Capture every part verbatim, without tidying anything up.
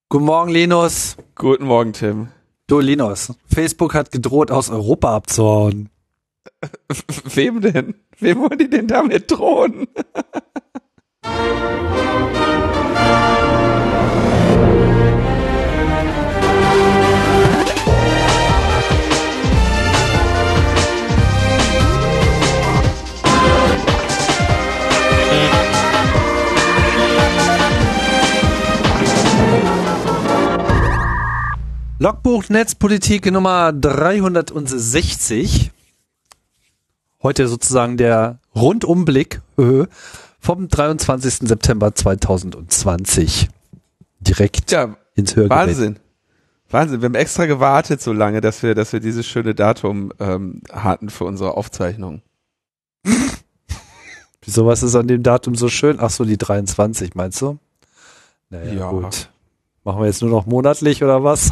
Guten Morgen, Linus. Guten Morgen, Tim. Du, Linus, Facebook hat gedroht, aus Europa abzuhauen. Wem denn? Wem wollen die denn damit drohen? Logbuch Netzpolitik Nummer dreihundertsechzig. Heute sozusagen der Rundumblick äh, vom dreiundzwanzigsten September zweitausendzwanzig. Direkt ja, ins Hörgerät. Wahnsinn. Wahnsinn. Wir haben extra gewartet so lange, dass wir, dass wir dieses schöne Datum ähm, hatten für unsere Aufzeichnung. Wieso, was ist an dem Datum so schön? Ach so, die dreiundzwanzig, meinst du? Naja, ja. Gut. Machen wir jetzt nur noch monatlich oder was?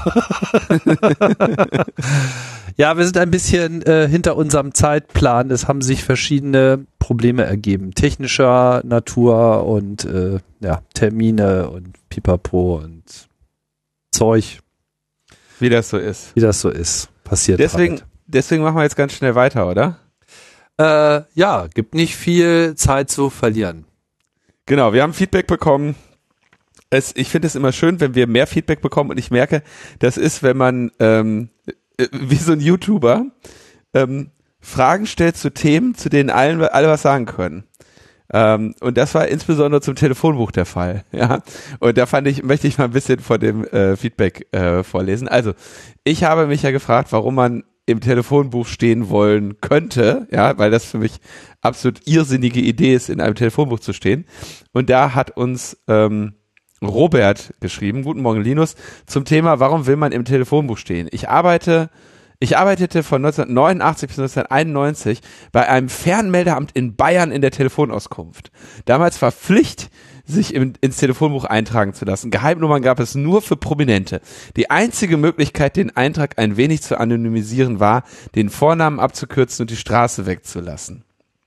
Ja, wir sind ein bisschen äh, hinter unserem Zeitplan. Es haben sich verschiedene Probleme ergeben. Technischer Natur und äh, ja, Termine und Pipapo und Zeug. Wie das so ist. Wie das so ist. Passiert Deswegen, halt. deswegen machen wir jetzt ganz schnell weiter, oder? Äh, ja, gibt nicht viel Zeit zu verlieren. Genau, wir haben Feedback bekommen. Es, ich finde es immer schön, wenn wir mehr Feedback bekommen, und ich merke, das ist, wenn man ähm, wie so ein YouTuber ähm, Fragen stellt zu Themen, zu denen allen, alle was sagen können. Ähm, und das war insbesondere zum Telefonbuch der Fall. Ja, und da fand ich, möchte ich mal ein bisschen von dem äh, Feedback äh, vorlesen. Also, ich habe mich ja gefragt, warum man im Telefonbuch stehen wollen könnte, ja, weil das für mich absolut irrsinnige Idee ist, in einem Telefonbuch zu stehen. Und da hat uns ähm, Robert geschrieben, guten Morgen Linus, zum Thema, warum will man im Telefonbuch stehen? Ich arbeite, ich arbeitete von neunzehnhundertneunundachtzig bis neunzehnhunderteinundneunzig bei einem Fernmeldeamt in Bayern in der Telefonauskunft. Damals war Pflicht, sich im, ins Telefonbuch eintragen zu lassen. Geheimnummern gab es nur für Prominente. Die einzige Möglichkeit, den Eintrag ein wenig zu anonymisieren, war, den Vornamen abzukürzen und die Straße wegzulassen.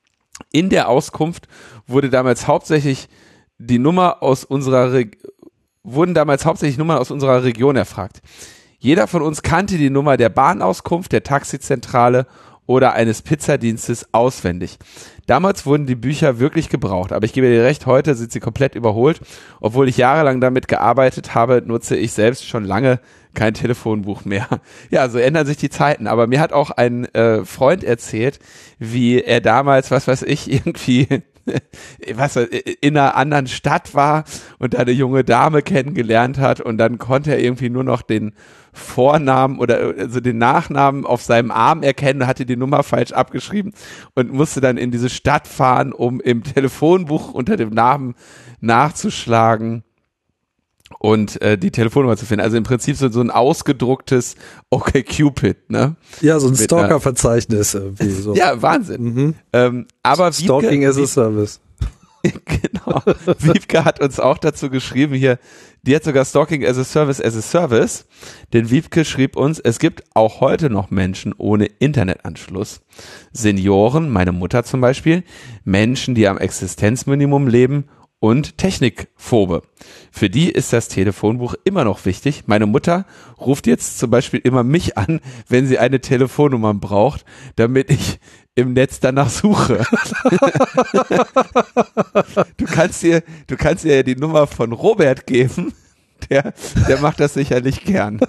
In der Auskunft wurde damals hauptsächlich die Nummer aus unserer Re- wurden damals hauptsächlich Nummern aus unserer Region erfragt. Jeder von uns kannte die Nummer der Bahnauskunft, der Taxizentrale oder eines Pizzadienstes auswendig. Damals wurden die Bücher wirklich gebraucht, aber ich gebe dir recht, heute sind sie komplett überholt. Obwohl ich jahrelang damit gearbeitet habe, nutze ich selbst schon lange kein Telefonbuch mehr. Ja, so ändern sich die Zeiten. Aber mir hat auch ein äh, Freund erzählt, wie er damals, was weiß ich, irgendwie was in einer anderen Stadt war und da eine junge Dame kennengelernt hat, und dann konnte er irgendwie nur noch den Vornamen oder also den Nachnamen auf seinem Arm erkennen, hatte die Nummer falsch abgeschrieben und musste dann in diese Stadt fahren, um im Telefonbuch unter dem Namen nachzuschlagen und äh, die Telefonnummer zu finden. Also im Prinzip so, so ein ausgedrucktes OkCupid, ne? Ja, so ein Stalker-Verzeichnis irgendwie so. Ja, Wahnsinn. Mhm. Ähm, aber Stalking Wiebke, as a Service. Genau. Wiebke hat uns auch dazu geschrieben hier, die hat sogar Stalking as a Service as a Service, denn Wiebke schrieb uns, es gibt auch heute noch Menschen ohne Internetanschluss. Senioren, meine Mutter zum Beispiel, Menschen, die am Existenzminimum leben und Technikphobe. Für die ist das Telefonbuch immer noch wichtig. Meine Mutter ruft jetzt zum Beispiel immer mich an, wenn sie eine Telefonnummer braucht, damit ich im Netz danach suche. Du kannst ihr, du kannst ihr ja die Nummer von Robert geben. Der, der macht das sicherlich gern.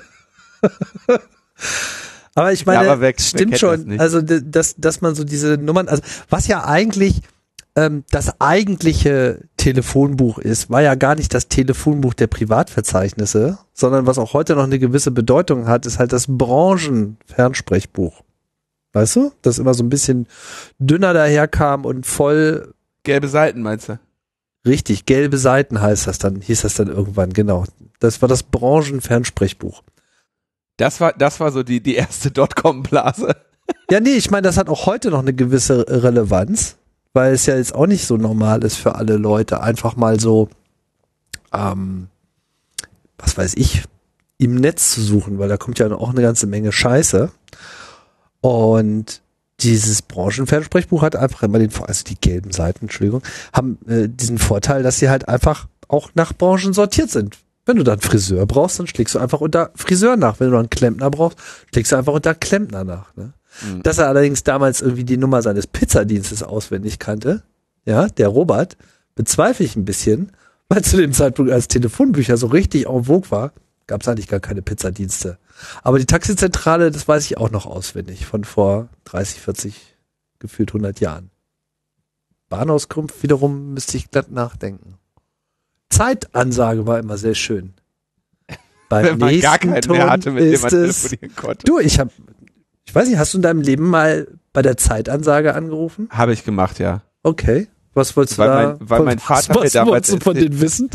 Aber ich meine, ja, aber wer, stimmt wer schon, das also dass, dass man so diese Nummern, also was ja eigentlich ähm, das eigentliche Telefonbuch ist, war ja gar nicht das Telefonbuch der Privatverzeichnisse, sondern was auch heute noch eine gewisse Bedeutung hat, ist halt das Branchenfernsprechbuch. Weißt du? Das immer so ein bisschen dünner daherkam und voll... Gelbe Seiten, meinst du? Richtig, gelbe Seiten heißt das dann, hieß das dann irgendwann, genau. Das war das Branchenfernsprechbuch. Das war, das war so die, die erste Dotcom-Blase. Ja, nee, ich meine, das hat auch heute noch eine gewisse Relevanz, weil es ja jetzt auch nicht so normal ist für alle Leute, einfach mal so, ähm, was weiß ich, im Netz zu suchen, weil da kommt ja auch eine ganze Menge Scheiße. Und dieses Branchenfernsprechbuch hat einfach immer den, also die gelben Seiten, Entschuldigung, haben äh, diesen Vorteil, dass sie halt einfach auch nach Branchen sortiert sind. Wenn du dann Friseur brauchst, dann schlägst du einfach unter Friseur nach. Wenn du einen Klempner brauchst, schlägst du einfach unter Klempner nach. Ne? Mhm. Dass er allerdings damals irgendwie die Nummer seines Pizzadienstes auswendig kannte, ja, der Robert, bezweifle ich ein bisschen, weil zu dem Zeitpunkt, als Telefonbücher so richtig en vogue war, gab es eigentlich gar keine Pizzadienste. Aber die Taxizentrale, das weiß ich auch noch auswendig, von vor dreißig, vierzig, gefühlt hundert Jahren. Bahnauskunft wiederum müsste ich glatt nachdenken. Zeitansage war immer sehr schön. Beim Wenn man nächsten gar keinen Ton mehr hatte, mit dem ist man es, telefonieren konnte. du, ich habe, ich weiß nicht, hast du in deinem Leben mal bei der Zeitansage angerufen? Habe ich gemacht, ja. Okay. Was wolltest du weil da? Mein, weil von, mein Vater was, mir was damals wolltest du von erzählt, denen wissen?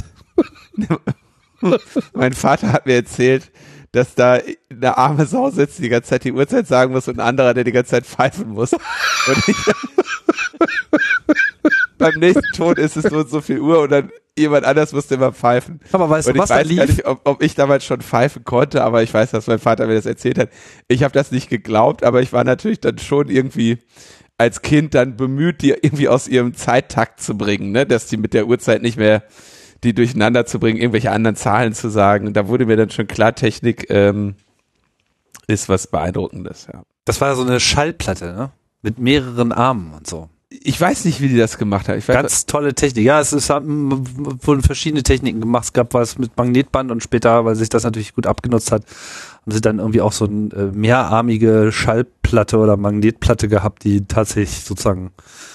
mein Vater hat mir erzählt, dass da eine arme Sau sitzt, die die ganze Zeit die Uhrzeit sagen muss und ein anderer, der die ganze Zeit pfeifen muss. Und ich, beim nächsten Ton ist es so und so viel Uhr und dann jemand anders musste immer pfeifen. Aber weißt und du, was ich da weiß lief? gar nicht, ob, ob ich damals schon pfeifen konnte, aber ich weiß, dass mein Vater mir das erzählt hat. Ich habe das nicht geglaubt, aber ich war natürlich dann schon irgendwie als Kind dann bemüht, die irgendwie aus ihrem Zeittakt zu bringen, ne, dass die mit der Uhrzeit nicht mehr die durcheinander zu bringen, irgendwelche anderen Zahlen zu sagen. Da wurde mir dann schon klar, Technik ähm, ist was Beeindruckendes, ja. Das war so eine Schallplatte, ne? Mit mehreren Armen und so. Ich weiß nicht, wie die das gemacht haben. Ich weiß, Ganz tolle Technik. Ja, es ist, haben, wurden verschiedene Techniken gemacht. Es gab was mit Magnetband und später, weil sich das natürlich gut abgenutzt hat, haben sie dann irgendwie auch so eine äh, mehrarmige Schallplatte oder Magnetplatte gehabt, die tatsächlich sozusagen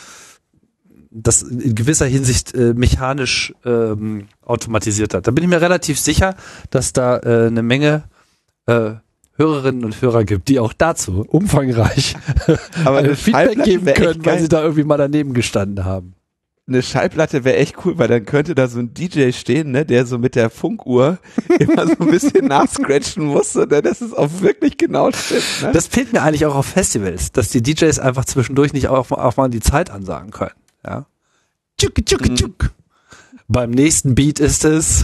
das in gewisser Hinsicht äh, mechanisch ähm, automatisiert hat. Da bin ich mir relativ sicher, dass da äh, eine Menge äh, Hörerinnen und Hörer gibt, die auch dazu umfangreich aber eine Feedback geben können, weil geil. sie da irgendwie mal daneben gestanden haben. Eine Schallplatte wäre echt cool, weil dann könnte da so ein D J stehen, ne, der so mit der Funkuhr immer so ein bisschen nachscratchen muss, ne, dass es auch wirklich genau stimmt. Ne? Das fehlt mir eigentlich auch auf Festivals, dass die D Js einfach zwischendurch nicht auch, auch mal die Zeit ansagen können. Ja. Tschuk, tschuk, Mhm. tschuk. Beim nächsten Beat ist es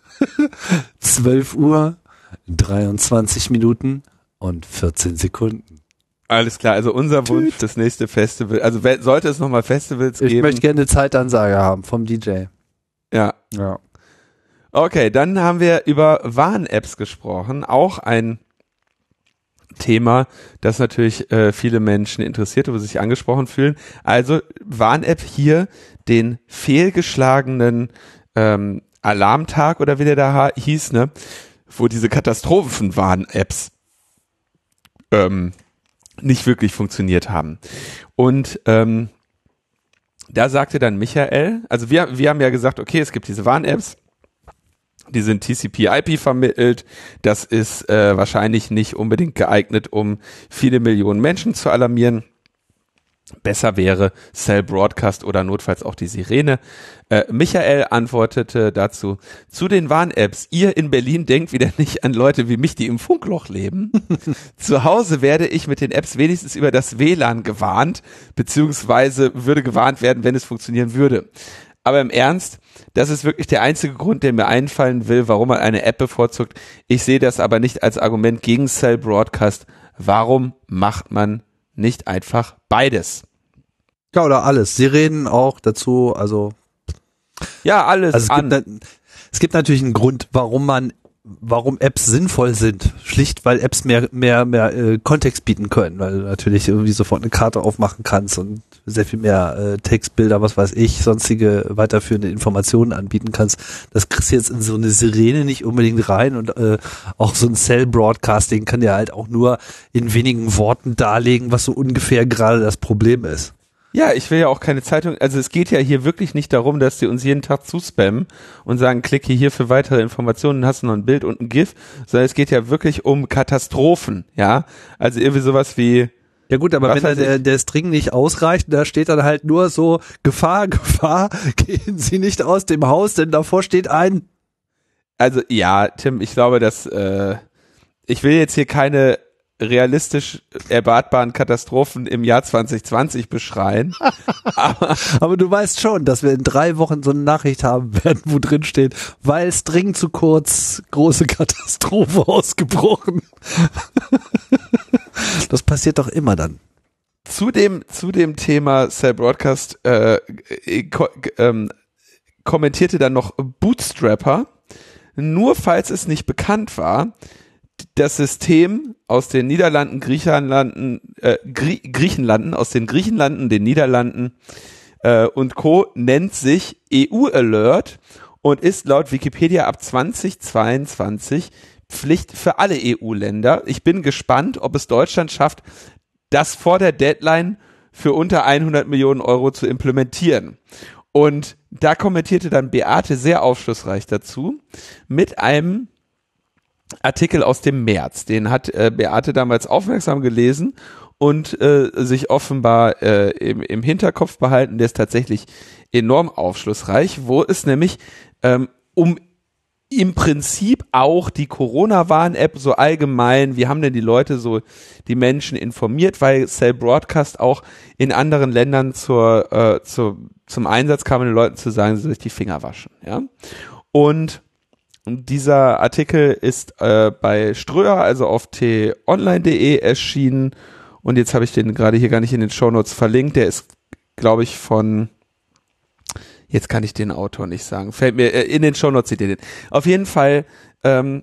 zwölf Uhr, dreiundzwanzig Minuten und vierzehn Sekunden. Alles klar, also unser Wunsch, das nächste Festival, also wer- sollte es nochmal Festivals Ich geben? möchte gerne eine Zeitansage haben vom D J. Ja. Ja. Okay, dann haben wir über Warn-Apps gesprochen, auch ein Thema, das natürlich äh, viele Menschen interessiert, wo sie sich angesprochen fühlen. Also Warn-App hier den fehlgeschlagenen ähm, Alarmtag oder wie der da ha- hieß, ne, wo diese Katastrophen-Warn-Apps ähm, nicht wirklich funktioniert haben. Und ähm, da sagte dann Michael, also wir, wir haben ja gesagt, okay, es gibt diese Warn-Apps, die sind T C P I P vermittelt, das ist äh, wahrscheinlich nicht unbedingt geeignet, um viele Millionen Menschen zu alarmieren. Besser wäre Cell Broadcast oder notfalls auch die Sirene. Äh, Michael antwortete dazu, zu den Warn-Apps, ihr in Berlin denkt wieder nicht an Leute wie mich, die im Funkloch leben. Zu Hause werde ich mit den Apps wenigstens über das W L A N gewarnt, beziehungsweise würde gewarnt werden, wenn es funktionieren würde. Aber im Ernst, das ist wirklich der einzige Grund, der mir einfallen will, warum man eine App bevorzugt. Ich sehe das aber nicht als Argument gegen Cell Broadcast. Warum macht man nicht einfach beides? Ja, oder alles. Sie reden auch dazu, also. Ja, alles Also es an. gibt, na- es gibt natürlich einen Grund, warum man, warum Apps sinnvoll sind. Schlicht, weil Apps mehr, mehr, mehr äh, Kontext bieten können, weil du natürlich irgendwie sofort eine Karte aufmachen kannst und sehr viel mehr äh, Textbilder, was weiß ich, sonstige weiterführende Informationen anbieten kannst. Das kriegst du jetzt in so eine Sirene nicht unbedingt rein und äh, auch so ein Cell-Broadcasting kann ja halt auch nur in wenigen Worten darlegen, was so ungefähr gerade das Problem ist. Ja, ich will ja auch keine Zeitung, also es geht ja hier wirklich nicht darum, dass die uns jeden Tag zuspammen und sagen, klicke hier für weitere Informationen, hast du noch ein Bild und ein GIF, sondern es geht ja wirklich um Katastrophen, ja, also irgendwie sowas wie. Ja gut, aber Was wenn da weiß der, ich? der String nicht ausreicht, da steht dann halt nur so, Gefahr, Gefahr, gehen Sie nicht aus dem Haus, denn davor steht ein. Also ja, Tim, ich glaube, dass äh, ich will jetzt hier keine realistisch erwartbaren Katastrophen im Jahr zwanzig zwanzig beschreien. aber, Aber du weißt schon, dass wir in drei Wochen so eine Nachricht haben werden, wo drin steht, weil String zu kurz, große Katastrophe ausgebrochen. Das passiert doch immer dann. zu dem zu dem Thema Cell Broadcast äh, ko ähm, kommentierte dann noch Bootstrapper, nur falls es nicht bekannt war, das System aus den Niederlanden, Griechenlanden, äh, Grie- Griechenlanden, aus den Griechenlanden, den Niederlanden äh, und Co. nennt sich E U-Alert und ist laut Wikipedia ab zweitausendzweiundzwanzig Pflicht für alle E U-Länder. Ich bin gespannt, ob es Deutschland schafft, das vor der Deadline für unter hundert Millionen Euro zu implementieren. Und da kommentierte dann Beate sehr aufschlussreich dazu mit einem Artikel aus dem März. Den hat äh, Beate damals aufmerksam gelesen und äh, sich offenbar äh, im, im Hinterkopf behalten. Der ist tatsächlich enorm aufschlussreich, wo es nämlich ähm, um im Prinzip auch die Corona-Warn-App so allgemein, wie haben denn die Leute so die Menschen informiert, weil Cell Broadcast auch in anderen Ländern zur, äh, zur, zum Einsatz kam, den Leuten zu sagen, sie sollen sich die Finger waschen. Ja? Und dieser Artikel ist äh, bei Ströer, also auf t online punkt de erschienen und jetzt habe ich den gerade hier gar nicht in den Shownotes verlinkt. Der ist, glaube ich, von, jetzt kann ich den Autor nicht sagen, fällt mir, äh, in den Shownotes seht ihr den. Auf jeden Fall, ähm,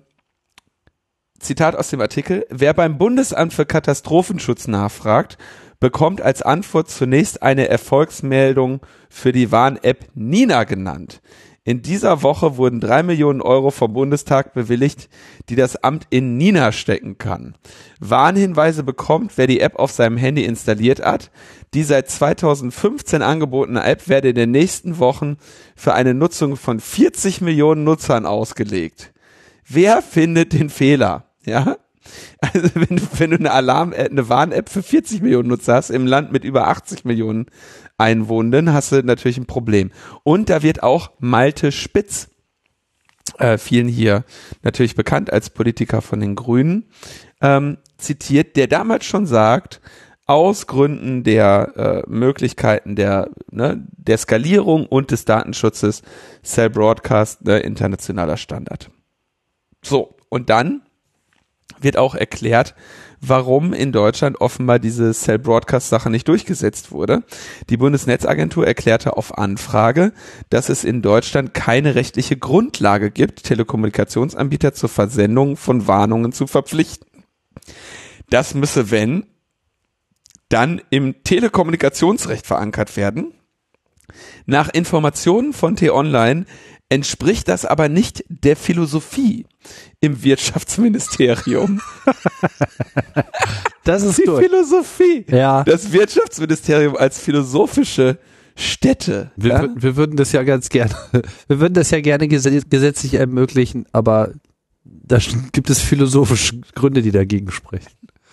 Zitat aus dem Artikel, wer beim Bundesamt für Katastrophenschutz nachfragt, bekommt als Antwort zunächst eine Erfolgsmeldung für die Warn-App Nina genannt. In dieser Woche wurden drei Millionen Euro vom Bundestag bewilligt, die das Amt in Nina stecken kann. Warnhinweise bekommt, wer die App auf seinem Handy installiert hat. Die seit zweitausendfünfzehn angebotene App werde in den nächsten Wochen für eine Nutzung von vierzig Millionen Nutzern ausgelegt. Wer findet den Fehler? Ja? Also wenn, wenn du eine Alarm, eine Warn-App für vierzig Millionen Nutzer hast, im Land mit über achtzig Millionen Einwohnern, hast du natürlich ein Problem. Und da wird auch Malte Spitz, äh, vielen hier natürlich bekannt als Politiker von den Grünen, ähm, zitiert, der damals schon sagt, aus Gründen der äh, Möglichkeiten der, ne, der Skalierung und des Datenschutzes Cell Broadcast, ne, internationaler Standard. So, und dann wird auch erklärt, warum in Deutschland offenbar diese Cell Broadcast Sache nicht durchgesetzt wurde. Die Bundesnetzagentur erklärte auf Anfrage, dass es in Deutschland keine rechtliche Grundlage gibt, Telekommunikationsanbieter zur Versendung von Warnungen zu verpflichten. Das müsse, wenn, dann im Telekommunikationsrecht verankert werden. Nach Informationen von T-Online entspricht das aber nicht der Philosophie im Wirtschaftsministerium. Das ist die gut. Philosophie. Ja. Das Wirtschaftsministerium als philosophische Stätte. Wir, ja? wir würden das ja ganz gerne, wir würden das ja gerne gesetzlich ermöglichen, aber da gibt es philosophische Gründe, die dagegen sprechen.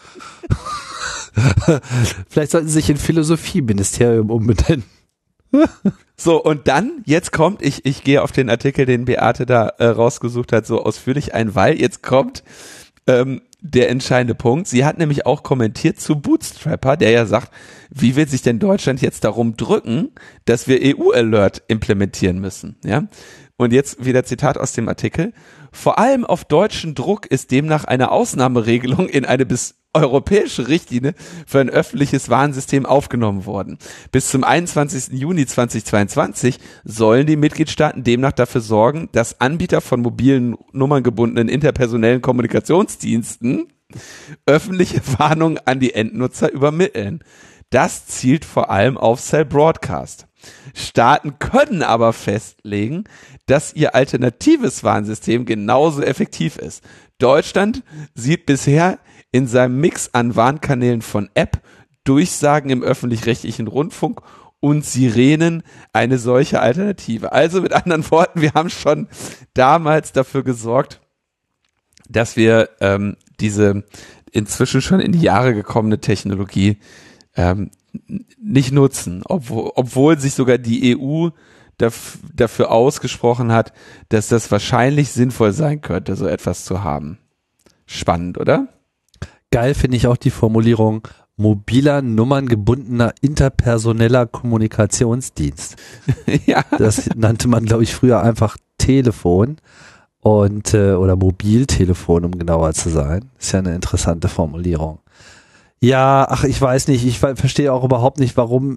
Vielleicht sollten sie sich in Philosophieministerium umbenennen. So, und dann, jetzt kommt, ich, ich gehe auf den Artikel, den Beate da äh, rausgesucht hat, so ausführlich ein, weil jetzt kommt ähm, der entscheidende Punkt. Sie hat nämlich auch kommentiert zu Bootstrapper, der ja sagt, wie will sich denn Deutschland jetzt darum drücken, dass wir E U-Alert implementieren müssen, ja? Und jetzt wieder Zitat aus dem Artikel. Vor allem auf deutschen Druck ist demnach eine Ausnahmeregelung in eine bis europäische Richtlinie für ein öffentliches Warnsystem aufgenommen worden. Bis zum einundzwanzigsten Juni zweitausendzweiundzwanzig sollen die Mitgliedstaaten demnach dafür sorgen, dass Anbieter von mobilen nummerngebundenen interpersonellen Kommunikationsdiensten öffentliche Warnungen an die Endnutzer übermitteln. Das zielt vor allem auf Cell Broadcast. Staaten können aber festlegen, dass ihr alternatives Warnsystem genauso effektiv ist. Deutschland sieht bisher in seinem Mix an Warnkanälen von App, Durchsagen im öffentlich-rechtlichen Rundfunk und Sirenen eine solche Alternative. Also mit anderen Worten, wir haben schon damals dafür gesorgt, dass wir ähm, diese inzwischen schon in die Jahre gekommene Technologie ähm, nicht nutzen, obwohl, obwohl sich sogar die E U daf- dafür ausgesprochen hat, dass das wahrscheinlich sinnvoll sein könnte, so etwas zu haben. Spannend, oder? Geil finde ich auch die Formulierung mobiler, nummerngebundener, interpersoneller Kommunikationsdienst. Ja. Das nannte man, glaube ich, früher einfach Telefon und äh, oder Mobiltelefon, um genauer zu sein. Ist ja eine interessante Formulierung. Ja, ach, ich weiß nicht, ich verstehe auch überhaupt nicht, warum.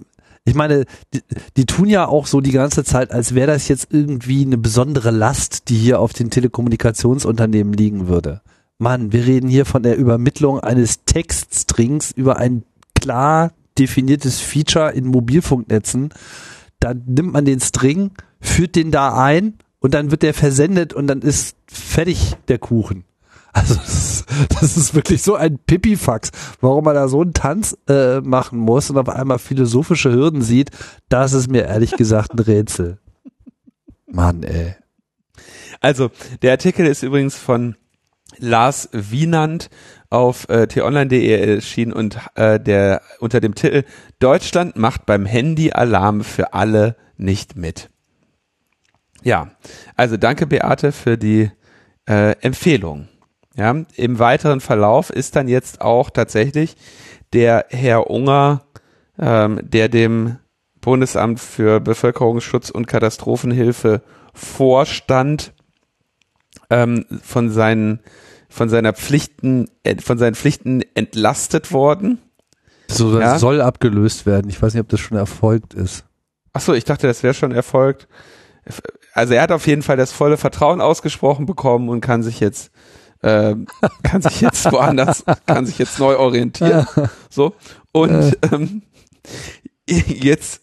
Ich meine, die, die tun ja auch so die ganze Zeit, als wäre das jetzt irgendwie eine besondere Last, die hier auf den Telekommunikationsunternehmen liegen würde. Mann, wir reden hier von der Übermittlung eines Textstrings über ein klar definiertes Feature in Mobilfunknetzen. Da nimmt man den String, führt den da ein und dann wird der versendet und dann ist fertig der Kuchen. Also das ist, das ist wirklich so ein Pipifax, warum man da so einen Tanz äh, machen muss und auf einmal philosophische Hürden sieht, das ist mir ehrlich gesagt ein Rätsel. Mann, ey. Also, der Artikel ist übrigens von Lars Wienand auf äh, t online punkt de erschienen und äh, der unter dem Titel Deutschland macht beim Handy Alarm für alle nicht mit. Ja, also danke Beate für die äh, Empfehlung. Ja, im weiteren Verlauf ist dann jetzt auch tatsächlich der Herr Unger, ähm, der dem Bundesamt für Bevölkerungsschutz und Katastrophenhilfe vorstand, ähm, von seinen von seiner Pflichten von seinen Pflichten entlastet worden. So, das ja? soll abgelöst werden. Ich weiß nicht, ob das schon erfolgt ist. Ach so, ich dachte, das wäre schon erfolgt. Also er hat auf jeden Fall das volle Vertrauen ausgesprochen bekommen und kann sich jetzt äh, kann sich jetzt woanders, kann sich jetzt neu orientieren. So. Und ähm, jetzt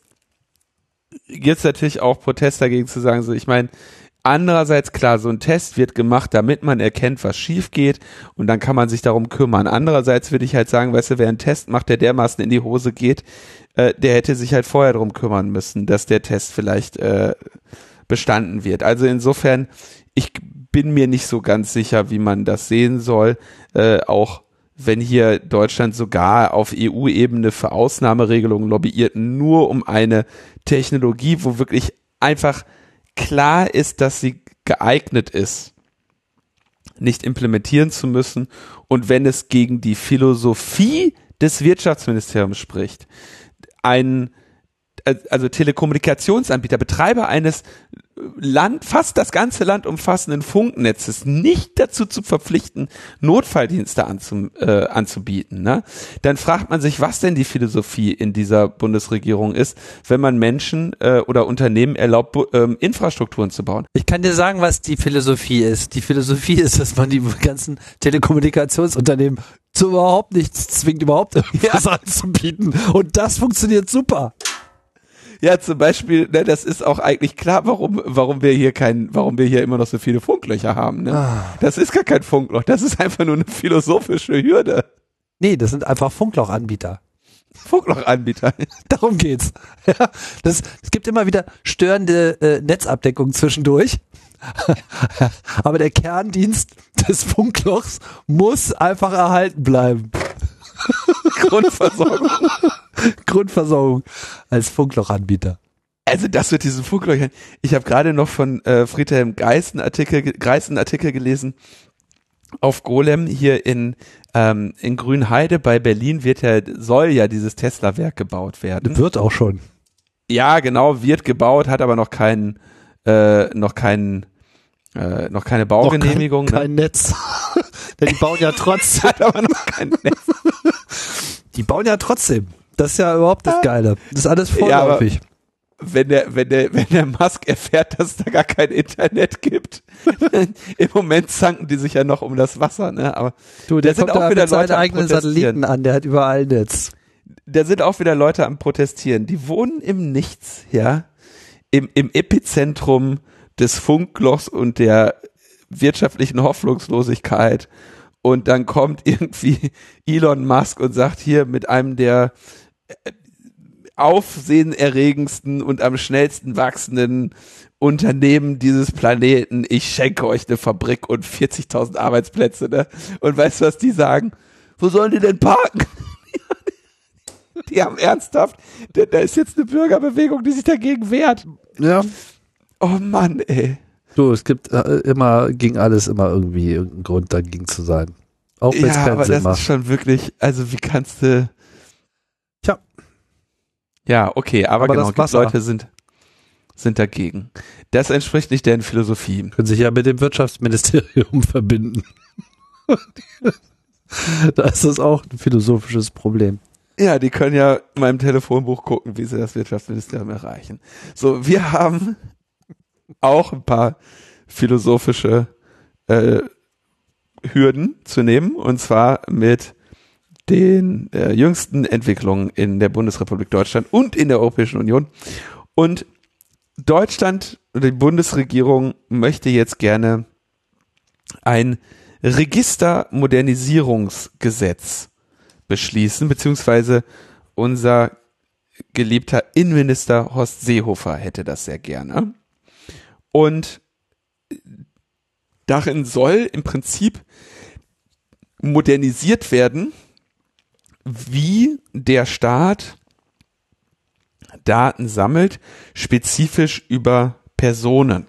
jetzt natürlich auch Protest dagegen zu sagen, so ich meine, andererseits klar, so ein Test wird gemacht, damit man erkennt, was schief geht und dann kann man sich darum kümmern. Andererseits würde ich halt sagen, weißt du, wer einen Test macht, der dermaßen in die Hose geht, äh, der hätte sich halt vorher darum kümmern müssen, dass der Test vielleicht äh, bestanden wird. Also insofern, ich bin mir nicht so ganz sicher, wie man das sehen soll, äh, auch wenn hier Deutschland sogar auf E U-Ebene für Ausnahmeregelungen lobbyiert, nur um eine Technologie, wo wirklich einfach klar ist, dass sie geeignet ist, nicht implementieren zu müssen und wenn es gegen die Philosophie des Wirtschaftsministeriums spricht, ein also Telekommunikationsanbieter, Betreiber eines Land, fast das ganze Land umfassenden Funknetzes nicht dazu zu verpflichten, Notfalldienste anzu, äh, anzubieten, ne? Dann fragt man sich, was denn die Philosophie in dieser Bundesregierung ist, wenn man Menschen äh, oder Unternehmen erlaubt, ähm, Infrastrukturen zu bauen. Ich kann dir sagen, was die Philosophie ist. Die Philosophie ist, dass man die ganzen Telekommunikationsunternehmen zu überhaupt nichts zwingt, überhaupt irgendwas ja. anzubieten. Und das funktioniert super. Ja, zum Beispiel, ne, das ist auch eigentlich klar, warum, warum wir hier kein, warum wir hier immer noch so viele Funklöcher haben, ne? Ah. Das ist gar kein Funkloch, das ist einfach nur eine philosophische Hürde. Nee, das sind einfach Funklochanbieter. Funklochanbieter. Darum geht's. Ja, das, es gibt immer wieder störende äh, Netzabdeckung zwischendurch. Aber der Kerndienst des Funklochs muss einfach erhalten bleiben. Grundversorgung. Grundversorgung als Funklochanbieter. Also das mit diesen Funklöchern. Ich habe gerade noch von äh, Friedhelm Geißen Artikel, Geißen Artikel gelesen. Auf Golem hier in ähm, in Grünheide bei Berlin wird ja soll ja dieses Tesla-Werk gebaut werden. Wird auch schon. Ja, genau, wird gebaut, hat aber noch keinen äh, noch keinen äh, noch keine Baugenehmigung. Noch kein, kein ne? Netz. Denn die bauen ja trotzdem. Hat aber noch kein Netz. Die bauen ja trotzdem. Das ist ja überhaupt das Geile. Das ist alles vorläufig. Ja, wenn der, wenn der, wenn der Musk erfährt, dass es da gar kein Internet gibt, im Moment zanken die sich ja noch um das Wasser, ne? Aber du, der sind kommt auch da wieder mit Leute seinen eigenen Satelliten an, der hat überall Netz. Da sind auch wieder Leute am Protestieren. Die wohnen im Nichts, ja, im, im Epizentrum des Funklochs und der wirtschaftlichen Hoffnungslosigkeit. Und dann kommt irgendwie Elon Musk und sagt hier mit einem der aufsehenerregendsten und am schnellsten wachsenden Unternehmen dieses Planeten, ich schenke euch eine Fabrik und vierzigtausend Arbeitsplätze, ne? Und weißt du, was die sagen? Wo sollen die denn parken? Die haben ernsthaft, da, da ist jetzt eine Bürgerbewegung, die sich dagegen wehrt. Ja. Oh Mann, ey. So, es gibt äh, immer, ging alles immer irgendwie irgendeinen Grund dagegen zu sein. Auch wenn es ja, keinen aber Sinn das macht. ist schon wirklich, also wie kannst du... Tja. Ja, okay, aber, aber genau, das Wasser. Leute sind, sind dagegen. Das entspricht nicht deren Philosophie. Können sich ja mit dem Wirtschaftsministerium verbinden. Da ist das auch ein philosophisches Problem. Ja, die können ja in meinem Telefonbuch gucken, wie sie das Wirtschaftsministerium erreichen. So, wir haben auch ein paar philosophische äh, Hürden zu nehmen, und zwar mit den äh, jüngsten Entwicklungen in der Bundesrepublik Deutschland und in der Europäischen Union. Und Deutschland oder die Bundesregierung möchte jetzt gerne ein Registermodernisierungsgesetz beschließen, beziehungsweise unser geliebter Innenminister Horst Seehofer hätte das sehr gerne. Und darin soll im Prinzip modernisiert werden, wie der Staat Daten sammelt, spezifisch über Personen.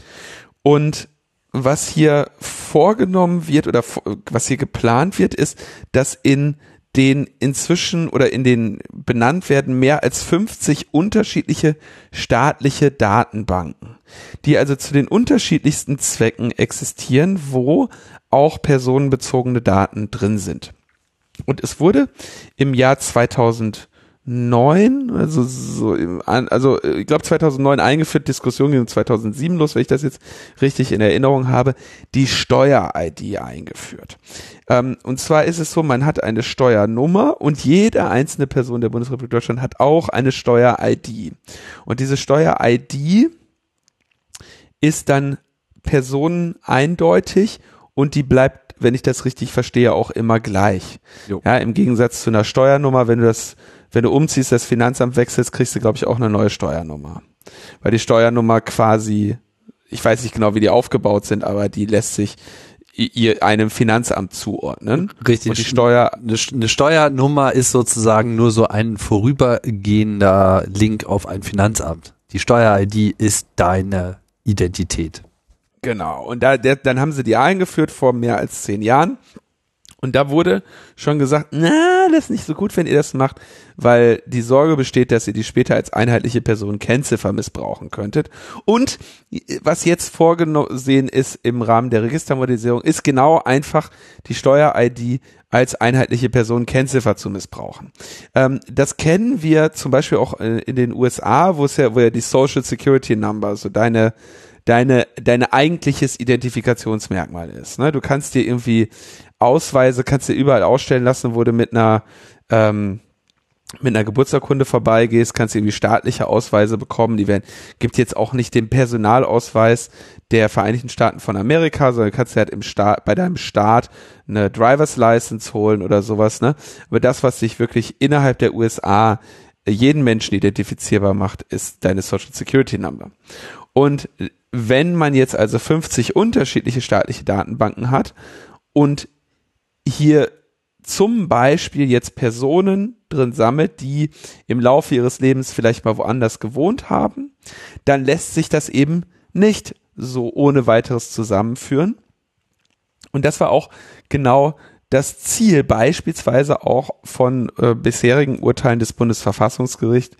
Und was hier vorgenommen wird oder was hier geplant wird, ist, dass in den inzwischen oder in den benannt werden mehr als fünfzig unterschiedliche staatliche Datenbanken, die also zu den unterschiedlichsten Zwecken existieren, wo auch personenbezogene Daten drin sind. Und es wurde im Jahr zweitausendneun, also so, also ich glaube zweitausendneun eingeführt, Diskussion ging zweitausendsieben los, wenn ich das jetzt richtig in Erinnerung habe, die Steuer-I D eingeführt. Ähm, und zwar ist es so, man hat eine Steuernummer und jede einzelne Person der Bundesrepublik Deutschland hat auch eine Steuer-I D. Und diese Steuer-I D ist dann personeneindeutig und die bleibt, wenn ich das richtig verstehe, auch immer gleich. Jo. Ja, im Gegensatz zu einer Steuernummer, wenn du das, wenn du umziehst, das Finanzamt wechselst, kriegst du, glaube ich, auch eine neue Steuernummer. Weil die Steuernummer quasi, ich weiß nicht genau, wie die aufgebaut sind, aber die lässt sich ihr einem Finanzamt zuordnen. Richtig. Und die Steuer, eine Steuernummer ist sozusagen nur so ein vorübergehender Link auf ein Finanzamt. Die Steuer-I D ist deine Identität. Genau, und da, der, dann haben sie die eingeführt vor mehr als zehn Jahren und da wurde schon gesagt, na, das ist nicht so gut, wenn ihr das macht, weil die Sorge besteht, dass ihr die später als einheitliche Personenkennziffer missbrauchen könntet. Und was jetzt vorgesehen ist im Rahmen der Registermodernisierung, ist genau einfach die Steuer-I D als einheitliche Personenkennziffer zu missbrauchen. Ähm, das kennen wir zum Beispiel auch in den U S A, wo es ja, wo ja die Social Security Number, so deine deine deine eigentliches Identifikationsmerkmal ist. Ne? Du kannst dir irgendwie Ausweise, kannst dir überall ausstellen lassen, wo du mit einer ähm, mit einer Geburtsurkunde vorbeigehst, kannst du irgendwie staatliche Ausweise bekommen. Die werden, gibt jetzt auch nicht den Personalausweis der Vereinigten Staaten von Amerika, sondern kannst du halt im Staat, bei deinem Staat eine Driver's License holen oder sowas. Ne? Aber das, was dich wirklich innerhalb der U S A jeden Menschen identifizierbar macht, ist deine Social Security Number. Und wenn man jetzt also fünfzig unterschiedliche staatliche Datenbanken hat und hier zum Beispiel jetzt Personen drin sammelt, die im Laufe ihres Lebens vielleicht mal woanders gewohnt haben, dann lässt sich das eben nicht so ohne weiteres zusammenführen. Und das war auch genau das Ziel beispielsweise auch von äh, bisherigen Urteilen des Bundesverfassungsgerichts,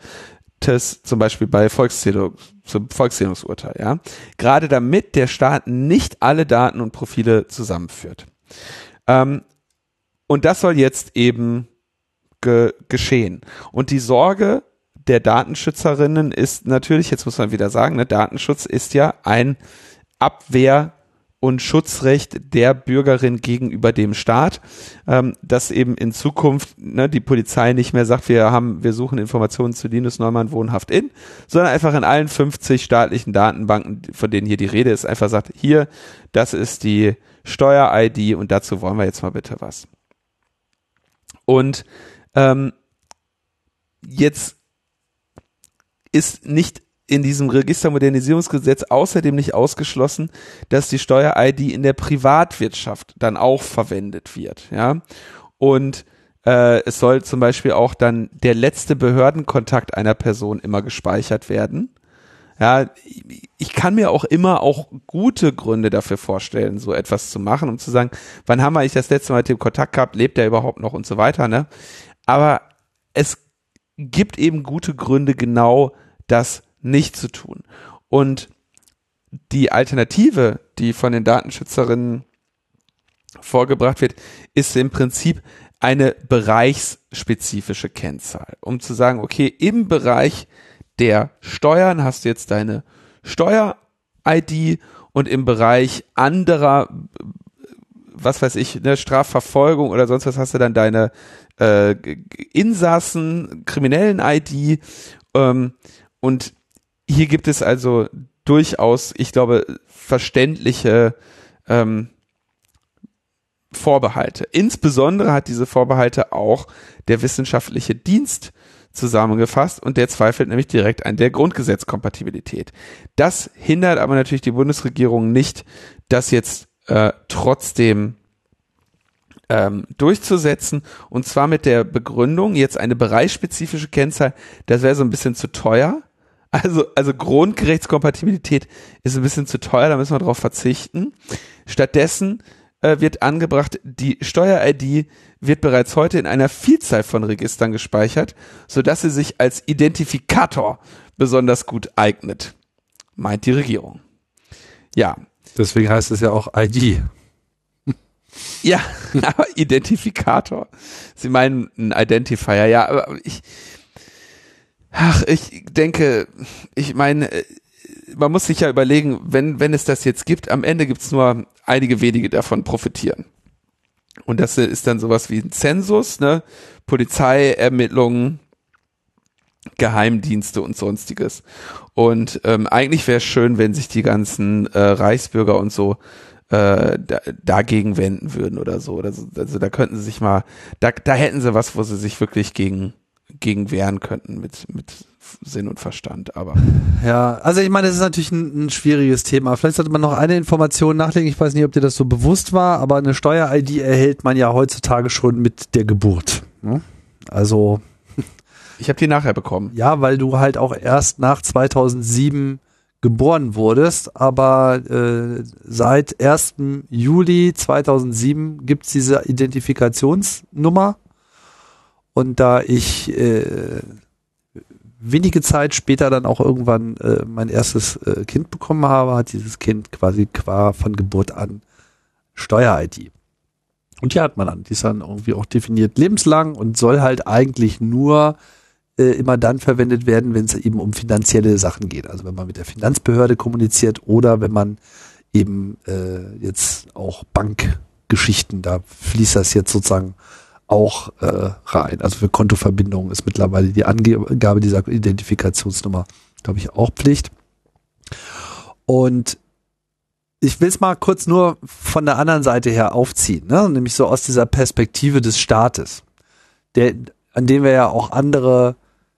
zum Beispiel bei Volkszählung, zum Volkszählungsurteil, ja. Gerade damit der Staat nicht alle Daten und Profile zusammenführt. Ähm, und das soll jetzt eben ge- geschehen. Und die Sorge der Datenschützerinnen ist natürlich, jetzt muss man wieder sagen, ne, Datenschutz ist ja ein Abwehr- und Schutzrecht der Bürgerin gegenüber dem Staat, ähm, dass eben in Zukunft ne, die Polizei nicht mehr sagt, wir haben, wir suchen Informationen zu Linus Neumann wohnhaft in, sondern einfach in allen fünfzig staatlichen Datenbanken, von denen hier die Rede ist, einfach sagt, hier, das ist die Steuer-I D und dazu wollen wir jetzt mal bitte was. Und ähm, jetzt ist nicht in diesem Registermodernisierungsgesetz außerdem nicht ausgeschlossen, dass die Steuer-I D in der Privatwirtschaft dann auch verwendet wird, ja. Und äh, es soll zum Beispiel auch dann der letzte Behördenkontakt einer Person immer gespeichert werden. Ja, ich kann mir auch immer auch gute Gründe dafür vorstellen, so etwas zu machen, um zu sagen, wann haben wir eigentlich das letzte Mal mit dem Kontakt gehabt, lebt er überhaupt noch und so weiter, ne? Aber es gibt eben gute Gründe, genau das nicht zu tun. Und die Alternative, die von den Datenschützerinnen vorgebracht wird, ist im Prinzip eine bereichsspezifische Kennzahl, um zu sagen, okay, im Bereich der Steuern hast du jetzt deine Steuer-I D und im Bereich anderer, was weiß ich, eine Strafverfolgung oder sonst was hast du dann deine äh, Insassen, Kriminellen-I D ähm, und hier gibt es also durchaus, ich glaube, verständliche ähm, Vorbehalte. Insbesondere hat diese Vorbehalte auch der wissenschaftliche Dienst zusammengefasst und der zweifelt nämlich direkt an der Grundgesetzkompatibilität. Das hindert aber natürlich die Bundesregierung nicht, das jetzt äh, trotzdem ähm, durchzusetzen und zwar mit der Begründung, jetzt eine bereichsspezifische Kennzahl, das wäre so ein bisschen zu teuer. Also, also Grundgerechtskompatibilität ist ein bisschen zu teuer, da müssen wir drauf verzichten. Stattdessen äh, wird angebracht, die Steuer-I D wird bereits heute in einer Vielzahl von Registern gespeichert, sodass sie sich als Identifikator besonders gut eignet, meint die Regierung. Ja. Deswegen heißt es ja auch I D. Ja, aber Identifikator. Sie meinen ein Identifier, ja, aber ich Ach, ich denke, ich meine, man muss sich ja überlegen, wenn, wenn es das jetzt gibt, am Ende gibt es nur einige wenige davon profitieren. Und das ist dann sowas wie ein Zensus, ne? Polizeiermittlungen, Geheimdienste und sonstiges. Und ähm, eigentlich wäre es schön, wenn sich die ganzen äh, Reichsbürger und so äh, da, dagegen wenden würden oder so. Also, also da könnten sie sich mal, da, da hätten sie was, wo sie sich wirklich gegen gegen wehren könnten mit mit Sinn und Verstand, aber ja, also ich meine, das ist natürlich ein, ein schwieriges Thema. Vielleicht sollte man noch eine Information nachlegen, ich weiß nicht, ob dir das so bewusst war, aber eine Steuer-I D erhält man ja heutzutage schon mit der Geburt. Ne? Also ich habe die nachher bekommen. Ja, weil du halt auch erst nach zweitausendsieben geboren wurdest, aber äh, seit ersten Juli zweitausendsieben gibt's diese Identifikationsnummer. Und da ich äh, wenige Zeit später dann auch irgendwann äh, mein erstes äh, Kind bekommen habe, hat dieses Kind quasi qua von Geburt an Steuer-I D. Und die hat man dann. Die ist dann irgendwie auch definiert lebenslang und soll halt eigentlich nur äh, immer dann verwendet werden, wenn es eben um finanzielle Sachen geht. Also wenn man mit der Finanzbehörde kommuniziert oder wenn man eben äh, jetzt auch Bankgeschichten, da fließt das jetzt sozusagen auch äh, rein. Also für Kontoverbindungen ist mittlerweile die Angabe dieser Identifikationsnummer, glaube ich, auch Pflicht. Und ich will es mal kurz nur von der anderen Seite her aufziehen, ne? Nämlich so aus dieser Perspektive des Staates, der, an dem wir ja auch andere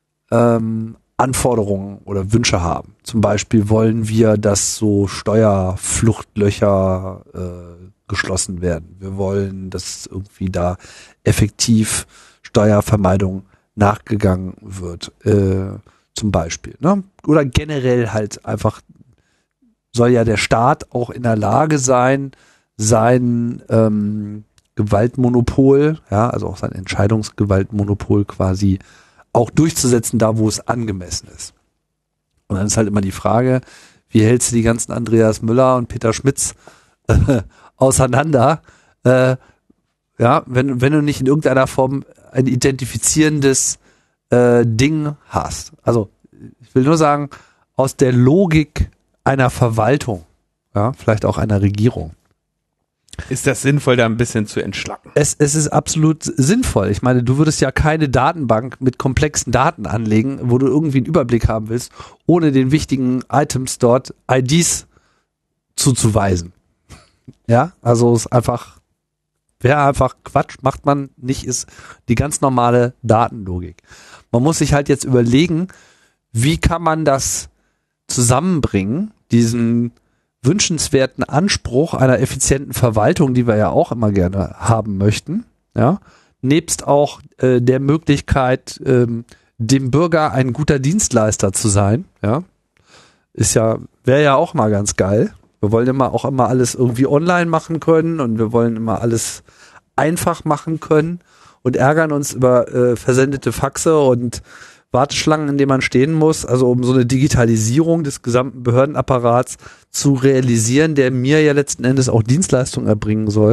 ähm, Anforderungen oder Wünsche haben. Zum Beispiel wollen wir, dass so Steuerfluchtlöcher äh, geschlossen werden. Wir wollen, dass irgendwie da effektiv Steuervermeidung nachgegangen wird, äh, zum Beispiel. Ne? Oder generell halt einfach soll ja der Staat auch in der Lage sein, sein ähm, Gewaltmonopol, ja, also auch sein Entscheidungsgewaltmonopol quasi auch durchzusetzen, da wo es angemessen ist. Und dann ist halt immer die Frage, wie hältst du die ganzen Andreas Müller und Peter Schmitz äh, auseinander, äh, ja, wenn, wenn du nicht in irgendeiner Form ein identifizierendes äh, Ding hast. Also ich will nur sagen, aus der Logik einer Verwaltung, ja, vielleicht auch einer Regierung. Ist das sinnvoll, da ein bisschen zu entschlacken? Es, es ist absolut sinnvoll. Ich meine, du würdest ja keine Datenbank mit komplexen Daten anlegen, wo du irgendwie einen Überblick haben willst, ohne den wichtigen Items dort I Ds zuzuweisen. Ja, also es ist einfach, wäre einfach Quatsch, macht man nicht, ist die ganz normale Datenlogik. Man muss sich halt jetzt überlegen, wie kann man das zusammenbringen, diesen wünschenswerten Anspruch einer effizienten Verwaltung, die wir ja auch immer gerne haben möchten, ja, nebst auch äh, der Möglichkeit, ähm, dem Bürger ein guter Dienstleister zu sein, ja, ist ja, wäre ja auch mal ganz geil. Wir wollen immer auch immer alles irgendwie online machen können und wir wollen immer alles einfach machen können und ärgern uns über äh, versendete Faxe und Warteschlangen, in denen man stehen muss, also um so eine Digitalisierung des gesamten Behördenapparats zu realisieren, der mir ja letzten Endes auch Dienstleistungen erbringen soll.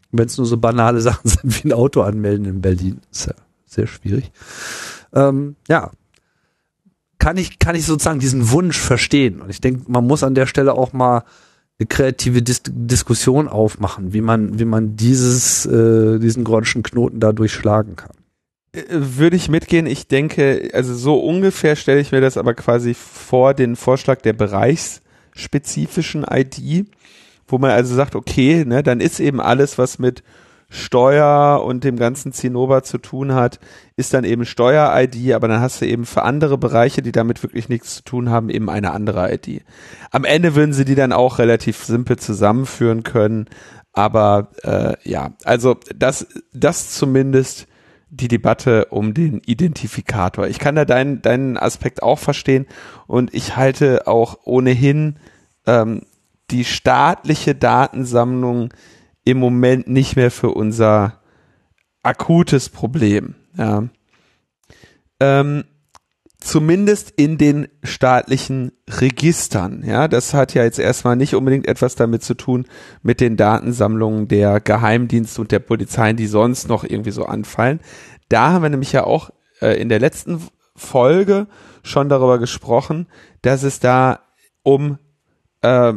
Wenn es nur so banale Sachen sind wie ein Auto anmelden in Berlin. Ist ja sehr schwierig. Ähm, ja. Kann ich, kann ich sozusagen diesen Wunsch verstehen. Und ich denke, man muss an der Stelle auch mal eine kreative Dis- Diskussion aufmachen, wie man, wie man dieses, äh, diesen Groddschen Knoten da durchschlagen kann. Würde ich mitgehen. Ich denke, also so ungefähr stelle ich mir das aber quasi vor, den Vorschlag der bereichsspezifischen I D, wo man also sagt, okay, ne, dann ist eben alles, was mit Steuer und dem ganzen Zinnober zu tun hat, ist dann eben Steuer-I D, aber dann hast du eben für andere Bereiche, die damit wirklich nichts zu tun haben, eben eine andere I D. Am Ende würden sie die dann auch relativ simpel zusammenführen können, aber äh, ja, also das, das zumindest die Debatte um den Identifikator. Ich kann da deinen, deinen Aspekt auch verstehen und ich halte auch ohnehin ähm, die staatliche Datensammlung im Moment nicht mehr für unser akutes Problem. Ja. Ähm, zumindest in den staatlichen Registern. Ja, das hat ja jetzt erstmal nicht unbedingt etwas damit zu tun mit den Datensammlungen der Geheimdienste und der Polizei, die sonst noch irgendwie so anfallen. Da haben wir nämlich ja auch äh, in der letzten Folge schon darüber gesprochen, dass es da um äh,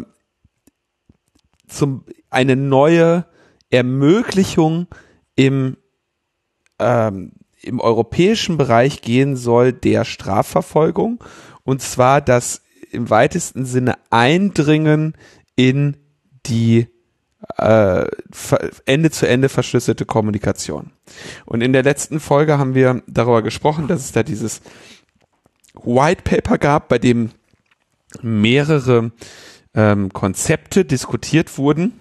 zum eine neue Ermöglichung im ähm, im europäischen Bereich gehen soll der Strafverfolgung, und zwar das im weitesten Sinne Eindringen in die äh, Ende zu Ende verschlüsselte Kommunikation. Und in der letzten Folge haben wir darüber gesprochen, dass es da dieses White Paper gab, bei dem mehrere ähm, Konzepte diskutiert wurden,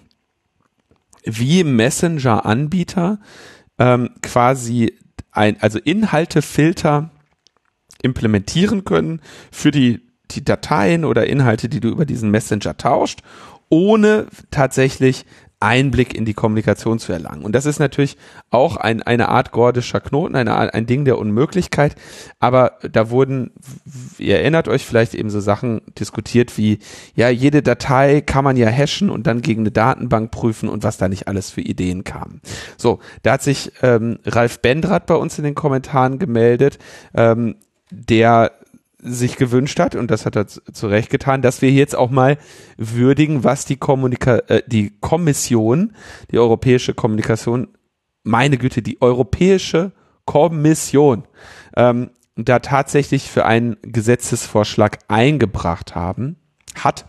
wie Messenger-Anbieter ähm, quasi ein, also Inhaltefilter implementieren können für die, die Dateien oder Inhalte, die du über diesen Messenger tauscht, ohne tatsächlich Einblick in die Kommunikation zu erlangen. Und das ist natürlich auch ein, eine Art gordischer Knoten, eine, ein Ding der Unmöglichkeit. Aber da wurden, ihr erinnert euch vielleicht eben so Sachen diskutiert wie, ja, jede Datei kann man ja hashen und dann gegen eine Datenbank prüfen und was da nicht alles für Ideen kamen. So, da hat sich ähm, Ralf Bendrath bei uns in den Kommentaren gemeldet, ähm, der sich gewünscht hat, und das hat er zu, zu Recht getan, dass wir jetzt auch mal würdigen, was die Kommunika- äh, die Kommission, die europäische Kommunikation, meine Güte, die europäische Kommission, ähm, da tatsächlich für einen Gesetzesvorschlag eingebracht haben, hat.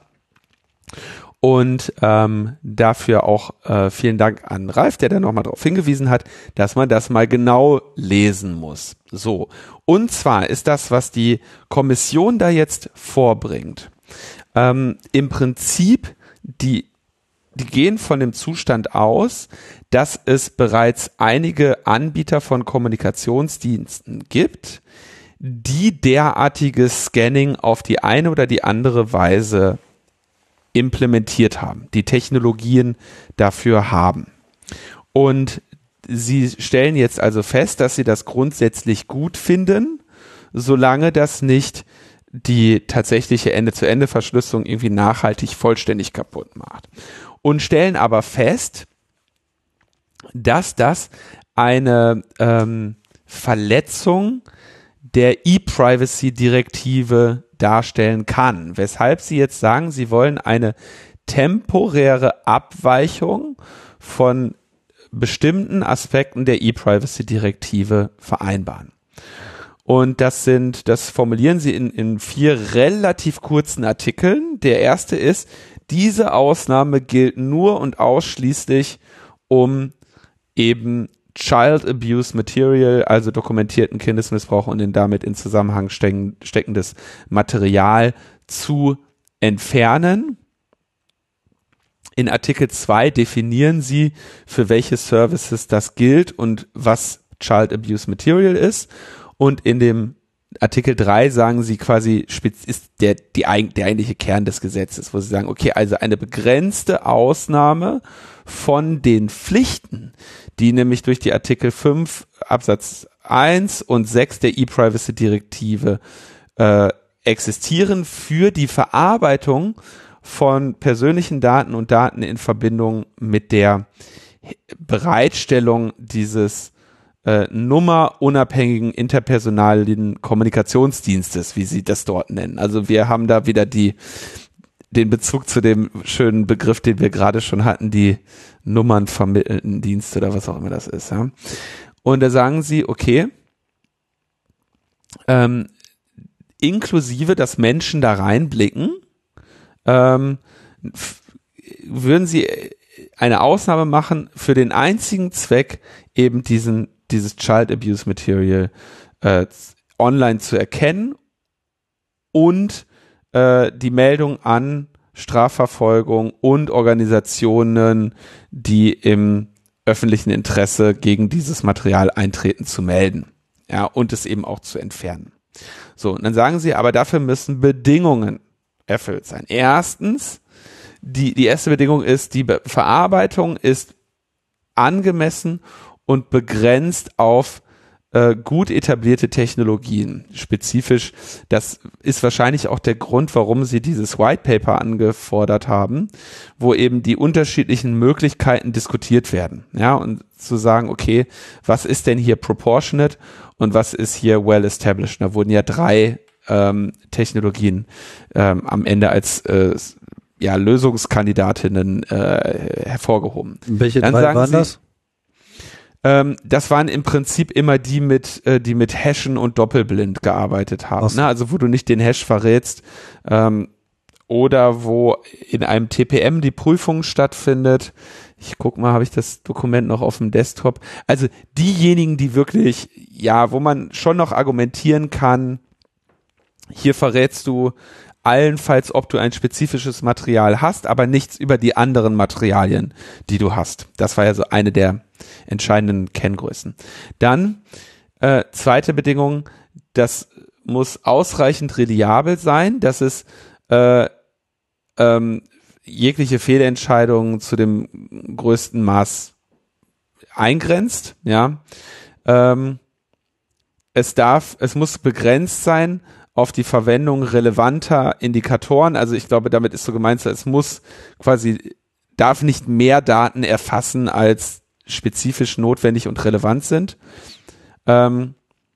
Und ähm, dafür auch äh, vielen Dank an Ralf, der da nochmal darauf hingewiesen hat, dass man das mal genau lesen muss. So, und zwar ist das, was die Kommission da jetzt vorbringt, ähm, im Prinzip, die, die gehen von dem Zustand aus, dass es bereits einige Anbieter von Kommunikationsdiensten gibt, die derartiges Scanning auf die eine oder die andere Weise implementiert haben, die Technologien dafür haben. Und sie stellen jetzt also fest, dass sie das grundsätzlich gut finden, solange das nicht die tatsächliche Ende-zu-Ende-Verschlüsselung irgendwie nachhaltig vollständig kaputt macht. Und stellen aber fest, dass das eine ähm, Verletzung der E-Privacy-Direktive darstellen kann, weshalb sie jetzt sagen, sie wollen eine temporäre Abweichung von bestimmten Aspekten der E-Privacy-Direktive vereinbaren. Und das sind, das formulieren sie in, in vier relativ kurzen Artikeln. Der erste ist, diese Ausnahme gilt nur und ausschließlich, um eben Child Abuse Material, also dokumentierten Kindesmissbrauch und den damit in Zusammenhang stecken, steckendes Material zu entfernen. In Artikel zwei definieren sie, für welche Services das gilt und was Child Abuse Material ist. Und in dem Artikel drei sagen sie quasi, ist der, die, der eigentliche Kern des Gesetzes, wo sie sagen, okay, also eine begrenzte Ausnahme von den Pflichten, die nämlich durch die Artikel fünf Absatz eins und sechs der E-Privacy-Direktive äh, existieren für die Verarbeitung von persönlichen Daten und Daten in Verbindung mit der Bereitstellung dieses äh, nummerunabhängigen interpersonalen Kommunikationsdienstes, wie sie das dort nennen. Also wir haben da wieder die den Bezug zu dem schönen Begriff, den wir gerade schon hatten, die nummernvermittelnden Dienste oder was auch immer das ist. Ja. Und da sagen sie, okay, ähm, inklusive, dass Menschen da reinblicken, ähm, f- würden sie eine Ausnahme machen für den einzigen Zweck, eben diesen dieses Child Abuse Material äh, online zu erkennen und äh, die Meldung an Strafverfolgung und Organisationen, die im öffentlichen Interesse gegen dieses Material eintreten, zu melden. Ja, und es eben auch zu entfernen. So, und dann sagen sie, aber dafür müssen Bedingungen erfüllt sein. Erstens, die, die erste Bedingung ist, die Be- Verarbeitung ist angemessen und begrenzt auf äh, gut etablierte Technologien. Spezifisch, das ist wahrscheinlich auch der Grund, warum sie dieses White Paper angefordert haben, wo eben die unterschiedlichen Möglichkeiten diskutiert werden. Ja, und zu sagen, okay, was ist denn hier proportionate und was ist hier well established? Da wurden ja drei ähm, Technologien ähm, am Ende als äh, ja, Lösungskandidatinnen äh, hervorgehoben. Welche Dann drei sagen waren sie, das? Ähm, das waren im Prinzip immer die mit, äh, die mit Hashen und Doppelblind gearbeitet haben. So. Ne? Also wo du nicht den Hash verrätst ähm, oder wo in einem T P M die Prüfung stattfindet. Ich guck mal, habe ich das Dokument noch auf dem Desktop? Also diejenigen, die wirklich, ja, wo man schon noch argumentieren kann, hier verrätst du allenfalls, ob du ein spezifisches Material hast, aber nichts über die anderen Materialien, die du hast. Das war ja so eine der entscheidenden Kenngrößen. Dann, äh, zweite Bedingung, das muss ausreichend reliabel sein, dass es äh, ähm, jegliche Fehlentscheidungen zu dem größten Maß eingrenzt, ja. Ähm, es darf, es muss begrenzt sein auf die Verwendung relevanter Indikatoren. Also ich glaube, damit ist so gemeint, es muss quasi, darf nicht mehr Daten erfassen, als spezifisch notwendig und relevant sind. Ähm,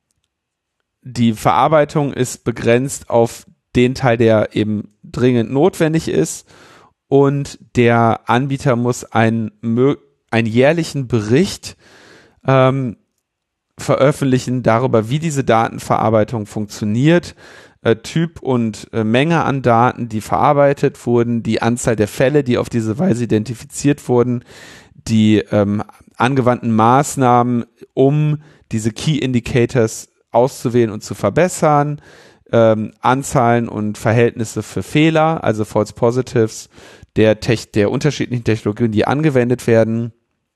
die Verarbeitung ist begrenzt auf den Teil, der eben dringend notwendig ist, und der Anbieter muss einen, einen jährlichen Bericht ähm, veröffentlichen darüber, wie diese Datenverarbeitung funktioniert, äh, Typ und äh, Menge an Daten, die verarbeitet wurden, die Anzahl der Fälle, die auf diese Weise identifiziert wurden, die ähm, angewandten Maßnahmen, um diese Key Indicators auszuwählen und zu verbessern, ähm, Anzahlen und Verhältnisse für Fehler, also False Positives, der, Tech- der unterschiedlichen Technologien, die angewendet werden,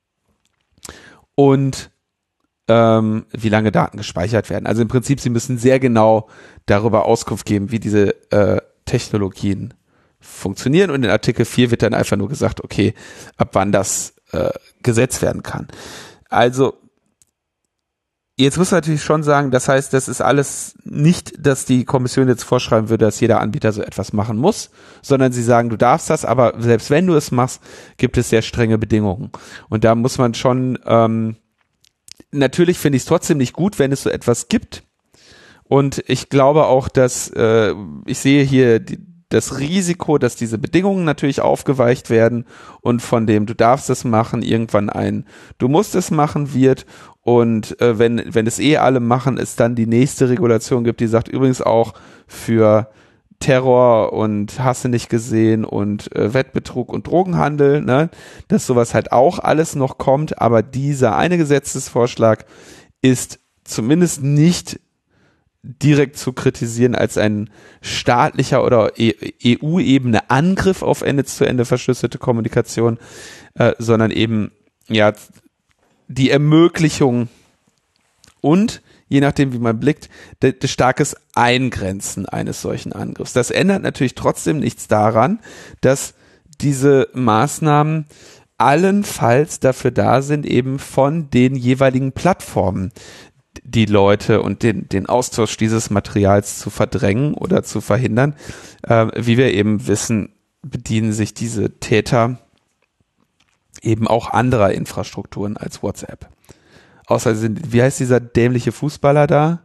und ähm, wie lange Daten gespeichert werden. Also im Prinzip, sie müssen sehr genau darüber Auskunft geben, wie diese äh, Technologien funktionieren, und in Artikel vier wird dann einfach nur gesagt, okay, ab wann das äh, gesetzt werden kann. Also jetzt muss man natürlich schon sagen, das heißt, das ist alles nicht, dass die Kommission jetzt vorschreiben würde, dass jeder Anbieter so etwas machen muss, sondern sie sagen, du darfst das, aber selbst wenn du es machst, gibt es sehr strenge Bedingungen. Und da muss man schon, ähm, natürlich finde ich es trotzdem nicht gut, wenn es so etwas gibt. Und ich glaube auch, dass, äh, ich sehe hier die, das Risiko, dass diese Bedingungen natürlich aufgeweicht werden und von dem du darfst es machen irgendwann ein du musst es machen wird, und äh, wenn wenn es eh alle machen, es dann die nächste Regulation gibt, die sagt übrigens auch für Terror und Hasse nicht gesehen und äh, Wettbetrug und Drogenhandel, ne, dass sowas halt auch alles noch kommt, aber dieser eine Gesetzesvorschlag ist zumindest nicht direkt zu kritisieren als ein staatlicher oder E U-Ebene Angriff auf Ende-zu-Ende verschlüsselte Kommunikation, äh, sondern eben ja die Ermöglichung und je nachdem, wie man blickt, das de starkes Eingrenzen eines solchen Angriffs. Das ändert natürlich trotzdem nichts daran, dass diese Maßnahmen allenfalls dafür da sind, eben von den jeweiligen Plattformen die Leute und den, den Austausch dieses Materials zu verdrängen oder zu verhindern. Äh, wie wir eben wissen, bedienen sich diese Täter eben auch anderer Infrastrukturen als WhatsApp. Außer sind, wie heißt dieser dämliche Fußballer da?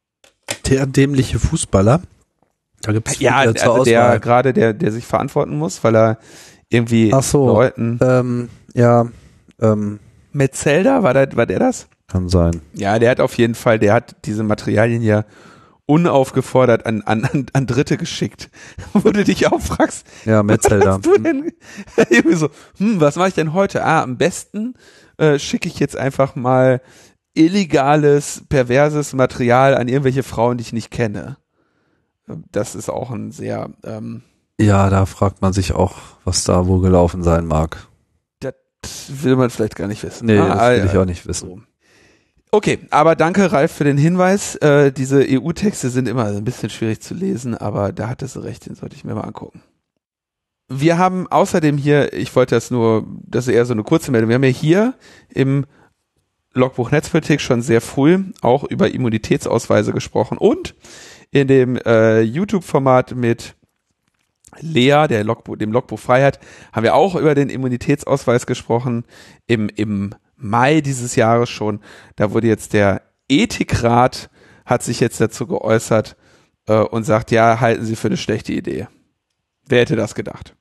Der dämliche Fußballer? Da gibt's ja, also der gerade, der, der sich verantworten muss, weil er irgendwie Ach so, Leuten. Ähm, ja, ähm, Metzelder, war der, war der das? Kann sein. Ja, der hat auf jeden Fall, der hat diese Materialien ja unaufgefordert an, an, an Dritte geschickt. Wo du dich auch fragst, ja, Metzelder. Was hast du denn? Irgendwie so, hm, was mache ich denn heute? Ah, am besten äh, schicke ich jetzt einfach mal illegales, perverses Material an irgendwelche Frauen, die ich nicht kenne. Das ist auch ein sehr ähm, ja, da fragt man sich auch, was da wohl gelaufen sein mag. Das will man vielleicht gar nicht wissen. Nee, ah, das will ah, ich auch nicht wissen. So. Okay, aber danke Ralf für den Hinweis. Äh, diese E U-Texte sind immer ein bisschen schwierig zu lesen, aber da hattest du recht, den sollte ich mir mal angucken. Wir haben außerdem hier, ich wollte das nur, das ist eher so eine kurze Meldung, wir haben ja hier im Logbuch Netzpolitik schon sehr früh auch über Immunitätsausweise gesprochen und in dem äh, YouTube-Format mit Lea, der Logbuch, dem Logbuch Freiheit, haben wir auch über den Immunitätsausweis gesprochen im, im Mai dieses Jahres schon. Da wurde jetzt der Ethikrat, hat sich jetzt dazu geäußert äh, und sagt, ja, halten Sie für eine schlechte Idee. Wer hätte das gedacht?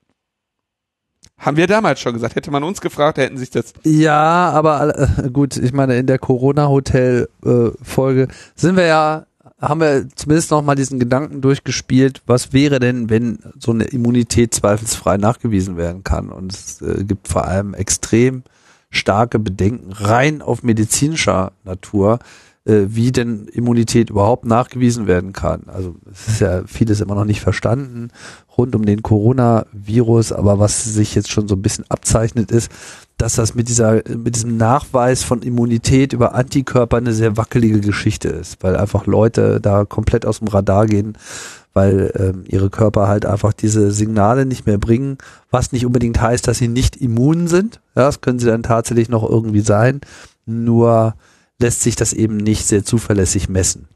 Haben wir damals schon gesagt. Hätte man uns gefragt, hätten sich das... Ja, aber äh, gut, ich meine, in der Corona-Hotel-Folge äh, sind wir ja, haben wir zumindest noch mal diesen Gedanken durchgespielt, was wäre denn, wenn so eine Immunität zweifelsfrei nachgewiesen werden kann. Und es äh, gibt vor allem extrem starke Bedenken rein auf medizinischer Natur, äh, wie denn Immunität überhaupt nachgewiesen werden kann. Also es ist ja vieles immer noch nicht verstanden rund um den Coronavirus, aber was sich jetzt schon so ein bisschen abzeichnet ist, dass das mit dieser, mit diesem Nachweis von Immunität über Antikörper eine sehr wackelige Geschichte ist, weil einfach Leute da komplett aus dem Radar gehen, weil ähm, ihre Körper halt einfach diese Signale nicht mehr bringen, was nicht unbedingt heißt, dass sie nicht immun sind. Ja, das können sie dann tatsächlich noch irgendwie sein, nur lässt sich das eben nicht sehr zuverlässig messen.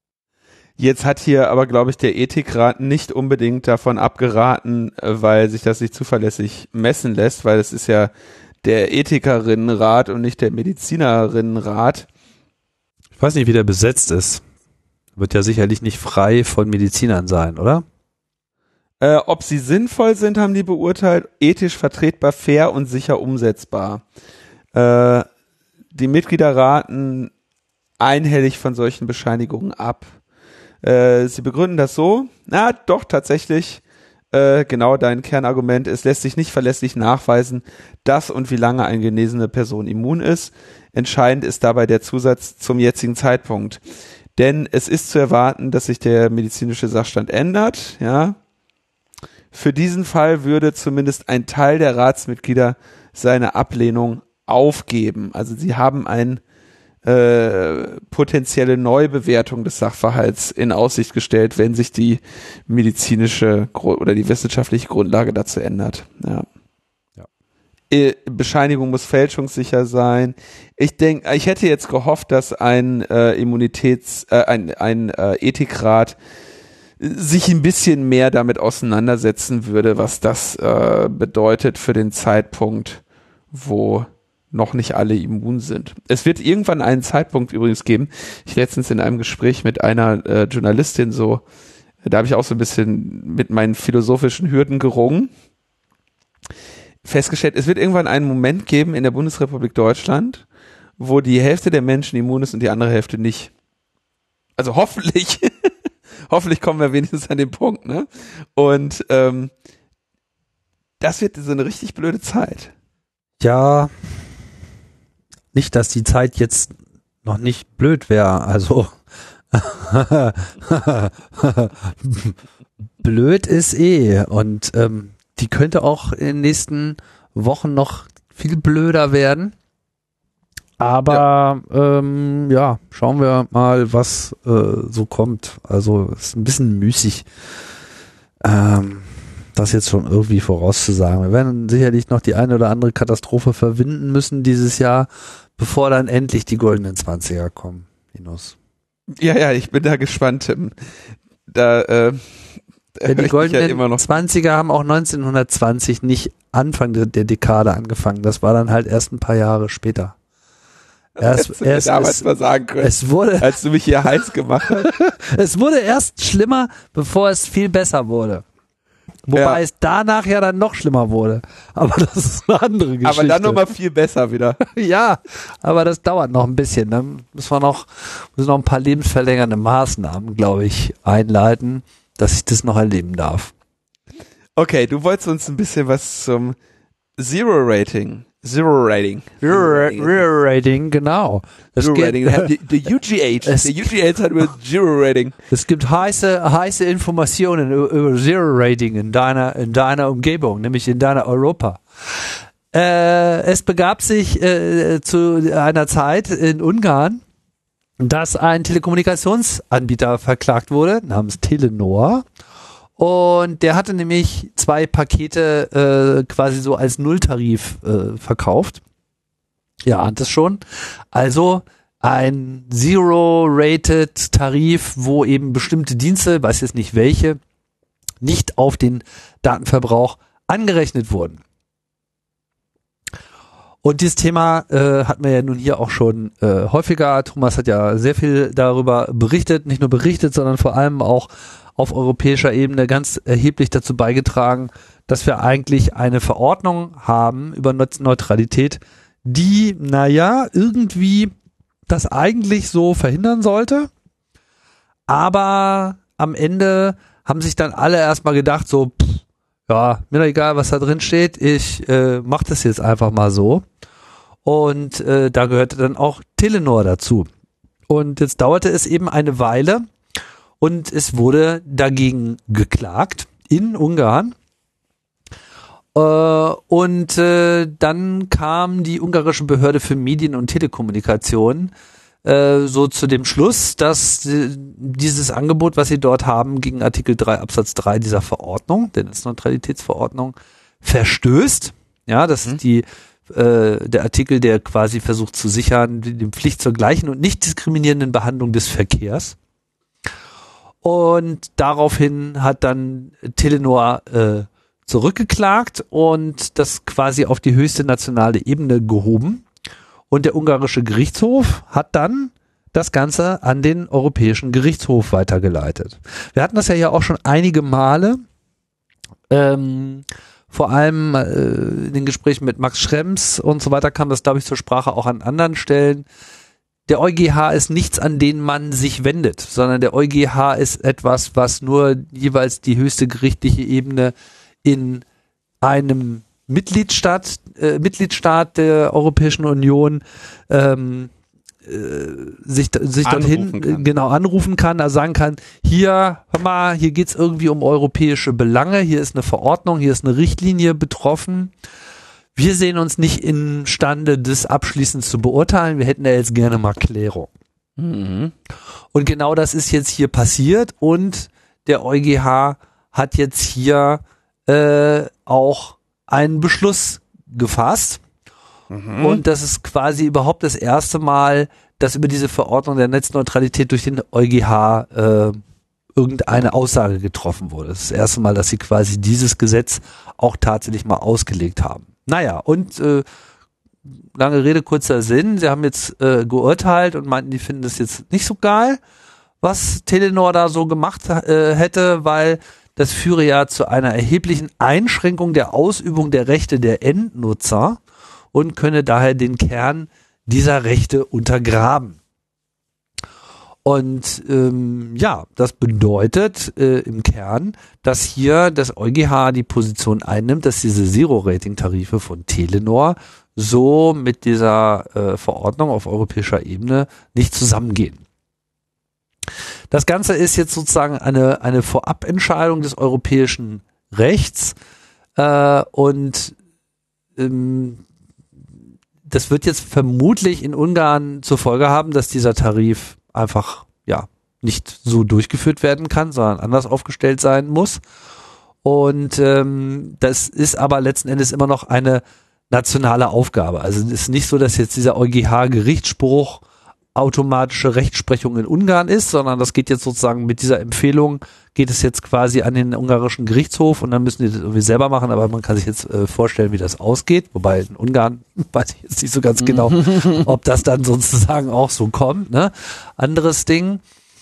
Jetzt hat hier aber, glaube ich, der Ethikrat nicht unbedingt davon abgeraten, weil sich das nicht zuverlässig messen lässt, weil es ist ja der Ethikerinnenrat und nicht der Medizinerinnenrat. Ich weiß nicht, wie der besetzt ist. Wird ja sicherlich nicht frei von Medizinern sein, oder? Äh, ob sie sinnvoll sind, haben die beurteilt, ethisch vertretbar, fair und sicher umsetzbar. Äh, die Mitglieder raten einhellig von solchen Bescheinigungen ab. Äh, sie begründen das so, na doch tatsächlich, äh, genau dein Kernargument, es lässt sich nicht verlässlich nachweisen, dass und wie lange eine genesene Person immun ist. Entscheidend ist dabei der Zusatz zum jetzigen Zeitpunkt. Denn es ist zu erwarten, dass sich der medizinische Sachstand ändert, ja. Für diesen Fall würde zumindest ein Teil der Ratsmitglieder seine Ablehnung aufgeben. Also sie haben eine äh, potenzielle Neubewertung des Sachverhalts in Aussicht gestellt, wenn sich die medizinische oder die wissenschaftliche Grundlage dazu ändert. Ja. Ja. Bescheinigung muss fälschungssicher sein. Ich denke, ich hätte jetzt gehofft, dass ein äh, Immunitäts, äh, ein, ein äh, Ethikrat sich ein bisschen mehr damit auseinandersetzen würde, was das äh, bedeutet für den Zeitpunkt, wo noch nicht alle immun sind. Es wird irgendwann einen Zeitpunkt übrigens geben, ich letztens in einem Gespräch mit einer äh, Journalistin so, da habe ich auch so ein bisschen mit meinen philosophischen Hürden gerungen, festgestellt, es wird irgendwann einen Moment geben in der Bundesrepublik Deutschland, wo die Hälfte der Menschen immun ist und die andere Hälfte nicht. Also hoffentlich, hoffentlich kommen wir wenigstens an den Punkt, ne? Und ähm, das wird so eine richtig blöde Zeit. Ja, nicht, dass die Zeit jetzt noch nicht blöd wäre, also blöd ist eh und ähm, die könnte auch in den nächsten Wochen noch viel blöder werden. Aber ja, ähm, ja schauen wir mal, was äh, so kommt. Also es ist ein bisschen müßig, ähm, das jetzt schon irgendwie vorauszusagen. Wir werden sicherlich noch die eine oder andere Katastrophe verwinden müssen dieses Jahr, bevor dann endlich die goldenen Zwanziger kommen. Linus. Ja, ja, ich bin da gespannt. Da, äh, Ja, die goldenen ja zwanziger haben auch neunzehnhundertzwanzig nicht Anfang der, der Dekade angefangen. Das war dann halt erst ein paar Jahre später. Erst, hättest du mir damals es, mal sagen können, es wurde, als du mich hier heiß gemacht hast. Es wurde erst schlimmer, bevor es viel besser wurde. Wobei ja. es danach ja dann noch schlimmer wurde. Aber das ist eine andere Geschichte. Aber dann nochmal viel besser wieder. Ja, aber das dauert noch ein bisschen. Dann müssen wir noch, müssen noch ein paar lebensverlängernde Maßnahmen, glaube ich, einleiten, dass ich das noch erleben darf. Okay, du wolltest uns ein bisschen was zum Zero-Rating. Zero-Rating. Zero-Rating, genau. Zero-Rating. Der U G H. Der U G H hat über Zero-Rating. Es gibt heiße, heiße Informationen über Zero-Rating in deiner, in deiner Umgebung, nämlich in deiner Europa. Äh, es begab sich äh, zu einer Zeit in Ungarn, dass ein Telekommunikationsanbieter verklagt wurde, namens Telenor. Und der hatte nämlich zwei Pakete äh, quasi so als Nulltarif äh, verkauft. Ja, ahnt es schon. Also ein Zero-Rated-Tarif, wo eben bestimmte Dienste, weiß jetzt nicht welche, nicht auf den Datenverbrauch angerechnet wurden. Und dieses Thema äh, hatten wir ja nun hier auch schon äh, häufiger. Thomas hat ja sehr viel darüber berichtet, nicht nur berichtet, sondern vor allem auch auf europäischer Ebene ganz erheblich dazu beigetragen, dass wir eigentlich eine Verordnung haben über Netzneutralität, die, naja, irgendwie das eigentlich so verhindern sollte. Aber am Ende haben sich dann alle erstmal gedacht, so, pff, ja, mir doch egal, was da drin steht, ich äh, mach das jetzt einfach mal so. Und äh, da gehörte dann auch Telenor dazu. Und jetzt dauerte es eben eine Weile, und es wurde dagegen geklagt in Ungarn. Äh, und äh, dann kam die ungarische Behörde für Medien und Telekommunikation äh, so zu dem Schluss, dass äh, dieses Angebot, was sie dort haben, gegen Artikel drei Absatz drei dieser Verordnung, der Netzneutralitätsverordnung, verstößt. Ja, das mhm. ist die äh, der Artikel, der quasi versucht zu sichern, die, die Pflicht zur gleichen und nicht diskriminierenden Behandlung des Verkehrs. Und daraufhin hat dann Telenor äh, zurückgeklagt und das quasi auf die höchste nationale Ebene gehoben. Und der ungarische Gerichtshof hat dann das Ganze an den Europäischen Gerichtshof weitergeleitet. Wir hatten das ja hier auch schon einige Male, ähm, vor allem äh, in den Gesprächen mit Max Schrems und so weiter kam das, glaube ich, zur Sprache auch an anderen Stellen. Der EuGH ist nichts, an den man sich wendet, sondern der EuGH ist etwas, was nur jeweils die höchste gerichtliche Ebene in einem Mitgliedstaat, äh, Mitgliedstaat der Europäischen Union ähm, äh, sich, sich dorthin kann. genau anrufen kann, also sagen kann, hier, hör mal, hier geht's irgendwie um europäische Belange, hier ist eine Verordnung, hier ist eine Richtlinie betroffen. Wir sehen uns nicht imstande, das abschließend zu beurteilen. Wir hätten da jetzt gerne mal Klärung. Mhm. Und genau das ist jetzt hier passiert und der EuGH hat jetzt hier äh, auch einen Beschluss gefasst. Mhm. Und das ist quasi überhaupt das erste Mal, dass über diese Verordnung der Netzneutralität durch den EuGH äh, irgendeine Aussage getroffen wurde. Das ist das erste Mal, dass sie quasi dieses Gesetz auch tatsächlich mal ausgelegt haben. Naja, und äh, lange Rede, kurzer Sinn, sie haben jetzt äh, geurteilt und meinten, die finden das jetzt nicht so geil, was Telenor da so gemacht äh, hätte, weil das führe ja zu einer erheblichen Einschränkung der Ausübung der Rechte der Endnutzer und könne daher den Kern dieser Rechte untergraben. Und ähm, ja, das bedeutet äh, im Kern, dass hier das EuGH die Position einnimmt, dass diese Zero-Rating-Tarife von Telenor so mit dieser äh, Verordnung auf europäischer Ebene nicht zusammengehen. Das Ganze ist jetzt sozusagen eine, eine Vorabentscheidung des europäischen Rechts äh, und ähm, das wird jetzt vermutlich in Ungarn zur Folge haben, dass dieser Tarif einfach ja nicht so durchgeführt werden kann, sondern anders aufgestellt sein muss. Und ähm, das ist aber letzten Endes immer noch eine nationale Aufgabe. Also es ist nicht so, dass jetzt dieser EuGH-Gerichtsspruch automatische Rechtsprechung in Ungarn ist, sondern das geht jetzt sozusagen mit dieser Empfehlung, geht es jetzt quasi an den ungarischen Gerichtshof und dann müssen die das irgendwie selber machen, aber man kann sich jetzt äh, vorstellen, wie das ausgeht, wobei in Ungarn weiß ich jetzt nicht so ganz genau, ob das dann sozusagen auch so kommt, ne? Anderes Ding.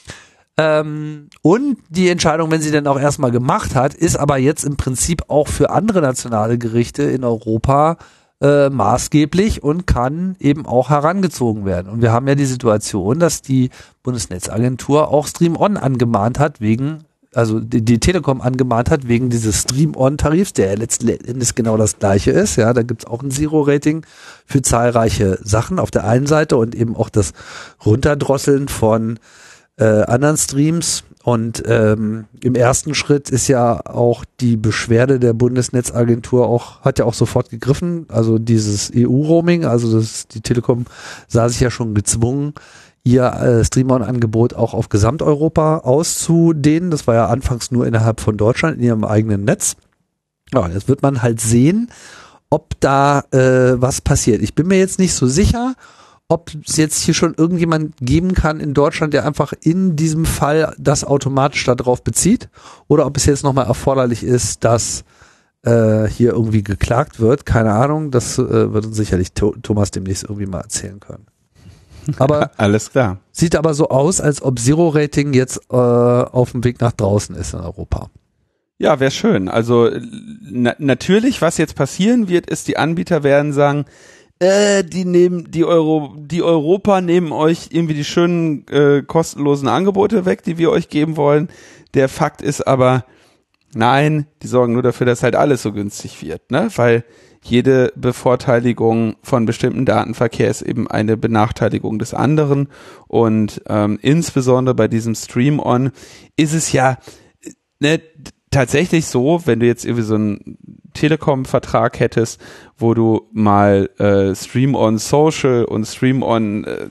Ähm, und die Entscheidung, wenn sie denn auch erstmal gemacht hat, ist aber jetzt im Prinzip auch für andere nationale Gerichte in Europa Äh, maßgeblich und kann eben auch herangezogen werden. Und wir haben ja die Situation, dass die Bundesnetzagentur auch Stream-On angemahnt hat wegen, also die, die Telekom angemahnt hat wegen dieses Stream-On-Tarifs, der ja letzten Endes genau das gleiche ist. Ja, da gibt's auch ein Zero-Rating für zahlreiche Sachen auf der einen Seite und eben auch das Runterdrosseln von äh, anderen Streams. Und ähm, im ersten Schritt ist ja auch die Beschwerde der Bundesnetzagentur auch, hat ja auch sofort gegriffen, also dieses E U-Roaming, also das, die Telekom sah sich ja schon gezwungen, ihr äh, Stream-On-Angebot auch auf Gesamteuropa auszudehnen. Das war ja anfangs nur innerhalb von Deutschland in ihrem eigenen Netz. Ja, jetzt wird man halt sehen, ob da äh, was passiert. Ich bin mir jetzt nicht so sicher, ob es jetzt hier schon irgendjemand geben kann in Deutschland, der einfach in diesem Fall das automatisch darauf bezieht, oder ob es jetzt nochmal erforderlich ist, dass äh, hier irgendwie geklagt wird. Keine Ahnung, das äh, wird uns sicherlich to- Thomas demnächst irgendwie mal erzählen können. Aber alles klar. Sieht aber so aus, als ob Zero-Rating jetzt äh, auf dem Weg nach draußen ist in Europa. Ja, wäre schön. Also na- natürlich, was jetzt passieren wird, ist, die Anbieter werden sagen, Äh, die nehmen die Euro, die Europa nehmen euch irgendwie die schönen äh, kostenlosen Angebote weg, die wir euch geben wollen. Der Fakt ist aber, nein, die sorgen nur dafür, dass halt alles so günstig wird, ne? Weil jede Bevorteiligung von bestimmten Datenverkehr ist eben eine Benachteiligung des anderen und ähm, insbesondere bei diesem Stream-On ist es ja ne, tatsächlich so, wenn du jetzt irgendwie so einen Telekom-Vertrag hättest, wo du mal äh, Stream-On Social und Stream-On äh,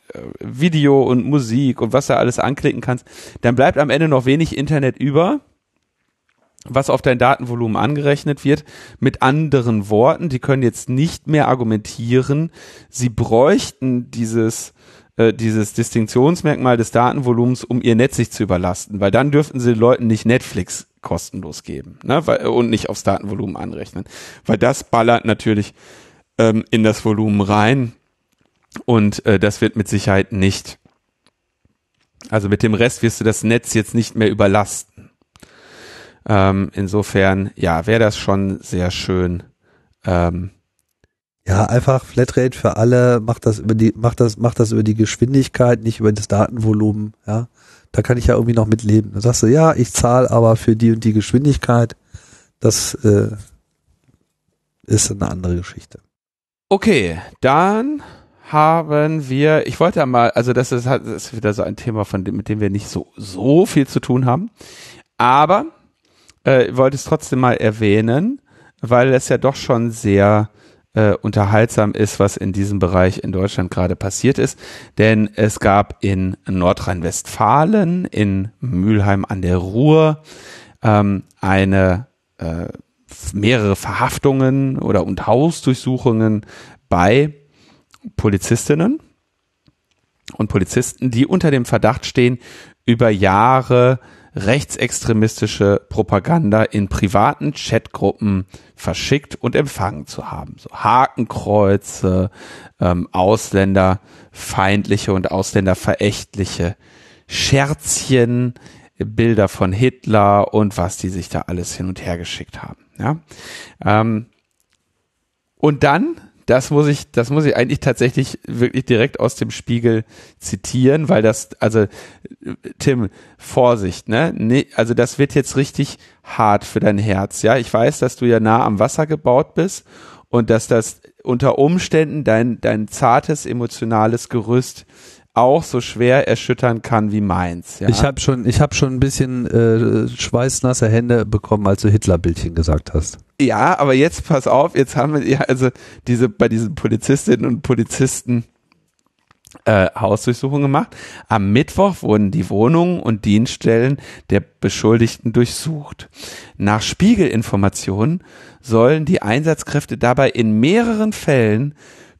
Video und Musik und was da alles anklicken kannst, dann bleibt am Ende noch wenig Internet über, was auf dein Datenvolumen angerechnet wird. Mit anderen Worten, die können jetzt nicht mehr argumentieren, sie bräuchten dieses äh, dieses Distinktionsmerkmal des Datenvolumens, um ihr Netz sich zu überlasten, weil dann dürften sie den Leuten nicht Netflix kostenlos geben, ne, weil, und nicht aufs Datenvolumen anrechnen, weil das ballert natürlich ähm, in das Volumen rein und äh, das wird mit Sicherheit nicht, also mit dem Rest wirst du das Netz jetzt nicht mehr überlasten. Ähm, insofern, ja, wäre das schon sehr schön. Ähm, ja, einfach Flatrate für alle, macht das über die, macht das, macht das über die Geschwindigkeit, nicht über das Datenvolumen, ja. Da kann ich ja irgendwie noch mitleben. Da sagst du, ja, ich zahle aber für die und die Geschwindigkeit. Das äh, ist eine andere Geschichte. Okay, dann haben wir, ich wollte ja mal, also das ist, das ist wieder so ein Thema, von dem, mit dem wir nicht so, so viel zu tun haben. Aber äh, ich wollte es trotzdem mal erwähnen, weil es ja doch schon sehr äh, unterhaltsam ist, was in diesem Bereich in Deutschland gerade passiert ist. Denn es gab in Nordrhein-Westfalen, in Mülheim an der Ruhr, ähm, eine äh, mehrere Verhaftungen oder und Hausdurchsuchungen bei Polizistinnen und Polizisten, die unter dem Verdacht stehen, über Jahre rechtsextremistische Propaganda in privaten Chatgruppen verschickt und empfangen zu haben. So Hakenkreuze, ähm, ausländerfeindliche und ausländerverächtliche Scherzchen, Bilder von Hitler und was die sich da alles hin und her geschickt haben. Ja, ähm, und dann, das muss ich, das muss ich eigentlich tatsächlich wirklich direkt aus dem Spiegel zitieren, weil das, also Tim, Vorsicht, ne? Nee, also das wird jetzt richtig hart für dein Herz. Ja, ich weiß, dass du ja nah am Wasser gebaut bist und dass das unter Umständen dein dein zartes emotionales Gerüst auch so schwer erschüttern kann wie meins. Ja? Ich habe schon, ich habe schon ein bisschen äh, schweißnasse Hände bekommen, als du Hitlerbildchen gesagt hast. Ja, aber jetzt pass auf, jetzt haben wir ja also diese bei diesen Polizistinnen und Polizisten äh, Hausdurchsuchungen gemacht. Am Mittwoch wurden die Wohnungen und Dienststellen der Beschuldigten durchsucht. Nach Spiegelinformationen sollen die Einsatzkräfte dabei in mehreren Fällen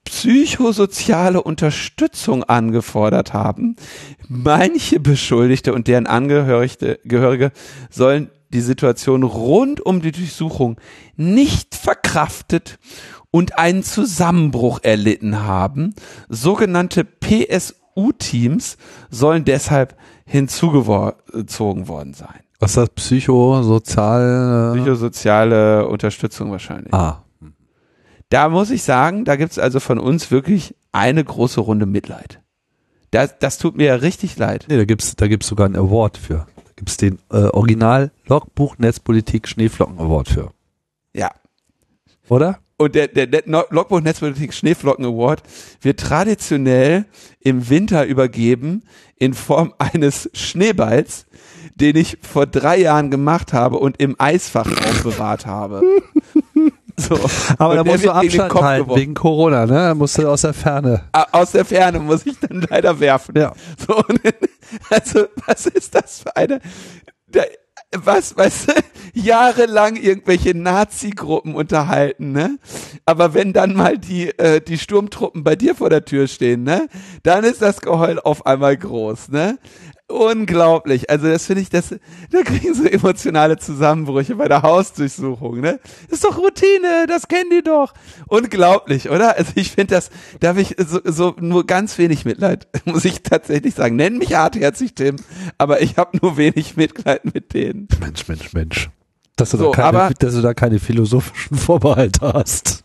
psychosoziale Unterstützung angefordert haben. Manche Beschuldigte und deren Angehörige Gehörige sollen die Situation rund um die Durchsuchung nicht verkraftet und einen Zusammenbruch erlitten haben. Sogenannte P S U-Teams sollen deshalb hinzugezogen worden sein. Was ist das? Psychosozial? Psychosoziale Unterstützung wahrscheinlich. Ah. Da muss ich sagen, da gibt's also von uns wirklich eine große Runde Mitleid. Das, das tut mir ja richtig leid. Nee, da gibt's, da gibt's sogar einen Award für. Da gibt's den äh, Original Logbuch Netzpolitik Schneeflocken Award für. Ja. Oder? Und der, der, der Logbuch Netzpolitik Schneeflocken Award wird traditionell im Winter übergeben in Form eines Schneeballs, den ich vor drei Jahren gemacht habe und im Eisfach aufbewahrt habe. So. Aber da Und der musst du wird gegen den Abstand Kopf halten geworfen. wegen Corona, ne? Da musst du aus der Ferne. Ah, Aus der Ferne muss ich dann leider werfen. Ja. So, und, also, was ist das für eine, da, was, weißt du, jahrelang irgendwelche Nazi-Gruppen unterhalten, ne? Aber wenn dann mal die, äh, die Sturmtruppen bei dir vor der Tür stehen, ne? Dann ist das Geheul auf einmal groß, ne? Unglaublich. Also das finde ich, das, da kriegen so emotionale Zusammenbrüche bei der Hausdurchsuchung, ne? Ist doch Routine, das kennen die doch. Unglaublich, oder? Also ich finde das, da habe ich so, so nur ganz wenig Mitleid, muss ich tatsächlich sagen. Nenn mich hartherzig, Tim, aber ich habe nur wenig Mitleid mit denen. Mensch, Mensch, Mensch. Dass du, So, da, keine, aber- dass du da keine philosophischen Vorbehalte hast.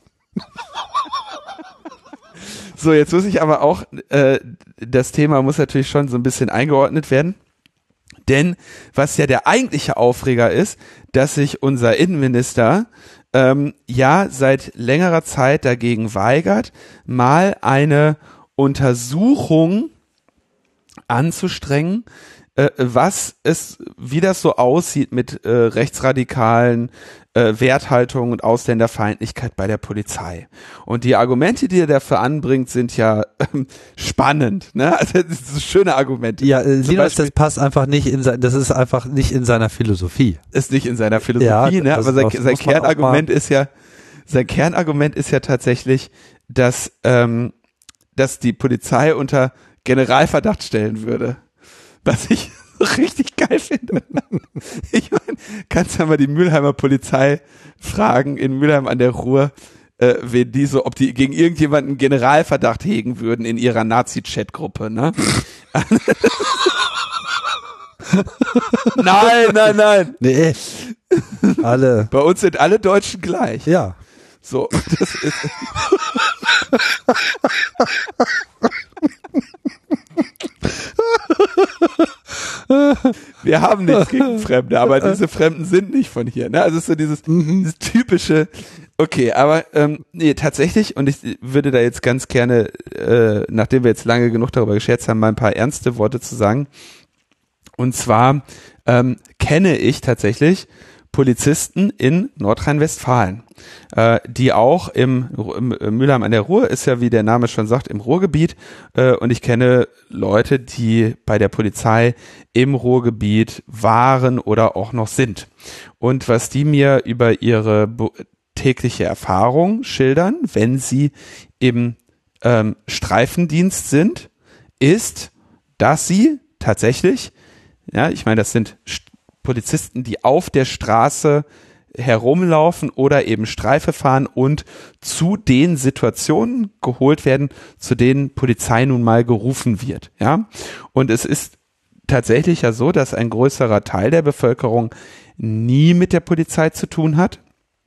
So, jetzt muss ich aber auch, äh, das Thema muss natürlich schon so ein bisschen eingeordnet werden. Denn was ja der eigentliche Aufreger ist, dass sich unser Innenminister ähm, ja seit längerer Zeit dagegen weigert, mal eine Untersuchung anzustrengen, äh, was es, wie das so aussieht mit äh, rechtsradikalen äh, Werthaltungen und Ausländerfeindlichkeit bei der Polizei. Und die Argumente, die er dafür anbringt, sind ja ähm, spannend, ne? Also das sind schöne Argumente. Ja, äh, Zum Linus, Beispiel- das passt einfach nicht in sein, das ist einfach nicht in seiner Philosophie. ist nicht in seiner Philosophie, Ja, ne? das- Aber sein, das sein muss man auch Kernargument ist ja, sein Kernargument ist ja tatsächlich, dass, ähm, dass die Polizei unter Generalverdacht stellen würde. Was ich richtig geil finde. Ich meine, kannst ja mal die Mülheimer Polizei fragen, in Mülheim an der Ruhr, äh, wen die so, ob die gegen irgendjemanden Generalverdacht hegen würden in ihrer Nazi-Chat-Gruppe, ne? Nein, nein, nein. Nee. Alle. Bei uns sind alle Deutschen gleich. Ja. So, das ist. Wir haben nichts gegen Fremde, aber diese Fremden sind nicht von hier. Ne? Also es ist so dieses, dieses typische. Okay, aber ähm, nee, tatsächlich, und ich würde da jetzt ganz gerne, äh, nachdem wir jetzt lange genug darüber gescherzt haben, mal ein paar ernste Worte zu sagen. Und zwar ähm, kenne ich tatsächlich Polizisten in Nordrhein-Westfalen, äh, die auch im, im, im Mülheim an der Ruhr, ist ja, wie der Name schon sagt, im Ruhrgebiet, äh, und ich kenne Leute, die bei der Polizei im Ruhrgebiet waren oder auch noch sind. Und was die mir über ihre be- tägliche Erfahrung schildern, wenn sie im ähm, Streifendienst sind, ist, dass sie tatsächlich, ja, ich meine, das sind St- Polizisten, die auf der Straße herumlaufen oder eben Streife fahren und zu den Situationen geholt werden, zu denen Polizei nun mal gerufen wird, ja. Und es ist tatsächlich ja so, dass ein größerer Teil der Bevölkerung nie mit der Polizei zu tun hat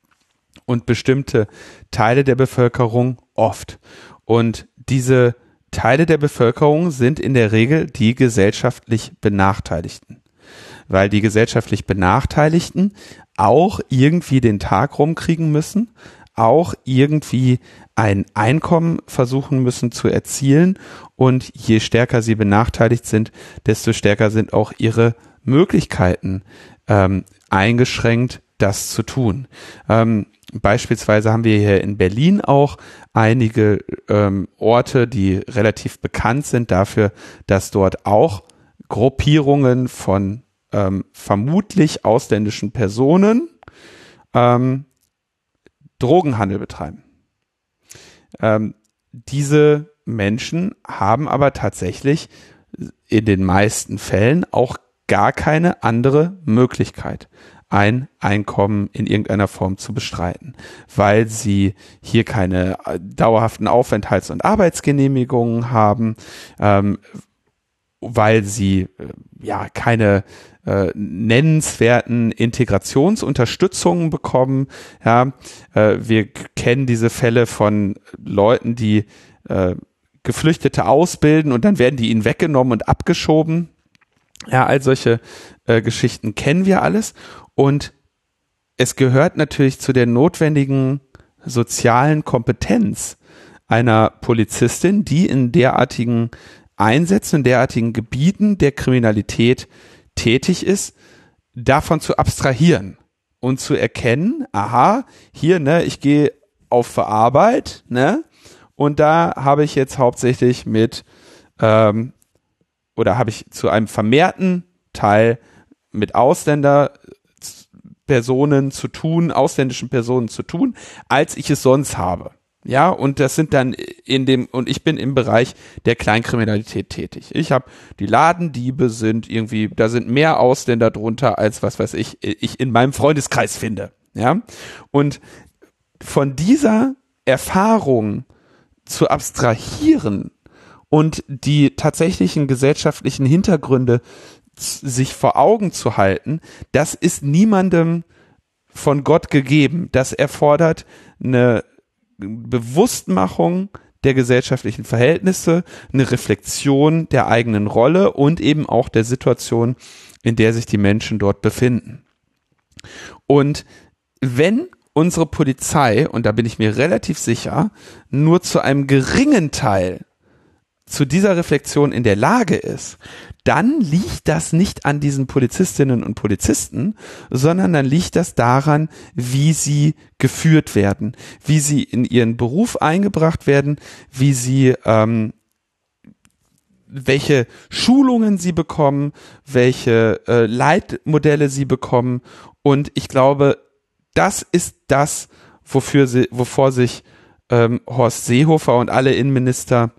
und bestimmte Teile der Bevölkerung oft. Und diese Teile der Bevölkerung sind in der Regel die gesellschaftlich Benachteiligten, weil die gesellschaftlich Benachteiligten auch irgendwie den Tag rumkriegen müssen, auch irgendwie ein Einkommen versuchen müssen zu erzielen, und je stärker sie benachteiligt sind, desto stärker sind auch ihre Möglichkeiten ähm, eingeschränkt, das zu tun. Ähm, beispielsweise haben wir hier in Berlin auch einige ähm, Orte, die relativ bekannt sind dafür, dass dort auch Gruppierungen von ähm, vermutlich ausländischen Personen ähm, Drogenhandel betreiben. Ähm, diese Menschen haben aber tatsächlich in den meisten Fällen auch gar keine andere Möglichkeit, ein Einkommen in irgendeiner Form zu bestreiten, weil sie hier keine dauerhaften Aufenthalts- und Arbeitsgenehmigungen haben, ähm, weil sie äh, ja keine äh, nennenswerten Integrationsunterstützungen bekommen. Ja, äh, wir kennen diese Fälle von Leuten, die äh, Geflüchtete ausbilden und dann werden die ihnen weggenommen und abgeschoben. Ja, all solche äh, Geschichten kennen wir alles. Und es gehört natürlich zu der notwendigen sozialen Kompetenz einer Polizistin, die in derartigen Einsätzen, in derartigen Gebieten der Kriminalität tätig ist, davon zu abstrahieren und zu erkennen, aha, hier, ne, ich gehe auf Arbeit, ne, und da habe ich jetzt hauptsächlich mit, ähm, oder habe ich zu einem vermehrten Teil mit Ausländerpersonen zu tun, ausländischen Personen zu tun, als ich es sonst habe. Ja, und das sind dann in dem, und ich bin im Bereich der Kleinkriminalität tätig. Ich habe die Ladendiebe sind irgendwie, da sind mehr Ausländer drunter, als was weiß ich, ich in meinem Freundeskreis finde. Ja, und von dieser Erfahrung zu abstrahieren und die tatsächlichen gesellschaftlichen Hintergründe sich vor Augen zu halten, das ist niemandem von Gott gegeben. Das erfordert eine Bewusstmachung der gesellschaftlichen Verhältnisse, eine Reflexion der eigenen Rolle und eben auch der Situation, in der sich die Menschen dort befinden. Und wenn unsere Polizei, und da bin ich mir relativ sicher, nur zu einem geringen Teil zu dieser Reflexion in der Lage ist, dann liegt das nicht an diesen Polizistinnen und Polizisten, sondern dann liegt das daran, wie sie geführt werden, wie sie in ihren Beruf eingebracht werden, wie sie, ähm, welche Schulungen sie bekommen, welche äh, Leitmodelle sie bekommen. Und ich glaube, das ist das, wofür sie, wovor sich ähm, Horst Seehofer und alle Innenminister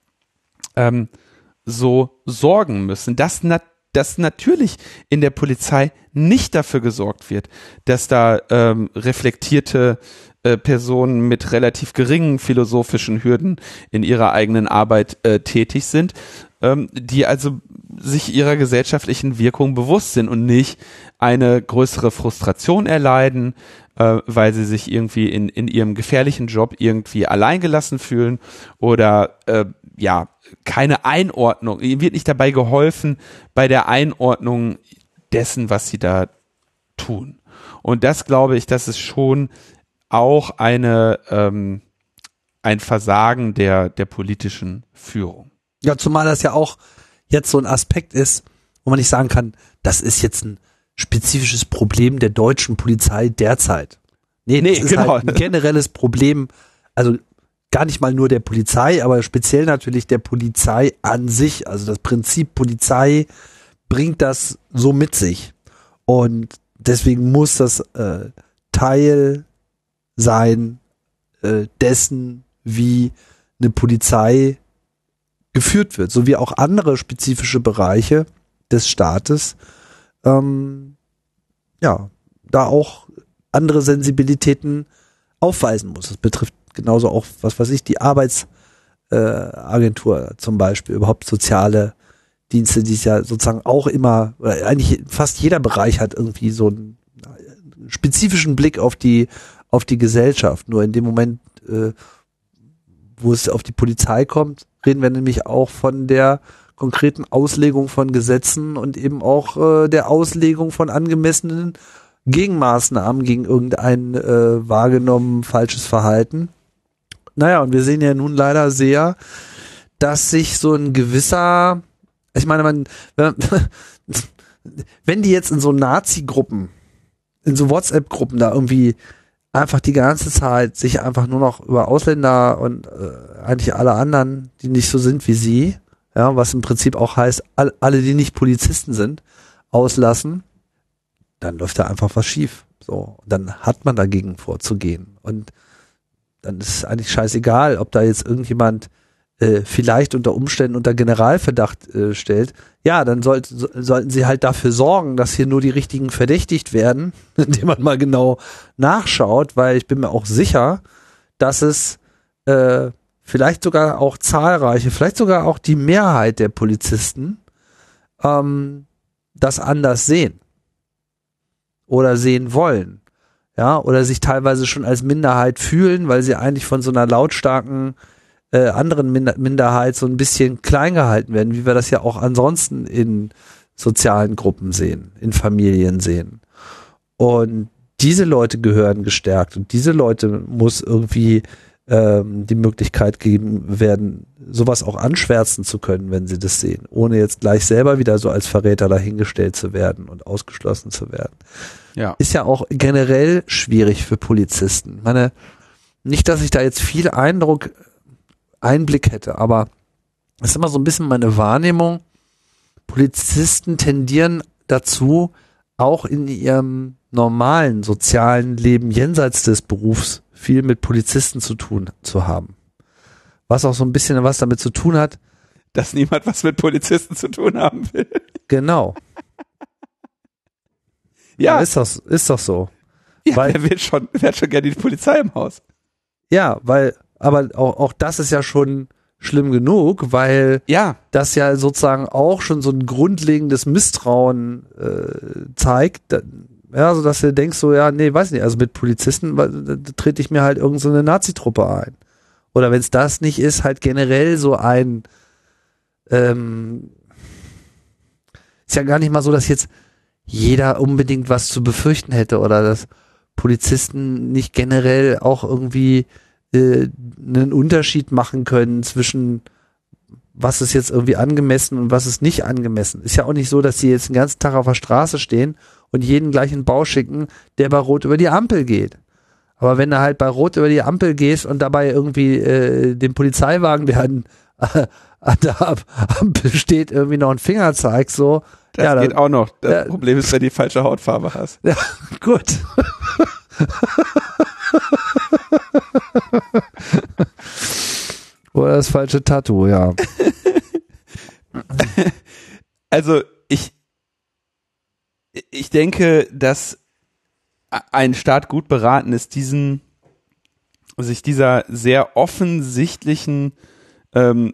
ähm, so sorgen müssen, dass, nat dass natürlich in der Polizei nicht dafür gesorgt wird, dass da ähm, reflektierte äh, Personen mit relativ geringen philosophischen Hürden in ihrer eigenen Arbeit äh, tätig sind, ähm, die also sich ihrer gesellschaftlichen Wirkung bewusst sind und nicht eine größere Frustration erleiden, äh, weil sie sich irgendwie in, in ihrem gefährlichen Job irgendwie alleingelassen fühlen oder äh, ja, keine Einordnung, ihnen wird nicht dabei geholfen bei der Einordnung dessen, was sie da tun. Und das glaube ich, das ist schon auch eine ähm, ein Versagen der der politischen Führung. Ja, zumal das ja auch jetzt so ein Aspekt ist, wo man nicht sagen kann, das ist jetzt ein spezifisches Problem der deutschen Polizei derzeit. Nee, das nee, ist genau. halt ein generelles Problem, also gar nicht mal nur der Polizei, aber speziell natürlich der Polizei an sich. Also das Prinzip Polizei bringt das so mit sich. Und deswegen muss das äh, Teil sein äh, dessen, wie eine Polizei geführt wird. So wie auch andere spezifische Bereiche des Staates, ähm, ja, da auch andere Sensibilitäten aufweisen muss. Das betrifft genauso auch, was weiß ich, die Arbeitsagentur äh, zum Beispiel, überhaupt soziale Dienste, die es ja sozusagen auch immer, oder eigentlich fast jeder Bereich hat irgendwie so einen spezifischen Blick auf die auf die Gesellschaft. Nur in dem Moment, äh, wo es auf die Polizei kommt, reden wir nämlich auch von der konkreten Auslegung von Gesetzen und eben auch äh, der Auslegung von angemessenen Gegenmaßnahmen gegen irgendein äh, wahrgenommen falsches Verhalten. Naja, und wir sehen ja nun leider sehr, dass sich so ein gewisser, ich meine, man, wenn die jetzt in so Nazi-Gruppen, in so WhatsApp-Gruppen da irgendwie einfach die ganze Zeit sich einfach nur noch über Ausländer und äh, eigentlich alle anderen, die nicht so sind wie sie, ja, was im Prinzip auch heißt, all, alle, die nicht Polizisten sind, auslassen, dann läuft da einfach was schief. So, dann hat man dagegen vorzugehen. Und dann ist es eigentlich scheißegal, ob da jetzt irgendjemand äh, vielleicht unter Umständen unter Generalverdacht äh, stellt. Ja, dann sollt, so, sollten sie halt dafür sorgen, dass hier nur die richtigen verdächtigt werden, indem man mal genau nachschaut, weil ich bin mir auch sicher, dass es äh, vielleicht sogar auch zahlreiche, vielleicht sogar auch die Mehrheit der Polizisten ähm, das anders sehen oder sehen wollen. Ja, oder sich teilweise schon als Minderheit fühlen, weil sie eigentlich von so einer lautstarken äh, anderen Minder- Minderheit so ein bisschen klein gehalten werden, wie wir das ja auch ansonsten in sozialen Gruppen sehen, in Familien sehen. Und diese Leute gehören gestärkt und diese Leute muss irgendwie ähm, die Möglichkeit geben werden, sowas auch anschwärzen zu können, wenn sie das sehen, ohne jetzt gleich selber wieder so als Verräter dahingestellt zu werden und ausgeschlossen zu werden. Ja. Ist ja auch generell schwierig für Polizisten. Ich meine, nicht, dass ich da jetzt viel Eindruck, Einblick hätte, aber es ist immer so ein bisschen meine Wahrnehmung, Polizisten tendieren dazu, auch in ihrem normalen sozialen Leben jenseits des Berufs viel mit Polizisten zu tun zu haben. Was auch so ein bisschen was damit zu tun hat, dass niemand was mit Polizisten zu tun haben will. Genau. Ja. ja ist, das, ist doch so. Ja, weil, wer will schon, wer hat schon gerne die Polizei im Haus? Ja, weil, aber auch, auch das ist ja schon schlimm genug, weil ja. das ja sozusagen auch schon so ein grundlegendes Misstrauen äh, zeigt, da, ja, so dass du denkst so, ja, nee, weiß nicht, also mit Polizisten da, da trete ich mir halt irgend so eine Nazi-Truppe ein. Oder wenn es das nicht ist, halt generell so ein ähm, ist ja gar nicht mal so, dass jetzt jeder unbedingt was zu befürchten hätte oder dass Polizisten nicht generell auch irgendwie äh, einen Unterschied machen können zwischen was ist jetzt irgendwie angemessen und was ist nicht angemessen. Ist ja auch nicht so, dass sie jetzt den ganzen Tag auf der Straße stehen und jeden gleich einen Bau schicken, der bei Rot über die Ampel geht. Aber wenn du halt bei Rot über die Ampel gehst und dabei irgendwie äh, den Polizeiwagen, der an, äh, an der Ampel steht, irgendwie noch einen Finger zeigst, so. Das ja, geht dann, auch noch. Das ja, Problem ist, wenn du die falsche Hautfarbe hast. Ja, gut. Oder das falsche Tattoo, ja. Also ich ich denke, dass ein Staat gut beraten ist, diesen sich dieser sehr offensichtlichen ähm,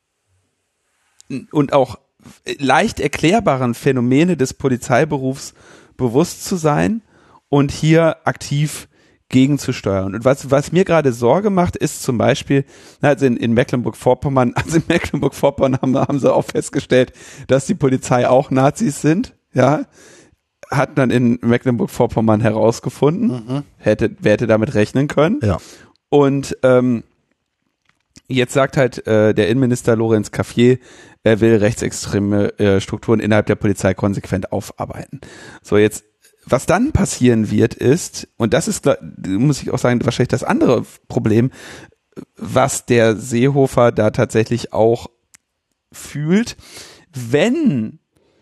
und auch leicht erklärbaren Phänomene des Polizeiberufs bewusst zu sein und hier aktiv gegenzusteuern. Und was, was mir gerade Sorge macht, ist zum Beispiel, also in, in Mecklenburg-Vorpommern, also in Mecklenburg-Vorpommern haben, haben sie auch festgestellt, dass die Polizei auch Nazis sind, ja, hat dann in Mecklenburg-Vorpommern herausgefunden, mhm. hätte, wer hätte damit rechnen können. Ja. Und ähm, jetzt sagt halt äh, der Innenminister Lorenz Cafier, er will rechtsextreme äh, Strukturen innerhalb der Polizei konsequent aufarbeiten. So, jetzt, was dann passieren wird, ist, und das ist, muss ich auch sagen, wahrscheinlich das andere Problem, was der Seehofer da tatsächlich auch fühlt, wenn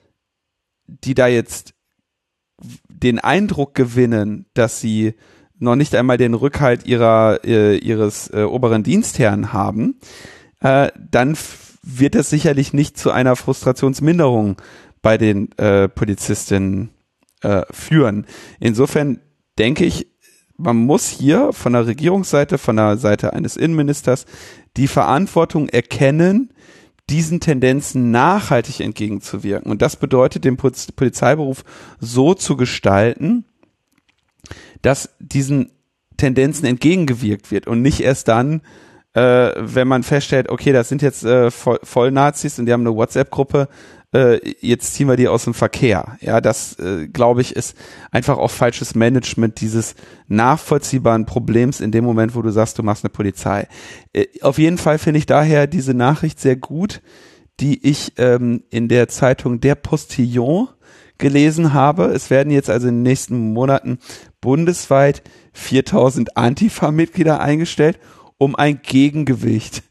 die da jetzt den Eindruck gewinnen, dass sie noch nicht einmal den Rückhalt ihrer äh, ihres äh, oberen Dienstherrn haben, äh, dann f- wird das sicherlich nicht zu einer Frustrationsminderung bei den äh, Polizistinnen äh, führen. Insofern denke ich, man muss hier von der Regierungsseite, von der Seite eines Innenministers die Verantwortung erkennen, diesen Tendenzen nachhaltig entgegenzuwirken. Und das bedeutet, den Polizeiberuf so zu gestalten, dass diesen Tendenzen entgegengewirkt wird und nicht erst dann, äh, wenn man feststellt, okay, das sind jetzt äh, voll, voll Nazis und die haben eine WhatsApp-Gruppe, äh, jetzt ziehen wir die aus dem Verkehr. Ja, das, äh, glaube ich, ist einfach auch falsches Management dieses nachvollziehbaren Problems in dem Moment, wo du sagst, du machst eine Polizei. Äh, auf jeden Fall finde ich daher diese Nachricht sehr gut, die ich ähm, in der Zeitung Der Postillon gelesen habe. Es werden jetzt also in den nächsten Monaten bundesweit viertausend Antifa-Mitglieder eingestellt, um ein Gegengewicht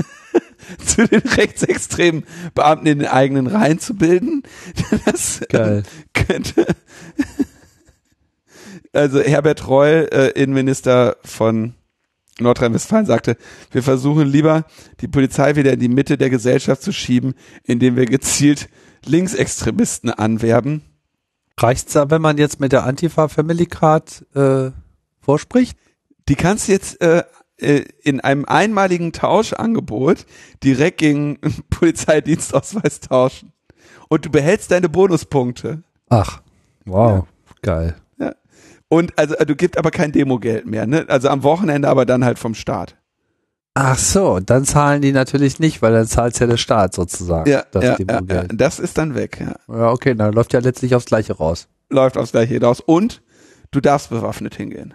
zu den rechtsextremen Beamten in den eigenen Reihen zu bilden. Das Geil. Ähm, könnte also Herbert Reul, äh, Innenminister von Nordrhein-Westfalen sagte, wir versuchen lieber, die Polizei wieder in die Mitte der Gesellschaft zu schieben, indem wir gezielt Linksextremisten anwerben. Reicht's da, wenn man jetzt mit der Antifa Family Card äh, vorspricht? Die kannst du jetzt äh, äh, in einem einmaligen Tauschangebot direkt gegen einen Polizeidienstausweis tauschen. Und du behältst deine Bonuspunkte. Ach, wow, ja. Geil. Ja. Und also du gibst aber kein Demogeld mehr, ne? Also am Wochenende aber dann halt vom Staat. Ach so, dann zahlen die natürlich nicht, weil dann zahlt ja der Staat sozusagen. Ja, das ja, Demogeld. ja, das ist dann weg, ja. Ja, okay, dann läuft ja letztlich aufs Gleiche raus. Läuft aufs Gleiche raus. Und du darfst bewaffnet hingehen.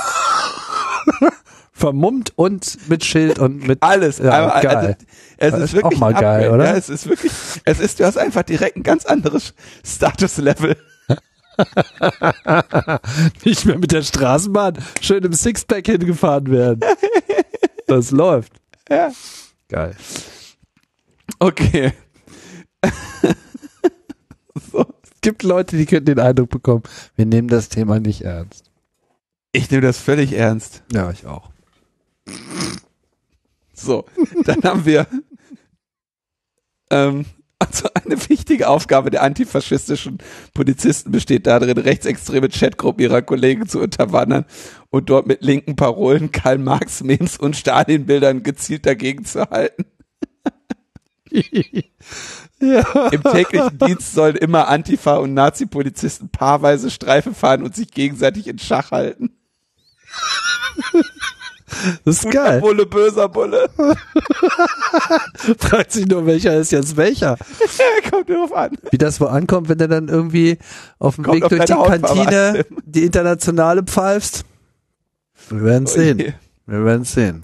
Vermummt und mit Schild und mit alles. Ja, aber, geil. Also, es das ist ist wirklich auch mal ein geil, Upgrade, oder? Ja, es ist wirklich, es ist, du hast einfach direkt ein ganz anderes Statuslevel. Nicht mehr mit der Straßenbahn schön im Sixpack hingefahren werden. Das läuft. Ja. Geil. Okay. So. Es gibt Leute, die können den Eindruck bekommen, wir nehmen das Thema nicht ernst. Ich nehme das völlig ernst. Ja, ich auch. So, dann haben wir ähm, also eine wichtige Aufgabe der antifaschistischen Polizisten besteht darin, rechtsextreme Chatgruppen ihrer Kollegen zu unterwandern und dort mit linken Parolen, Karl-Marx-Memes und Stalin-Bildern gezielt dagegen zu halten. Ja. Im täglichen Dienst sollen immer Antifa- und Nazi-Polizisten paarweise Streife fahren und sich gegenseitig in Schach halten. Das ist Guter geil. Bulle, böser Bulle. Fragt sich nur, welcher ist jetzt welcher. Kommt drauf an. Wie das wo ankommt, wenn du dann irgendwie auf dem Kommt Weg auf durch die deine Kantine Hautfarbe an. die Internationale pfeifst. Wir werden es Oh je. sehen. Wir werden es sehen.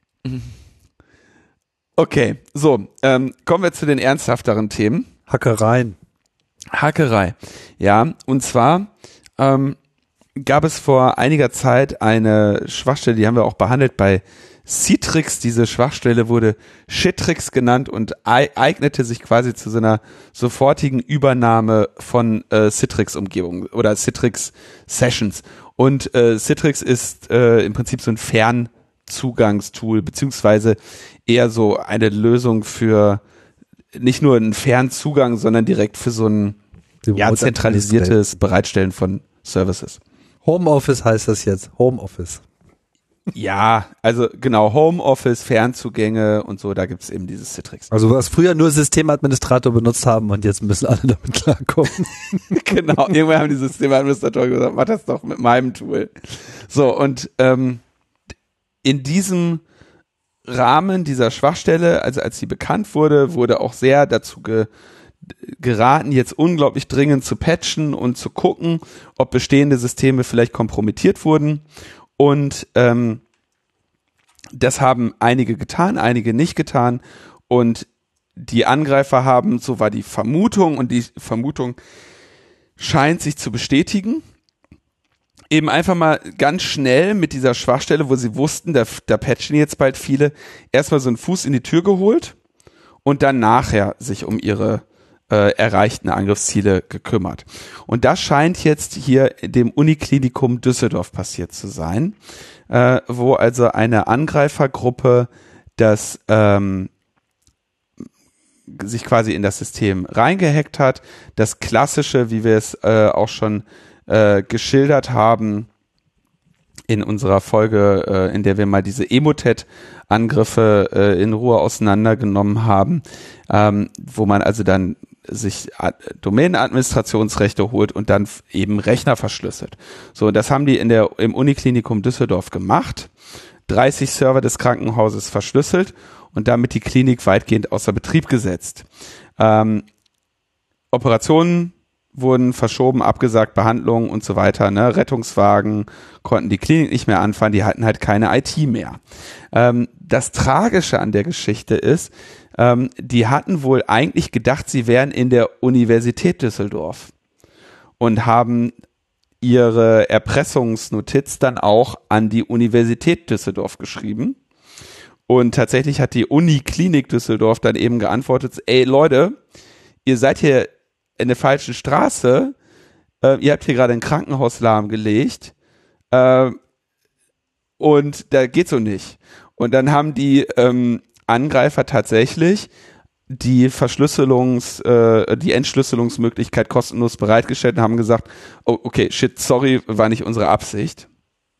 Okay, so, ähm, kommen wir zu den ernsthafteren Themen. Hackereien. Hackerei. Ja, und zwar ähm, gab es vor einiger Zeit eine Schwachstelle, die haben wir auch behandelt bei Citrix. Diese Schwachstelle wurde Shitrix genannt und ei- eignete sich quasi zu so einer sofortigen Übernahme von äh, Citrix-Umgebungen oder Citrix-Sessions. Und äh, Citrix ist äh, im Prinzip so ein Fernzugangstool, beziehungsweise eher so eine Lösung für nicht nur einen Fernzugang, sondern direkt für so ein ja, zentralisiertes Bereitstellen von Services. Homeoffice heißt das jetzt. Homeoffice. Ja, also genau, Homeoffice, Fernzugänge und so, da gibt's eben dieses Citrix. Also was früher nur Systemadministrator benutzt haben und jetzt müssen alle damit klarkommen. Genau, irgendwann haben die Systemadministratoren gesagt, mach das doch mit meinem Tool. So, und ähm, in diesem Rahmen dieser Schwachstelle, also als sie bekannt wurde, wurde auch sehr dazu ge geraten, jetzt unglaublich dringend zu patchen und zu gucken, ob bestehende Systeme vielleicht kompromittiert wurden. Und ähm, das haben einige getan, einige nicht getan. Und die Angreifer haben, so war die Vermutung, und die Vermutung scheint sich zu bestätigen, eben einfach mal ganz schnell mit dieser Schwachstelle, wo sie wussten, da, da patchen jetzt bald viele, erstmal so einen Fuß in die Tür geholt und dann nachher sich um ihre äh, erreichten Angriffsziele gekümmert. Und das scheint jetzt hier dem Uniklinikum Düsseldorf passiert zu sein, äh, wo also eine Angreifergruppe das ähm, sich quasi in das System reingehackt hat. Das klassische, wie wir es äh, auch schon äh, geschildert haben in unserer Folge, äh, in der wir mal diese Emotet-Angriffe äh, in Ruhe auseinandergenommen haben, ähm, wo man also dann sich Domänenadministrationsrechte holt und dann eben Rechner verschlüsselt. So, das haben die in der im Uniklinikum Düsseldorf gemacht. dreißig Server des Krankenhauses verschlüsselt und damit die Klinik weitgehend außer Betrieb gesetzt. Ähm, Operationen wurden verschoben, abgesagt, Behandlungen und so weiter. Ne? Rettungswagen konnten die Klinik nicht mehr anfahren, die hatten halt keine I T mehr. Ähm, das Tragische an der Geschichte ist, ähm, die hatten wohl eigentlich gedacht, sie wären in der Universität Düsseldorf und haben ihre Erpressungsnotiz dann auch an die Universität Düsseldorf geschrieben. Und tatsächlich hat die Uniklinik Düsseldorf dann eben geantwortet, ey Leute, ihr seid hier in der falschen Straße, äh, ihr habt hier gerade ein Krankenhaus lahmgelegt, äh, Und da geht so nicht. Und dann haben die ähm, Angreifer tatsächlich die Verschlüsselungs, äh, die Entschlüsselungsmöglichkeit kostenlos bereitgestellt und haben gesagt, oh, okay, shit, sorry, war nicht unsere Absicht.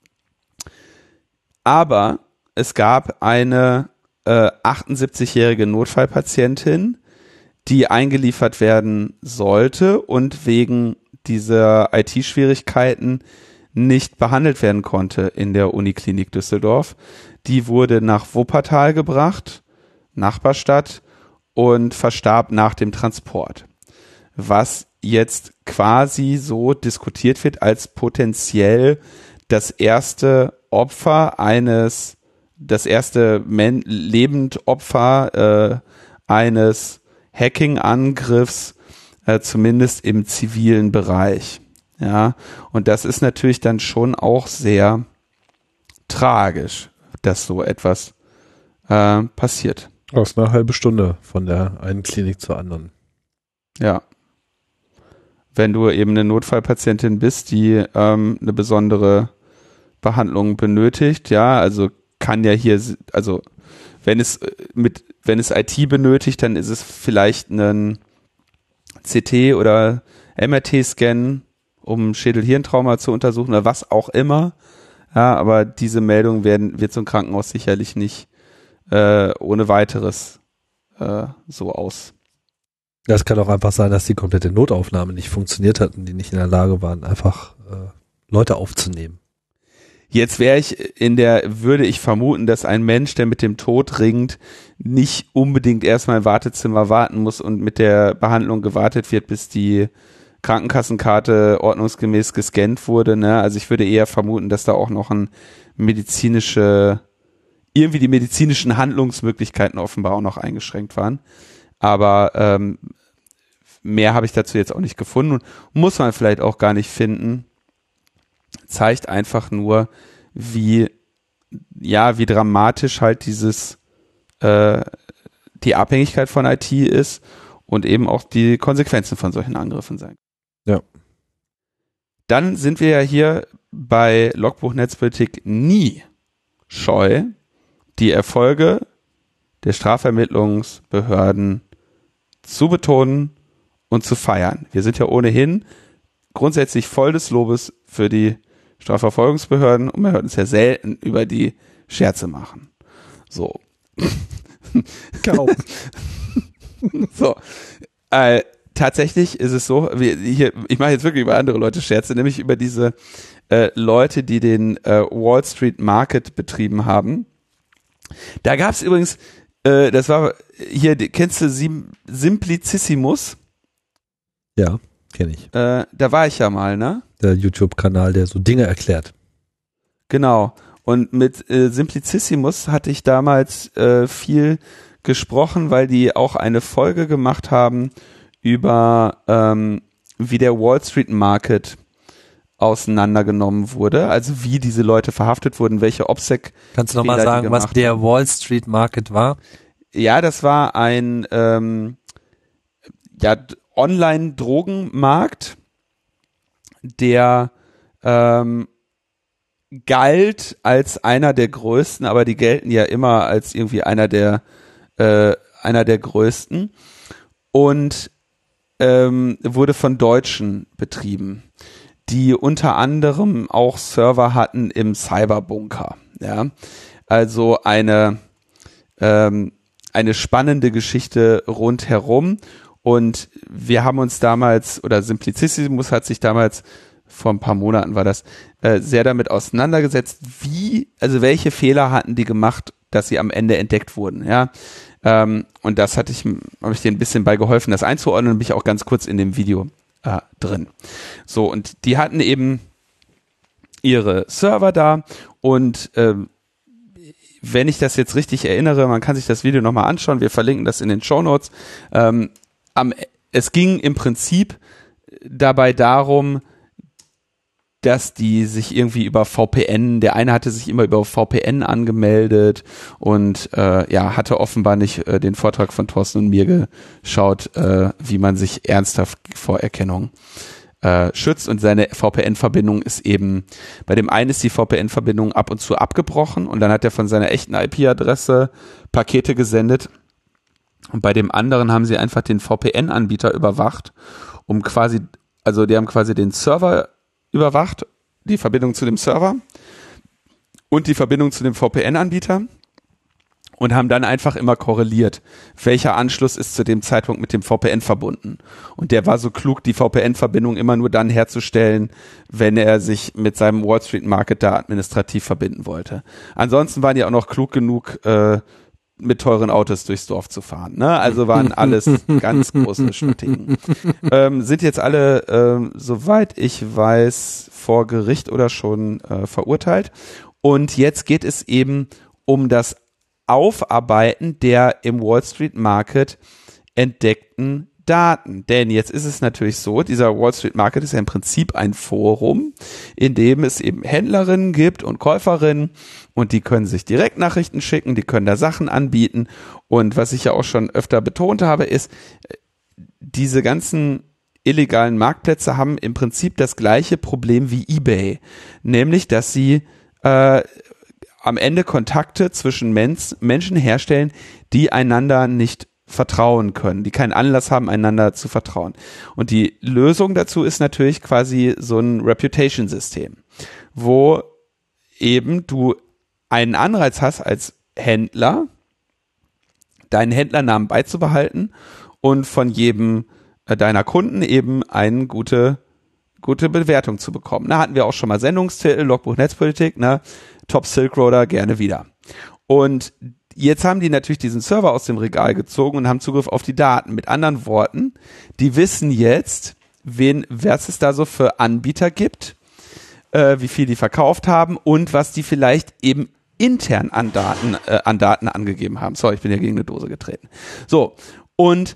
Aber es gab eine äh, achtundsiebzigjährige Notfallpatientin, die eingeliefert werden sollte und wegen dieser I T-Schwierigkeiten nicht behandelt werden konnte in der Uniklinik Düsseldorf. Die wurde nach Wuppertal gebracht, Nachbarstadt, und verstarb nach dem Transport. Was jetzt quasi so diskutiert wird als potenziell das erste Opfer eines, das erste Men- Lebendopfer äh, eines Hacking-Angriffs, äh, zumindest im zivilen Bereich. Ja, und das ist natürlich dann schon auch sehr tragisch, dass so etwas äh, passiert. Das ist eine halbe Stunde von der einen Klinik zur anderen. Ja. Wenn du eben eine Notfallpatientin bist, die ähm, eine besondere Behandlung benötigt, ja, also kann ja hier, also wenn es mit, wenn es I T benötigt, dann ist es vielleicht ein C T oder M R T-Scan, um Schädel-Hirntrauma zu untersuchen oder was auch immer. Ja, aber diese Meldung werden, wird so ein Krankenhaus sicherlich nicht äh, ohne weiteres äh, so aus. Ja, es kann auch einfach sein, dass die komplette Notaufnahme nicht funktioniert hat und die nicht in der Lage waren, einfach äh, Leute aufzunehmen. Jetzt wäre ich in der, würde ich vermuten, dass ein Mensch, der mit dem Tod ringt, nicht unbedingt erstmal im Wartezimmer warten muss und mit der Behandlung gewartet wird, bis die Krankenkassenkarte ordnungsgemäß gescannt wurde. Ne? Also ich würde eher vermuten, dass da auch noch ein medizinische, irgendwie die medizinischen Handlungsmöglichkeiten offenbar auch noch eingeschränkt waren. Aber ähm, mehr habe ich dazu jetzt auch nicht gefunden und muss man vielleicht auch gar nicht finden. Zeigt einfach nur, wie, ja, wie dramatisch halt dieses, äh, die Abhängigkeit von I T ist und eben auch die Konsequenzen von solchen Angriffen sein. Ja. Dann sind wir ja hier bei Logbuch Netzpolitik nie scheu, die Erfolge der Strafvermittlungsbehörden zu betonen und zu feiern. Wir sind ja ohnehin grundsätzlich voll des Lobes für die Strafverfolgungsbehörden und man hört uns ja selten über die Scherze machen. So. Kaum. So. Äh, tatsächlich ist es so, wir hier, ich mache jetzt wirklich über andere Leute Scherze, nämlich über diese äh, Leute, die den äh, Wall Street Market betrieben haben. Da gab es übrigens, äh, das war hier, kennst du Sim- Simplicissimus? Ja, kenne ich. Äh, da war ich ja mal, ne? Der YouTube-Kanal, der so Dinge erklärt. Genau. Und mit äh, Simplicissimus hatte ich damals äh, viel gesprochen, weil die auch eine Folge gemacht haben über ähm, wie der Wall Street Market auseinandergenommen wurde, also wie diese Leute verhaftet wurden, welche OPSEC. Kannst du nochmal sagen, was der Wall Street Market war? Ja, das war ein ähm, ja, Online-Drogenmarkt, der ähm, galt als einer der größten, aber die gelten ja immer als irgendwie einer der äh, einer der größten und ähm, wurde von Deutschen betrieben, die unter anderem auch Server hatten im Cyberbunker. Ja, also eine ähm, eine spannende Geschichte rundherum. Und wir haben uns damals, oder Simplicissimus hat sich damals, vor ein paar Monaten war das, äh, sehr damit auseinandergesetzt, wie, also welche Fehler hatten die gemacht, dass sie am Ende entdeckt wurden, ja. Ähm, und das hatte ich, habe ich denen ein bisschen bei geholfen, das einzuordnen, und bin ich auch ganz kurz in dem Video äh, drin. So, und die hatten eben ihre Server da und ähm, wenn ich das jetzt richtig erinnere, man kann sich das Video nochmal anschauen, wir verlinken das in den Shownotes, ähm, am, es ging im Prinzip dabei darum, dass die sich irgendwie über V P N, der eine hatte sich immer über V P N angemeldet und äh, ja, hatte offenbar nicht äh, den Vortrag von Thorsten und mir geschaut, äh, wie man sich ernsthaft vor Erkennung äh, schützt und seine V P N-Verbindung ist eben, bei dem einen ist die V P N-Verbindung ab und zu abgebrochen und dann hat er von seiner echten I P-Adresse Pakete gesendet und bei dem anderen haben sie einfach den V P N-Anbieter überwacht, um quasi, also die haben quasi den Server überwacht, die Verbindung zu dem Server und die Verbindung zu dem V P N-Anbieter und haben dann einfach immer korreliert, welcher Anschluss ist zu dem Zeitpunkt mit dem V P N verbunden. Und der war so klug, die V P N-Verbindung immer nur dann herzustellen, wenn er sich mit seinem Wall Street Market da administrativ verbinden wollte. Ansonsten waren die auch noch klug genug, äh, mit teuren Autos durchs Dorf zu fahren. Ne? Also waren alles ganz große Strategen. Ähm, sind jetzt alle, ähm, soweit ich weiß, vor Gericht oder schon äh, verurteilt. Und jetzt geht es eben um das Aufarbeiten der im Wall Street Market entdeckten Daten. Denn jetzt ist es natürlich so, dieser Wall Street Market ist ja im Prinzip ein Forum, in dem es eben Händlerinnen gibt und Käuferinnen und die können sich Direktnachrichten schicken, die können da Sachen anbieten und was ich ja auch schon öfter betont habe, ist, diese ganzen illegalen Marktplätze haben im Prinzip das gleiche Problem wie eBay, nämlich dass sie äh, am Ende Kontakte zwischen Mensch, Menschen herstellen, die einander nicht vertrauen können, die keinen Anlass haben, einander zu vertrauen. Und die Lösung dazu ist natürlich quasi so ein Reputation-System, wo eben du einen Anreiz hast als Händler, deinen Händlernamen beizubehalten und von jedem äh, deiner Kunden eben eine gute, gute Bewertung zu bekommen. Da hatten wir auch schon mal Sendungstitel, Logbuch Netzpolitik, ne? Top Silk Roader, gerne wieder. Und jetzt haben die natürlich diesen Server aus dem Regal gezogen und haben Zugriff auf die Daten. Mit anderen Worten, die wissen jetzt, wen, was es da so für Anbieter gibt, äh, wie viel die verkauft haben und was die vielleicht eben intern an Daten, äh, an Daten angegeben haben. Sorry, ich bin ja gegen eine Dose getreten. So, und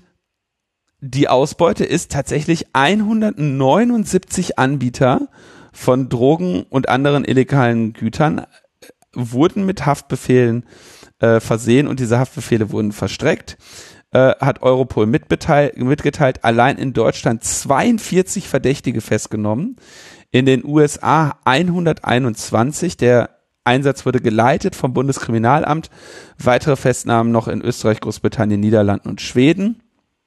die Ausbeute ist tatsächlich hundertneunundsiebzig Anbieter von Drogen und anderen illegalen Gütern wurden mit Haftbefehlen äh, versehen und diese Haftbefehle wurden verstreckt, äh, hat Europol mitgeteilt, mitgeteilt, allein in Deutschland zweiundvierzig Verdächtige festgenommen, in den U S A hunderteinundzwanzig, der Einsatz wurde geleitet vom Bundeskriminalamt, weitere Festnahmen noch in Österreich, Großbritannien, Niederlanden und Schweden.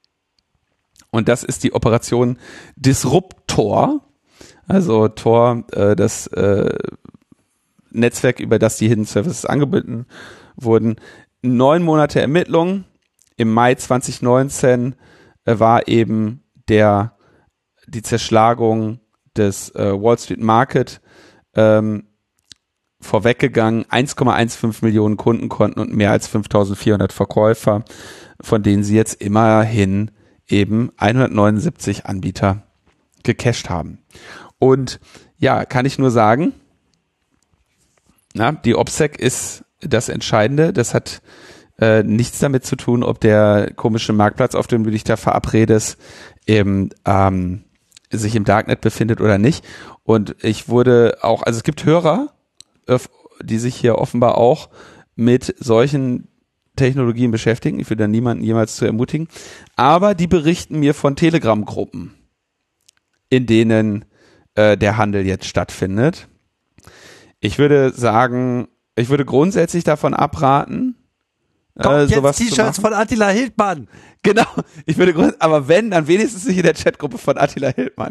Und das ist die Operation Disruptor, also Tor, äh, das äh, Netzwerk, über das die Hidden Services angeboten wurden. Neun Monate Ermittlungen. Im Mai zwanzig neunzehn äh, war eben der die Zerschlagung des äh, Wall Street Market ähm, vorweggegangen. eins Komma fünfzehn Millionen Kundenkonten und mehr als fünftausendvierhundert Verkäufer, von denen sie jetzt immerhin eben hundertneunundsiebzig Anbieter gecached haben. Und ja, kann ich nur sagen, na, die OPSEC ist das Entscheidende. Das hat äh, nichts damit zu tun, ob der komische Marktplatz, auf dem du dich da verabredest, eben ähm, sich im Darknet befindet oder nicht. Und ich wurde auch, also es gibt Hörer, die sich hier offenbar auch mit solchen Technologien beschäftigen. Ich will da niemanden jemals zu ermutigen. Aber die berichten mir von Telegram-Gruppen, in denen äh, der Handel jetzt stattfindet. Ich würde sagen, ich würde grundsätzlich davon abraten, Kommt äh, sowas jetzt T-Shirts von Attila Hildmann. Genau. Ich würde grund- aber wenn, dann wenigstens nicht in der Chatgruppe von Attila Hildmann.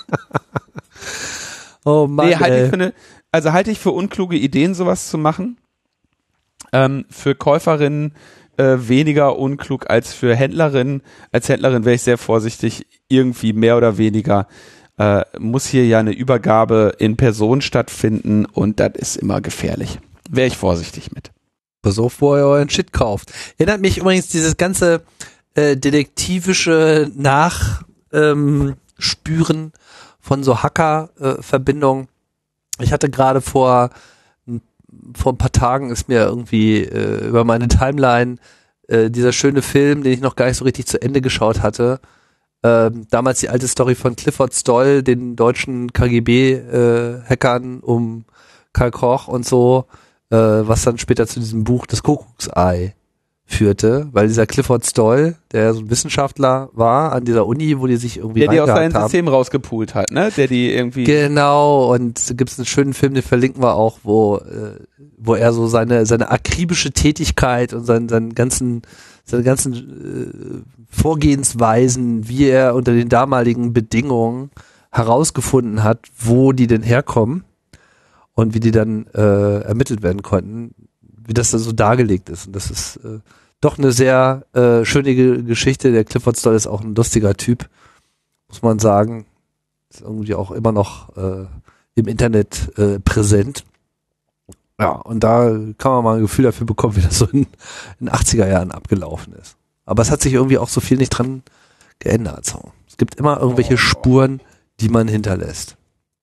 Oh Mann, nee, halte ey. ich für eine, also halte ich für unkluge Ideen, sowas zu machen. Ähm, für Käuferinnen äh, weniger unklug als für Händlerinnen. Als Händlerin wäre ich sehr vorsichtig, irgendwie mehr oder weniger äh, muss hier ja eine Übergabe in Person stattfinden und das ist immer gefährlich. Wäre ich vorsichtig mit. Pass auf, wo ihr euren Shit kauft. Erinnert mich übrigens dieses ganze äh, detektivische Nachspüren ähm, von so Hacker-Verbindungen. Äh, ich hatte gerade vor vor ein paar Tagen ist mir irgendwie äh, über meine Timeline äh, dieser schöne Film, den ich noch gar nicht so richtig zu Ende geschaut hatte. Ähm, damals die alte Story von Clifford Stoll, den deutschen K G B-Hackern äh, um Karl Koch und so, äh, was dann später zu diesem Buch Das Kuckucksei führte, weil dieser Clifford Stoll, der so ein Wissenschaftler war an dieser Uni, wo die sich irgendwie der die aus seinem haben. System rausgepoolt hat, ne? Der die irgendwie Genau, und da gibt es einen schönen Film, den verlinken wir auch, wo äh, wo er so seine seine akribische Tätigkeit und seinen seinen ganzen seine ganzen äh, Vorgehensweisen, wie er unter den damaligen Bedingungen herausgefunden hat, wo die denn herkommen und wie die dann äh, ermittelt werden konnten, wie das da so dargelegt ist. Und das ist äh, doch eine sehr äh, schöne Ge- Geschichte. Der Clifford Stoll ist auch ein lustiger Typ, muss man sagen. Ist irgendwie auch immer noch äh, im Internet äh, präsent. Ja, und da kann man mal ein Gefühl dafür bekommen, wie das so in den achtziger Jahren abgelaufen ist. Aber es hat sich irgendwie auch so viel nicht dran geändert. So. Es gibt immer irgendwelche Spuren, die man hinterlässt.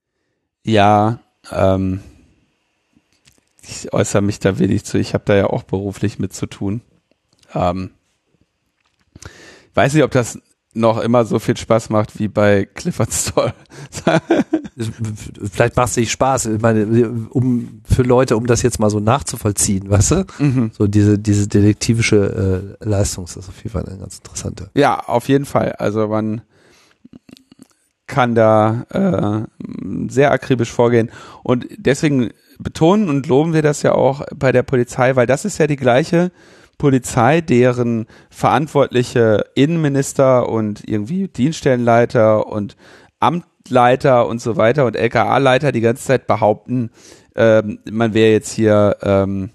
Ja, ähm, ich äußere mich da wenig zu. Ich habe da ja auch beruflich mit zu tun. Ähm, weiß nicht, ob das noch immer so viel Spaß macht wie bei Clifford Stoll. Vielleicht macht es sich Spaß, ich meine, um für Leute, um das jetzt mal so nachzuvollziehen, weißt du? Mhm. So diese diese detektivische äh, Leistung ist das auf jeden Fall eine ganz interessante. Ja, auf jeden Fall. Also man kann da äh, sehr akribisch vorgehen und deswegen betonen und loben wir das ja auch bei der Polizei, weil das ist ja die gleiche Polizei, deren verantwortliche Innenminister und irgendwie Dienststellenleiter und Amtleiter und so weiter und L K A-Leiter die ganze Zeit behaupten, ähm, man wäre jetzt hier, ähm,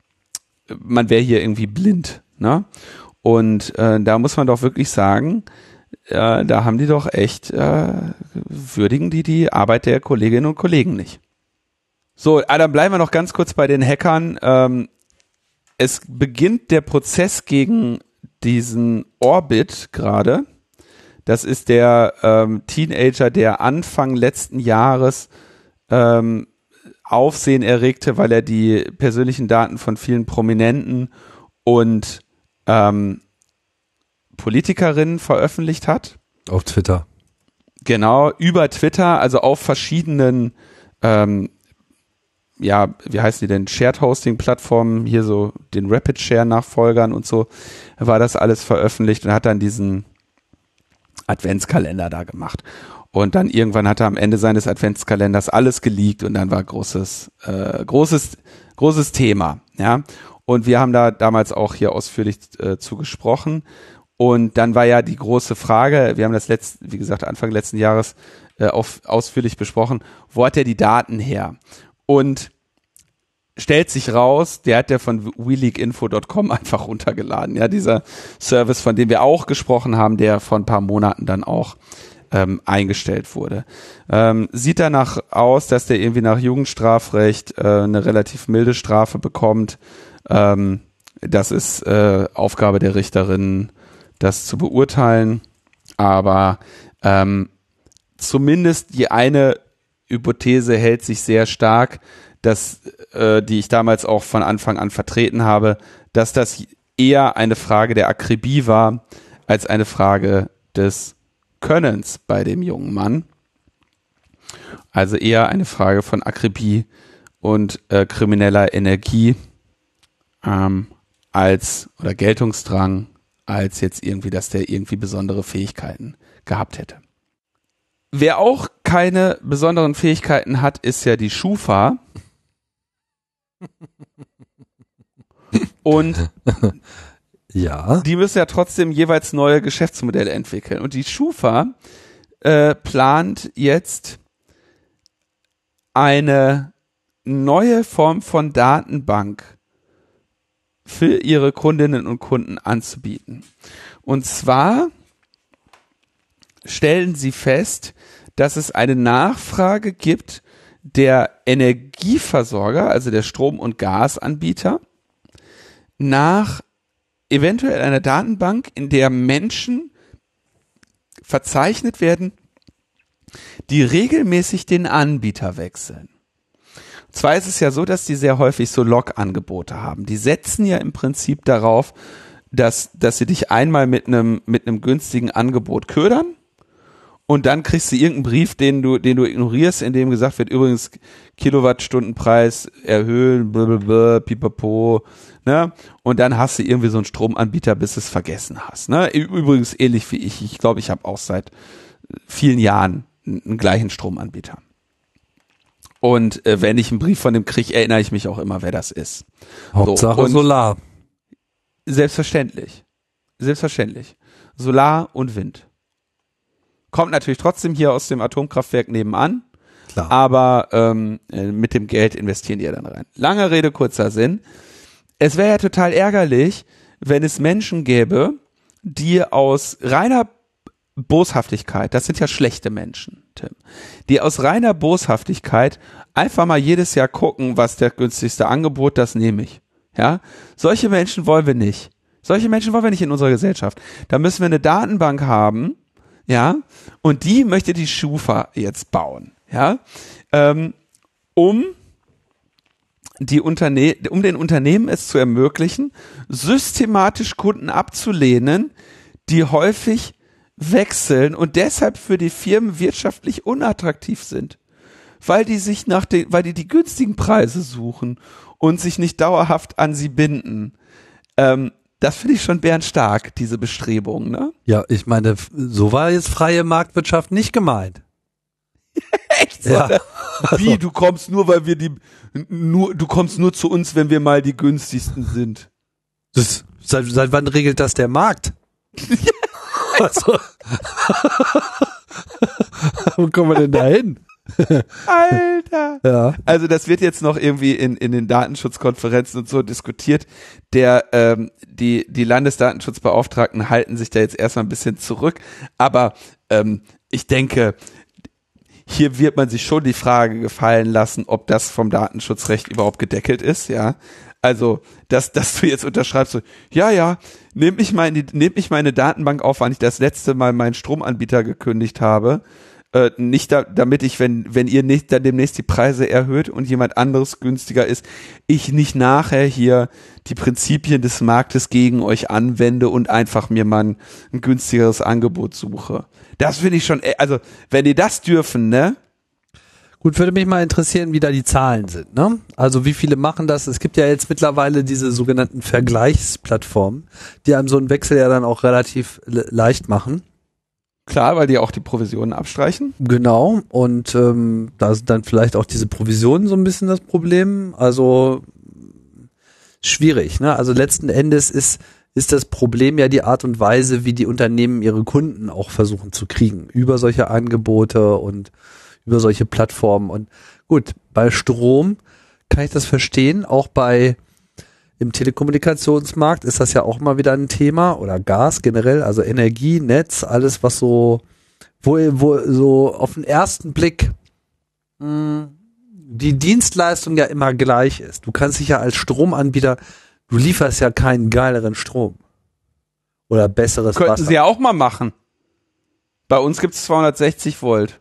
man wäre hier irgendwie blind, ne? Und äh, da muss man doch wirklich sagen, äh, da haben die doch echt, äh, würdigen die die Arbeit der Kolleginnen und Kollegen nicht. So, dann bleiben wir noch ganz kurz bei den Hackern. Ähm, es beginnt der Prozess gegen diesen Orbit gerade. Das ist der ähm, Teenager, der Anfang letzten Jahres ähm, Aufsehen erregte, weil er die persönlichen Daten von vielen Prominenten und ähm, Politikerinnen veröffentlicht hat. Auf Twitter. Genau, über Twitter, also auf verschiedenen ähm, ja, wie heißen die denn, Shared-Hosting-Plattformen, hier so den Rapid-Share-Nachfolgern und so, war das alles veröffentlicht und hat dann diesen Adventskalender da gemacht. Und dann irgendwann hat er am Ende seines Adventskalenders alles geleakt und dann war großes, äh, großes, großes Thema, ja. Und wir haben da damals auch hier ausführlich äh, zu gesprochen. Und dann war ja die große Frage, wir haben das letzt, wie gesagt, Anfang letzten Jahres äh, auf, ausführlich besprochen, wo hat er die Daten her? Und stellt sich raus, der hat der von we leak info dot com einfach runtergeladen. Ja, dieser Service, von dem wir auch gesprochen haben, der vor ein paar Monaten dann auch ähm, eingestellt wurde. Ähm, sieht danach aus, dass der irgendwie nach Jugendstrafrecht äh, eine relativ milde Strafe bekommt. Ähm, das ist äh, Aufgabe der Richterin, das zu beurteilen. Aber ähm, zumindest die eine Hypothese hält sich sehr stark, dass, äh, die ich damals auch von Anfang an vertreten habe, dass das eher eine Frage der Akribie war, als eine Frage des Könnens bei dem jungen Mann. Also eher eine Frage von Akribie und äh, krimineller Energie ähm, als, oder Geltungsdrang, als jetzt irgendwie, dass der irgendwie besondere Fähigkeiten gehabt hätte. Wer auch keine besonderen Fähigkeiten hat, ist ja die Schufa. Und ja, die müssen ja trotzdem jeweils neue Geschäftsmodelle entwickeln. Und die Schufa äh, plant jetzt eine neue Form von Datenbank für ihre Kundinnen und Kunden anzubieten. Und zwar stellen sie fest, dass es eine Nachfrage gibt der Energieversorger, also der Strom- und Gasanbieter, nach eventuell einer Datenbank, in der Menschen verzeichnet werden, die regelmäßig den Anbieter wechseln. Und zwar ist es ja so, dass die sehr häufig so Log-Angebote haben. Die setzen ja im Prinzip darauf, dass, dass sie dich einmal mit einem, mit einem günstigen Angebot ködern Und dann kriegst du irgendeinen Brief, den du, den du ignorierst, in dem gesagt wird, übrigens Kilowattstundenpreis erhöhen, blablabla, pipapo, ne? Und dann hast du irgendwie so einen Stromanbieter, bis du es vergessen hast, ne? Übrigens ähnlich wie ich. Ich glaube, ich habe auch seit vielen Jahren einen gleichen Stromanbieter. Und äh, wenn ich einen Brief von dem kriege, erinnere ich mich auch immer, wer das ist. Hauptsache so, Solar. Selbstverständlich. Selbstverständlich. Solar und Wind. Kommt natürlich trotzdem hier aus dem Atomkraftwerk nebenan, Klar. aber ähm, mit dem Geld investieren die ja dann rein. Lange Rede, kurzer Sinn. Es wäre ja total ärgerlich, wenn es Menschen gäbe, die aus reiner Boshaftigkeit, das sind ja schlechte Menschen, Tim, die aus reiner Boshaftigkeit einfach mal jedes Jahr gucken, was der günstigste Angebot, das nehme ich. Ja, solche Menschen wollen wir nicht. Solche Menschen wollen wir nicht in unserer Gesellschaft. Da müssen wir eine Datenbank haben, ja, und die möchte die Schufa jetzt bauen, ja, ähm, um die Unterne- um den Unternehmen es zu ermöglichen, systematisch Kunden abzulehnen, die häufig wechseln und deshalb für die Firmen wirtschaftlich unattraktiv sind, weil die sich nach den, weil die die günstigen Preise suchen und sich nicht dauerhaft an sie binden. Ähm, Das finde ich schon bärenstark, diese Bestrebungen, ne? Ja, ich meine, so war jetzt freie Marktwirtschaft nicht gemeint. Echt so? Ja. Wie, du kommst nur, weil wir die, nur, du kommst nur zu uns, wenn wir mal die günstigsten sind. Das, seit, seit wann regelt das der Markt? Also, wo kommen wir denn da hin? Alter! Ja. Also das wird jetzt noch irgendwie in, in den Datenschutzkonferenzen und so diskutiert. Der, ähm, die, die Landesdatenschutzbeauftragten halten sich da jetzt erstmal ein bisschen zurück. Aber ähm, ich denke, hier wird man sich schon die Frage gefallen lassen, ob das vom Datenschutzrecht überhaupt gedeckelt ist, ja. Also, dass, dass du jetzt unterschreibst, so, ja, ja, nehmt mich mal in die, nehmt mich meine Datenbank auf, wann ich das letzte Mal meinen Stromanbieter gekündigt habe. Äh, nicht da, damit ich, wenn, wenn ihr nicht dann demnächst die Preise erhöht und jemand anderes günstiger ist, ich nicht nachher hier die Prinzipien des Marktes gegen euch anwende und einfach mir mal ein, ein günstigeres Angebot suche. Das finde ich schon, also, wenn die das dürfen, ne? Gut, würde mich mal interessieren, wie da die Zahlen sind, ne? Also wie viele machen das? Es gibt ja jetzt mittlerweile diese sogenannten Vergleichsplattformen, die einem so einen Wechsel ja dann auch relativ le- leicht machen. Klar, weil die auch die Provisionen abstreichen. Genau, und ähm, da sind dann vielleicht auch diese Provisionen so ein bisschen das Problem. Also schwierig, ne? Also letzten Endes ist ist das Problem ja die Art und Weise, wie die Unternehmen ihre Kunden auch versuchen zu kriegen, über solche Angebote und über solche Plattformen. Und gut, bei Strom kann ich das verstehen, auch bei im Telekommunikationsmarkt ist das ja auch mal wieder ein Thema, oder Gas generell, also Energie, Netz, alles was so, wo, wo so auf den ersten Blick mh, die Dienstleistung ja immer gleich ist. Du kannst dich ja als Stromanbieter, du lieferst ja keinen geileren Strom oder besseres Könnten Wasser. sie ja auch mal machen. Bei uns gibt's zweihundertsechzig Volt.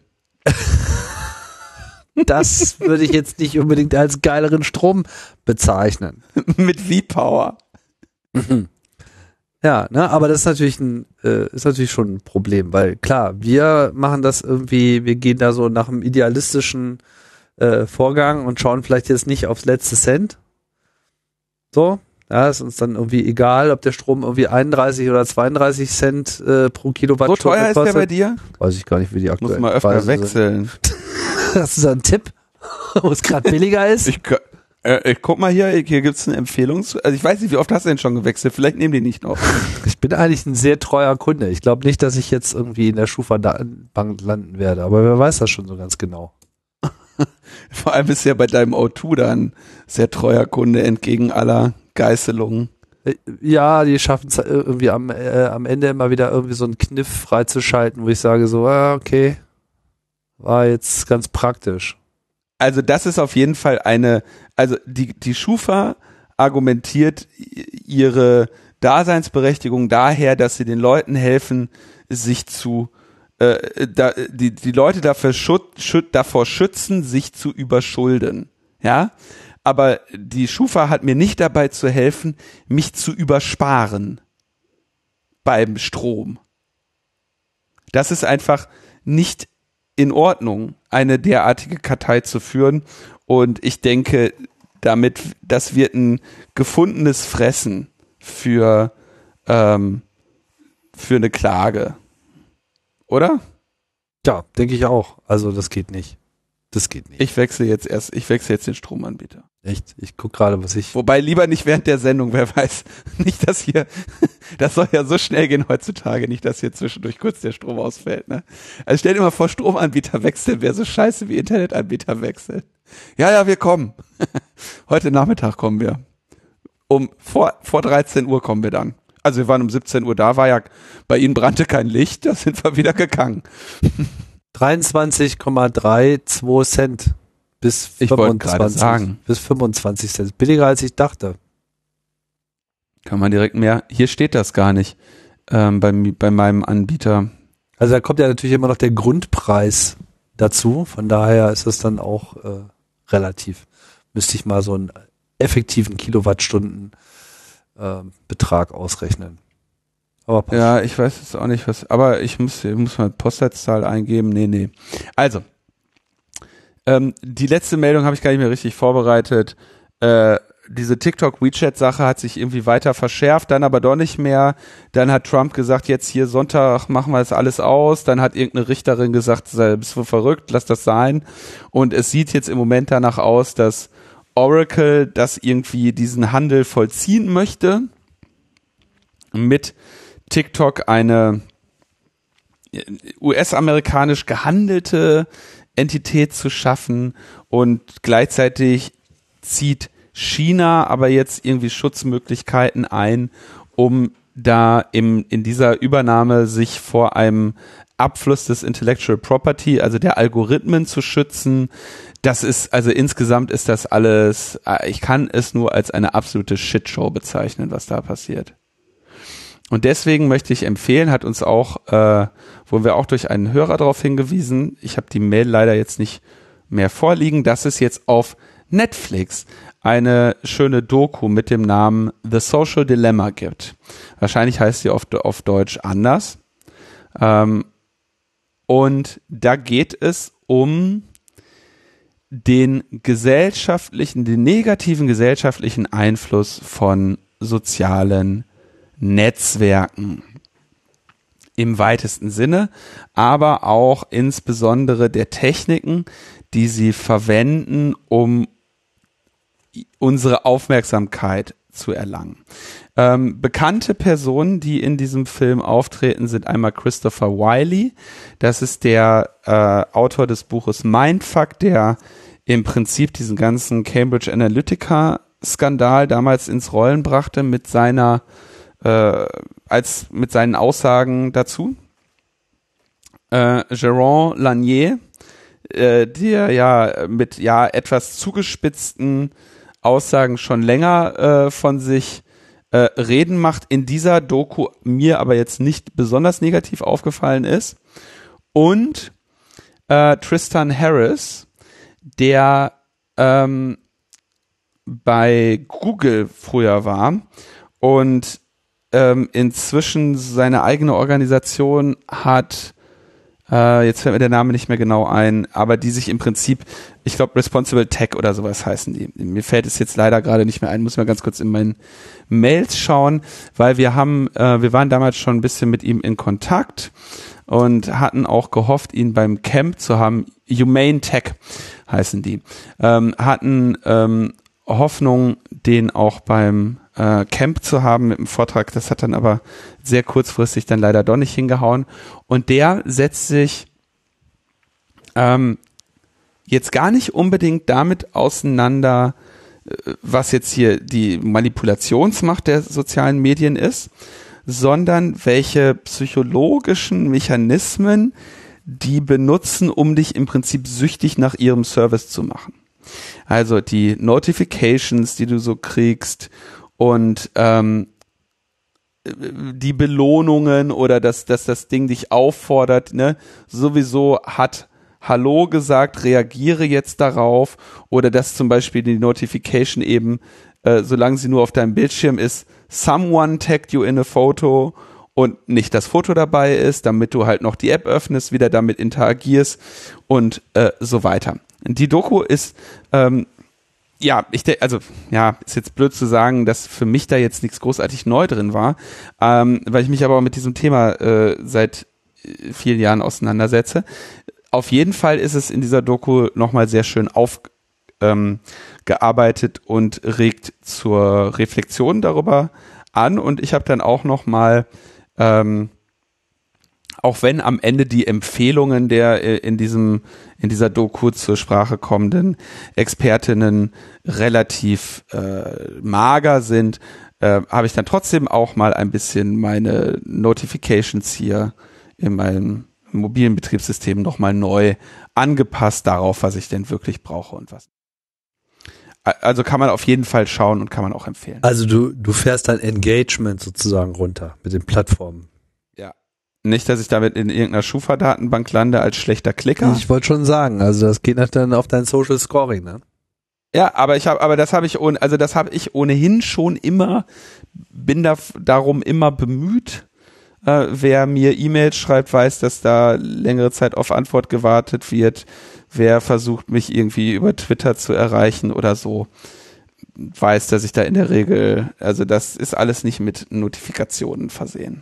Das würde ich jetzt nicht unbedingt als geileren Strom bezeichnen. Mit V-Power. Ja, ne, aber das ist natürlich ein, äh, ist natürlich schon ein Problem, weil klar, wir machen das irgendwie, wir gehen da so nach einem idealistischen äh, Vorgang und schauen vielleicht jetzt nicht aufs letzte Cent. So, ja, ist uns dann irgendwie egal, ob der Strom irgendwie einunddreißig oder zweiunddreißig Cent äh, pro Kilowattstunde So teuer ist kostet. der bei dir? Weiß ich gar nicht, wie die aktuell Muss mal öfter Preise sind. wechseln. Hast du da einen Tipp, wo es gerade billiger ist? Ich, äh, ich guck mal hier, hier gibt's eine Empfehlung. Zu, also ich weiß nicht, wie oft hast du denn schon gewechselt? Vielleicht nehmen die nicht noch. Ich bin eigentlich ein sehr treuer Kunde. Ich glaube nicht, dass ich jetzt irgendwie in der Schufa-Bank landen werde, aber wer weiß das schon so ganz genau. Vor allem ist ja bei deinem O zwei dann sehr treuer Kunde entgegen aller Geißelungen. Ja, die schaffen es irgendwie am, äh, am Ende immer wieder irgendwie so einen Kniff freizuschalten, wo ich sage so, ah, okay, war jetzt ganz praktisch. Also das ist auf jeden Fall eine, also die, die Schufa argumentiert ihre Daseinsberechtigung daher, dass sie den Leuten helfen, sich zu, äh, da, die, die Leute dafür schut, schut, davor schützen, sich zu überschulden. Ja, aber die Schufa hat mir nicht dabei zu helfen, mich zu übersparen beim Strom. Das ist einfach, nicht in Ordnung, eine derartige Kartei zu führen. Und ich denke, damit, das wird ein gefundenes Fressen für, ähm, für eine Klage. Oder? Ja, denke ich auch. Also das geht nicht. Das geht nicht. Ich wechsle jetzt erst, ich wechsle jetzt den Stromanbieter. Echt? Ich guck gerade, was ich... Wobei lieber nicht während der Sendung, wer weiß. Nicht, dass hier, das soll ja so schnell gehen heutzutage, nicht, dass hier zwischendurch kurz der Strom ausfällt, ne? Also stell dir mal vor, Stromanbieter wechseln wäre so scheiße wie Internetanbieter wechseln. Ja, ja, wir kommen. Heute Nachmittag kommen wir. Um, vor, vor dreizehn Uhr kommen wir dann. Also wir waren um siebzehn Uhr da, war ja, bei Ihnen brannte kein Licht, da sind wir wieder gegangen. dreiundzwanzig Komma zweiunddreißig Cent bis Ich wollte fünfundzwanzig gerade sagen. bis fünfundzwanzig Cent. Billiger als ich dachte. Kann man direkt mehr, hier steht das gar nicht, ähm, bei, bei meinem Anbieter. Also da kommt ja natürlich immer noch der Grundpreis dazu. Von daher ist das dann auch äh, relativ. Müsste ich mal so einen effektiven Kilowattstunden äh, Betrag ausrechnen. Aber passt. Ja, ich weiß jetzt auch nicht, was, aber ich muss, ich muss mal Postleitzahl eingeben. Nee, nee. Also, ähm, die letzte Meldung habe ich gar nicht mehr richtig vorbereitet. Äh, diese TikTok-WeChat-Sache hat sich irgendwie weiter verschärft, dann aber doch nicht mehr. Dann hat Trump gesagt, jetzt hier Sonntag machen wir das alles aus. Dann hat irgendeine Richterin gesagt, bist du verrückt, lass das sein. Und es sieht jetzt im Moment danach aus, dass Oracle das irgendwie diesen Handel vollziehen möchte. Mit TikTok eine U S-amerikanisch gehandelte Entität zu schaffen und gleichzeitig zieht China aber jetzt irgendwie Schutzmöglichkeiten ein, um da im, in dieser Übernahme sich vor einem Abfluss des Intellectual Property, also der Algorithmen zu schützen. Das ist, also insgesamt ist das alles, ich kann es nur als eine absolute Shitshow bezeichnen, was da passiert. Und deswegen möchte ich empfehlen, hat uns auch, äh, wurden wir auch durch einen Hörer darauf hingewiesen, ich habe die Mail leider jetzt nicht mehr vorliegen, dass es jetzt auf Netflix eine schöne Doku mit dem Namen The Social Dilemma gibt. Wahrscheinlich heißt sie auf, auf Deutsch anders. Ähm, und da geht es um den gesellschaftlichen, den negativen gesellschaftlichen Einfluss von sozialen Netzwerken im weitesten Sinne, aber auch insbesondere der Techniken, die sie verwenden, um unsere Aufmerksamkeit zu erlangen. Ähm, bekannte Personen, die in diesem Film auftreten, sind einmal Christopher Wiley, das ist der äh, Autor des Buches Mindfuck, der im Prinzip diesen ganzen Cambridge Analytica-Skandal damals ins Rollen brachte mit seiner Äh, als mit seinen Aussagen dazu. Äh, Jaron Lanier, äh, der ja mit ja etwas zugespitzten Aussagen schon länger äh, von sich äh, reden macht, in dieser Doku mir aber jetzt nicht besonders negativ aufgefallen ist. Und äh, Tristan Harris, der ähm, bei Google früher war und Ähm, inzwischen seine eigene Organisation hat, äh, jetzt fällt mir der Name nicht mehr genau ein, aber die sich im Prinzip, ich glaube Responsible Tech oder sowas heißen die. Mir fällt es jetzt leider gerade nicht mehr ein, muss mal ganz kurz in meinen Mails schauen, weil wir haben, äh, wir waren damals schon ein bisschen mit ihm in Kontakt und hatten auch gehofft, ihn beim Camp zu haben. Humane Tech heißen die. Ähm, hatten ähm, Hoffnung, den auch beim äh, Camp zu haben mit dem Vortrag. Das hat dann aber sehr kurzfristig dann leider doch nicht hingehauen. Und der setzt sich ähm, jetzt gar nicht unbedingt damit auseinander, äh, was jetzt hier die Manipulationsmacht der sozialen Medien ist, sondern welche psychologischen Mechanismen die benutzen, um dich im Prinzip süchtig nach ihrem Service zu machen. Also die Notifications, die du so kriegst und ähm, die Belohnungen oder dass, dass das Ding dich auffordert, ne, sowieso hat Hallo gesagt, reagiere jetzt darauf, oder dass zum Beispiel die Notification eben, äh, solange sie nur auf deinem Bildschirm ist, someone tagged you in a photo und nicht das Foto dabei ist, damit du halt noch die App öffnest, wieder damit interagierst und äh, so weiter. Die Doku ist ähm, ja, ich denke, also, ja, ist jetzt blöd zu sagen, dass für mich da jetzt nichts großartig neu drin war, ähm, weil ich mich aber auch mit diesem Thema äh, seit vielen Jahren auseinandersetze. Auf jeden Fall ist es in dieser Doku nochmal sehr schön aufgearbeitet ähm, und regt zur Reflexion darüber an, und ich habe dann auch nochmal, ähm, auch wenn am Ende die Empfehlungen der äh, in diesem in dieser Doku zur Sprache kommenden Expertinnen relativ äh, mager sind, äh, habe ich dann trotzdem auch mal ein bisschen meine Notifications hier in meinem mobilen Betriebssystem nochmal neu angepasst darauf, was ich denn wirklich brauche und was. Also kann man auf jeden Fall schauen und kann man auch empfehlen. Also du du fährst dein Engagement sozusagen runter mit den Plattformen. Nicht, dass ich damit in irgendeiner Schufa-Datenbank lande als schlechter Klicker. Ich wollte schon sagen, also das geht dann auf dein Social Scoring, ne? Ja, aber ich habe, aber das habe ich, ohne, also das habe ich ohnehin schon immer, bin da darum immer bemüht. Äh, wer mir E-Mails schreibt, weiß, dass da längere Zeit auf Antwort gewartet wird. Wer versucht, mich irgendwie über Twitter zu erreichen oder so, weiß, dass ich da in der Regel, also das ist alles nicht mit Notifikationen versehen.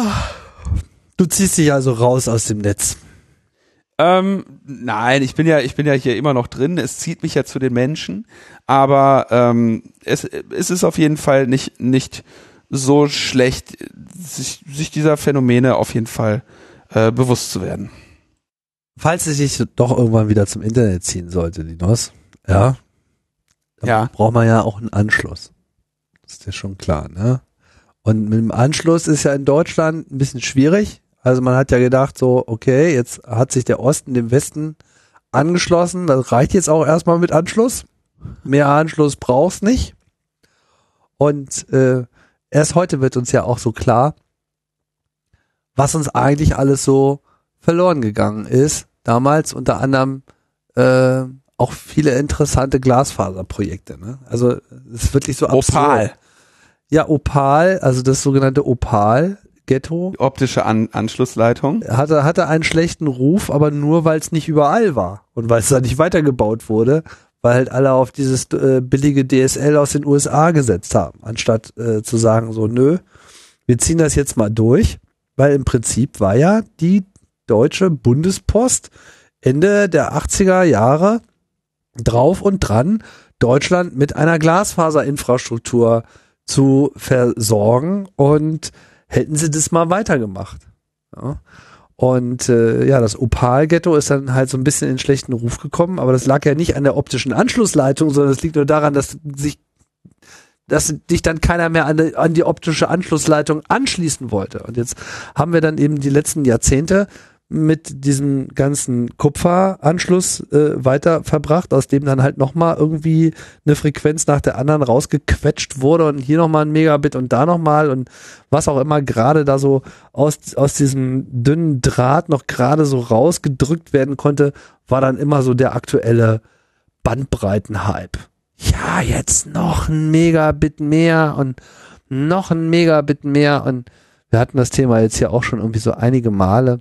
Du ziehst dich also raus aus dem Netz. Ähm, nein, ich bin ja, ich bin ja hier immer noch drin. Es zieht mich ja zu den Menschen, aber ähm, es, es ist auf jeden Fall nicht nicht so schlecht, sich, sich dieser Phänomene auf jeden Fall äh, bewusst zu werden. Falls es sich doch irgendwann wieder zum Internet ziehen sollte, Linus, ja, dann ja. braucht man ja auch einen Anschluss. Das ist ja schon klar, ne? Und mit dem Anschluss ist ja in Deutschland ein bisschen schwierig. Also man hat ja gedacht so, okay, jetzt hat sich der Osten dem Westen angeschlossen. Das reicht jetzt auch erstmal mit Anschluss. Mehr Anschluss brauchst nicht. Und äh, erst heute wird uns ja auch so klar, was uns eigentlich alles so verloren gegangen ist. Damals unter anderem äh, auch viele interessante Glasfaserprojekte. Ne? Also es ist wirklich so absurd. Opal. Ja, Opal, also das sogenannte Opal-Ghetto. Die optische An- Anschlussleitung. Hatte, hatte einen schlechten Ruf, aber nur, weil es nicht überall war und weil es da nicht weitergebaut wurde, weil halt alle auf dieses äh, billige D S L aus den U S A gesetzt haben, anstatt äh, zu sagen so, nö, wir ziehen das jetzt mal durch, weil im Prinzip war ja die Deutsche Bundespost Ende der achtziger Jahre drauf und dran, Deutschland mit einer Glasfaserinfrastruktur zu versorgen, und hätten sie das mal weitergemacht. Ja. Und äh, ja, das Opal-Ghetto ist dann halt so ein bisschen in schlechten Ruf gekommen, aber das lag ja nicht an der optischen Anschlussleitung, sondern es liegt nur daran, dass sich dass dich dann keiner mehr an die, an die optische Anschlussleitung anschließen wollte. Und jetzt haben wir dann eben die letzten Jahrzehnte mit diesem ganzen Kupferanschluss äh, weiter verbracht, aus dem dann halt nochmal irgendwie eine Frequenz nach der anderen rausgequetscht wurde und hier nochmal ein Megabit und da nochmal und was auch immer gerade da so aus, aus diesem dünnen Draht noch gerade so rausgedrückt werden konnte, war dann immer so der aktuelle Bandbreitenhype. Ja, jetzt noch ein Megabit mehr und noch ein Megabit mehr, und wir hatten das Thema jetzt hier auch schon irgendwie so einige Male.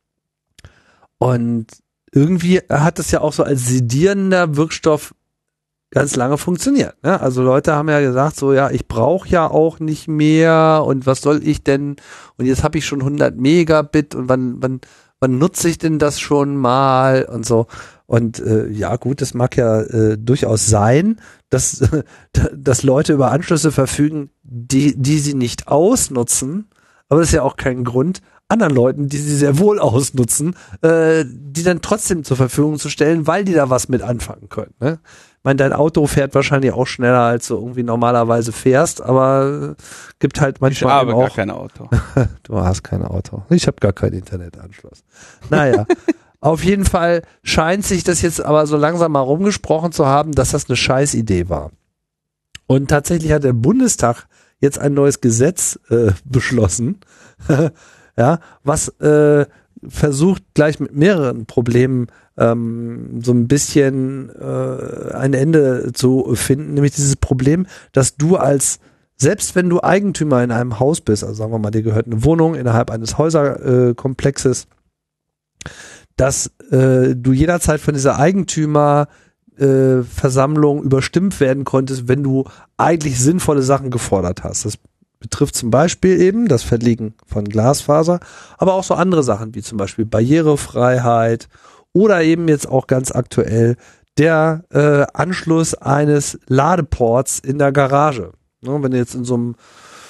Und irgendwie hat es ja auch so als sedierender Wirkstoff ganz lange funktioniert. Ne? Also Leute haben ja gesagt, so ja, ich brauche ja auch nicht mehr und was soll ich denn? Und jetzt habe ich schon hundert Megabit und wann, wann, wann nutze ich denn das schon mal und so. Und äh, ja gut, das mag ja äh, durchaus sein, dass, dass Leute über Anschlüsse verfügen, die, die sie nicht ausnutzen. Aber das ist ja auch kein Grund, anderen Leuten, die sie sehr wohl ausnutzen, äh, die dann trotzdem zur Verfügung zu stellen, weil die da was mit anfangen können. Ne? Ich meine, dein Auto fährt wahrscheinlich auch schneller, als du irgendwie normalerweise fährst, aber äh, gibt halt manchmal ich habe auch... gar kein Auto. Du hast kein Auto. Ich habe gar keinen Internetanschluss. Naja, auf jeden Fall scheint sich das jetzt aber so langsam mal rumgesprochen zu haben, dass das eine Scheißidee war. Und tatsächlich hat der Bundestag jetzt ein neues Gesetz äh, beschlossen, ja, was äh, versucht gleich mit mehreren Problemen ähm, so ein bisschen äh, ein Ende zu finden, nämlich dieses Problem, dass du als selbst wenn du Eigentümer in einem Haus bist, also sagen wir mal, dir gehört eine Wohnung innerhalb eines Häuserkomplexes, dass äh, du jederzeit von dieser Eigentümerversammlung äh, überstimmt werden konntest, wenn du eigentlich sinnvolle Sachen gefordert hast. Das betrifft zum Beispiel eben das Verlegen von Glasfaser, aber auch so andere Sachen wie zum Beispiel Barrierefreiheit oder eben jetzt auch ganz aktuell der äh, Anschluss eines Ladeports in der Garage. Ne, wenn du jetzt in so einem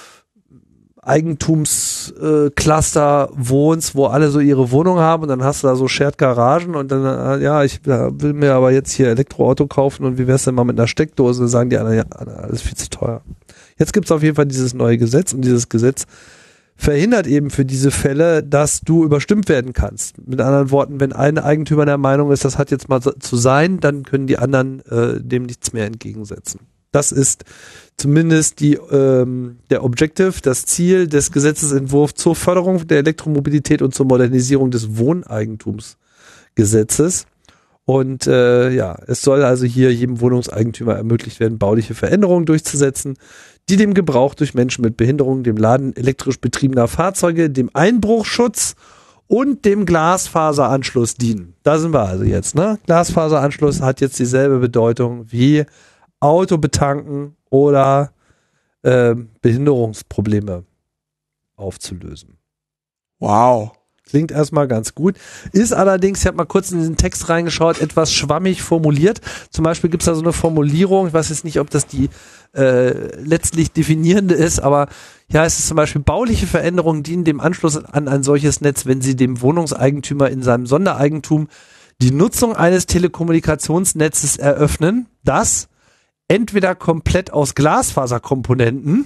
Eigentumscluster äh, wohnst, wo alle so ihre Wohnung haben und dann hast du da so Shared Garagen und dann, äh, ja, ich äh, will mir aber jetzt hier Elektroauto kaufen und wie wär's denn mal mit einer Steckdose? Dann sagen die anderen, ja, alles viel zu teuer. Jetzt gibt's auf jeden Fall dieses neue Gesetz und dieses Gesetz verhindert eben für diese Fälle, dass du überstimmt werden kannst. Mit anderen Worten, wenn ein Eigentümer der Meinung ist, das hat jetzt mal zu sein, dann können die anderen äh, dem nichts mehr entgegensetzen. Das ist zumindest die, ähm, der Objective, das Ziel des Gesetzesentwurfs zur Förderung der Elektromobilität und zur Modernisierung des Wohneigentumsgesetzes. Und äh, ja, es soll also hier jedem Wohnungseigentümer ermöglicht werden, bauliche Veränderungen durchzusetzen, die dem Gebrauch durch Menschen mit Behinderung, dem Laden elektrisch betriebener Fahrzeuge, dem Einbruchschutz und dem Glasfaseranschluss dienen. Da sind wir also jetzt, ne? Glasfaseranschluss hat jetzt dieselbe Bedeutung wie Auto betanken oder äh, Behinderungsprobleme aufzulösen. Wow. Klingt erstmal ganz gut. Ist allerdings, ich habe mal kurz in diesen Text reingeschaut, etwas schwammig formuliert. Zum Beispiel gibt es da so eine Formulierung, ich weiß jetzt nicht, ob das die äh, letztlich definierende ist, aber ja, es ist zum Beispiel, bauliche Veränderungen dienen dem Anschluss an ein solches Netz, wenn sie dem Wohnungseigentümer in seinem Sondereigentum die Nutzung eines Telekommunikationsnetzes eröffnen, das entweder komplett aus Glasfaserkomponenten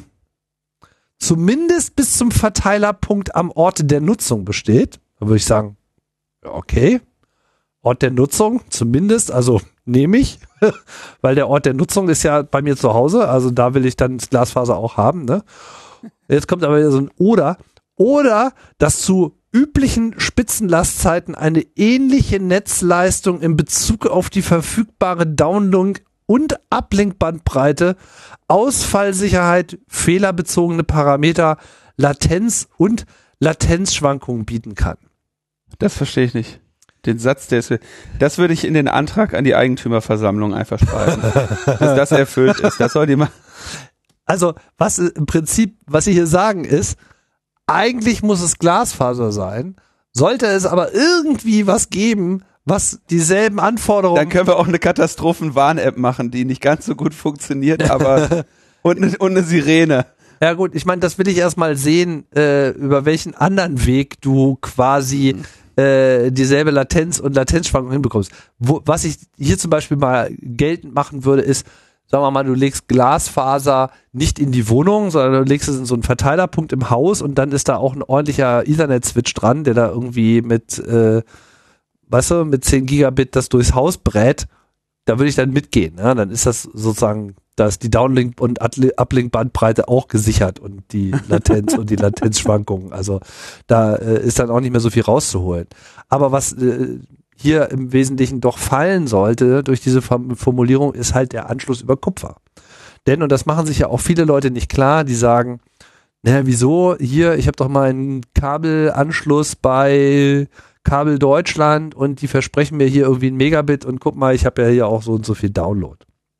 zumindest bis zum Verteilerpunkt am Ort der Nutzung besteht. Da würde ich sagen, okay, Ort der Nutzung zumindest, also nehme ich, weil der Ort der Nutzung ist ja bei mir zu Hause, also da will ich dann das Glasfaser auch haben. Ne? Jetzt kommt aber wieder so ein Oder, oder dass zu üblichen Spitzenlastzeiten eine ähnliche Netzleistung in Bezug auf die verfügbare Downlink und Uplink-Bandbreite, Ausfallsicherheit, fehlerbezogene Parameter, Latenz und Latenzschwankungen bieten kann. Das verstehe ich nicht. Den Satz, der ist, das würde ich in den Antrag an die Eigentümerversammlung einfach schreiben, dass das erfüllt ist. Das soll die mal. Also, was im Prinzip, was Sie hier sagen ist, eigentlich muss es Glasfaser sein, sollte es aber irgendwie was geben, was dieselben Anforderungen... Dann können wir auch eine Katastrophenwarn-App machen, die nicht ganz so gut funktioniert, aber und, eine, und eine Sirene. Ja gut, ich meine, das will ich erstmal sehen, äh, über welchen anderen Weg du quasi äh, dieselbe Latenz und Latenzschwankung hinbekommst. Wo, was ich hier zum Beispiel mal geltend machen würde, ist, sagen wir mal, du legst Glasfaser nicht in die Wohnung, sondern du legst es in so einen Verteilerpunkt im Haus und dann ist da auch ein ordentlicher Ethernet-Switch dran, der da irgendwie mit... Äh, weißt du, mit zehn Gigabit das durchs Haus brät, da würde ich dann mitgehen. Ja? Dann ist das sozusagen, da ist die Downlink- und Uplink-Bandbreite auch gesichert und die Latenz und die Latenzschwankungen. Also da äh, ist dann auch nicht mehr so viel rauszuholen. Aber was äh, hier im Wesentlichen doch fallen sollte durch diese Formulierung, ist halt der Anschluss über Kupfer. Denn, und das machen sich ja auch viele Leute nicht klar, die sagen, naja, wieso, hier, ich habe doch mal einen Kabelanschluss bei Kabel Deutschland und die versprechen mir hier irgendwie ein Megabit und guck mal, ich habe ja hier auch so und so viel Download.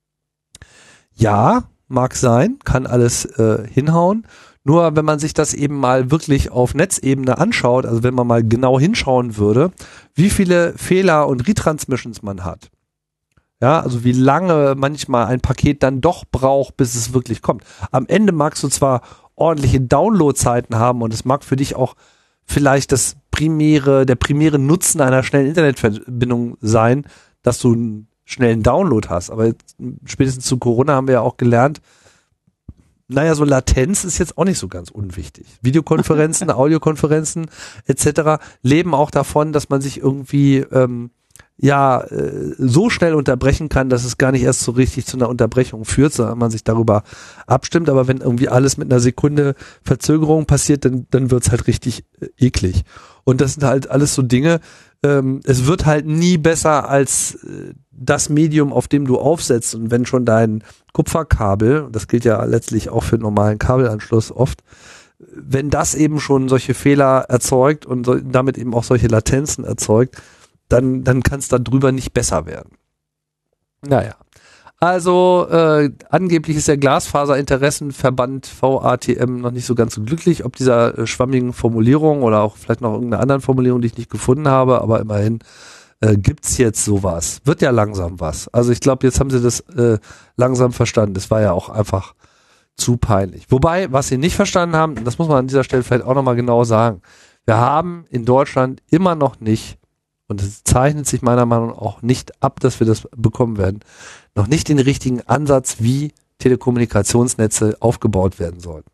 Ja, mag sein, kann alles äh, hinhauen, nur wenn man sich das eben mal wirklich auf Netzebene anschaut, also wenn man mal genau hinschauen würde, wie viele Fehler und Retransmissions man hat. Ja, also wie lange manchmal ein Paket dann doch braucht, bis es wirklich kommt. Am Ende magst du zwar ordentliche Downloadzeiten haben und es mag für dich auch vielleicht das primäre, der primäre Nutzen einer schnellen Internetverbindung sein, dass du einen schnellen Download hast. Aber jetzt, spätestens zu Corona haben wir ja auch gelernt, naja, so Latenz ist jetzt auch nicht so ganz unwichtig. Videokonferenzen, Audiokonferenzen et cetera leben auch davon, dass man sich irgendwie ähm, ja äh, so schnell unterbrechen kann, dass es gar nicht erst so richtig zu einer Unterbrechung führt, sondern man sich darüber abstimmt. Aber wenn irgendwie alles mit einer Sekunde Verzögerung passiert, dann dann wird's halt richtig äh, eklig. Und das sind halt alles so Dinge, ähm, es wird halt nie besser als äh, das Medium, auf dem du aufsetzt. Und wenn schon dein Kupferkabel, das gilt ja letztlich auch für einen normalen Kabelanschluss oft, wenn das eben schon solche Fehler erzeugt und so, damit eben auch solche Latenzen erzeugt, dann, dann kann es da drüber nicht besser werden. Naja. Also äh, angeblich ist der Glasfaserinteressenverband V A T M noch nicht so ganz so glücklich, ob dieser äh, schwammigen Formulierung oder auch vielleicht noch irgendeiner anderen Formulierung, die ich nicht gefunden habe, aber immerhin äh, gibt's jetzt sowas. Wird ja langsam was. Also ich glaube, jetzt haben sie das äh, langsam verstanden. Das war ja auch einfach zu peinlich. Wobei, was sie nicht verstanden haben, das muss man an dieser Stelle vielleicht auch nochmal genau sagen, wir haben in Deutschland immer noch nicht, und es zeichnet sich meiner Meinung nach auch nicht ab, dass wir das bekommen werden, noch nicht den richtigen Ansatz, wie Telekommunikationsnetze aufgebaut werden sollten.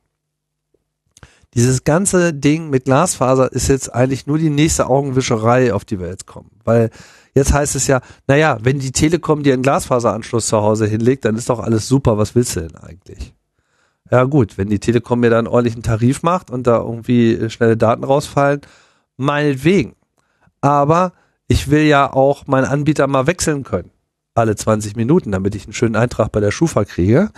Dieses ganze Ding mit Glasfaser ist jetzt eigentlich nur die nächste Augenwischerei, auf die wir jetzt kommen. Weil jetzt heißt es ja, naja, wenn die Telekom dir einen Glasfaseranschluss zu Hause hinlegt, dann ist doch alles super, was willst du denn eigentlich? Ja gut, wenn die Telekom mir da einen ordentlichen Tarif macht und da irgendwie schnelle Daten rausfallen, meinetwegen. Aber ich will ja auch meinen Anbieter mal wechseln können. Alle zwanzig Minuten, damit ich einen schönen Eintrag bei der Schufa kriege.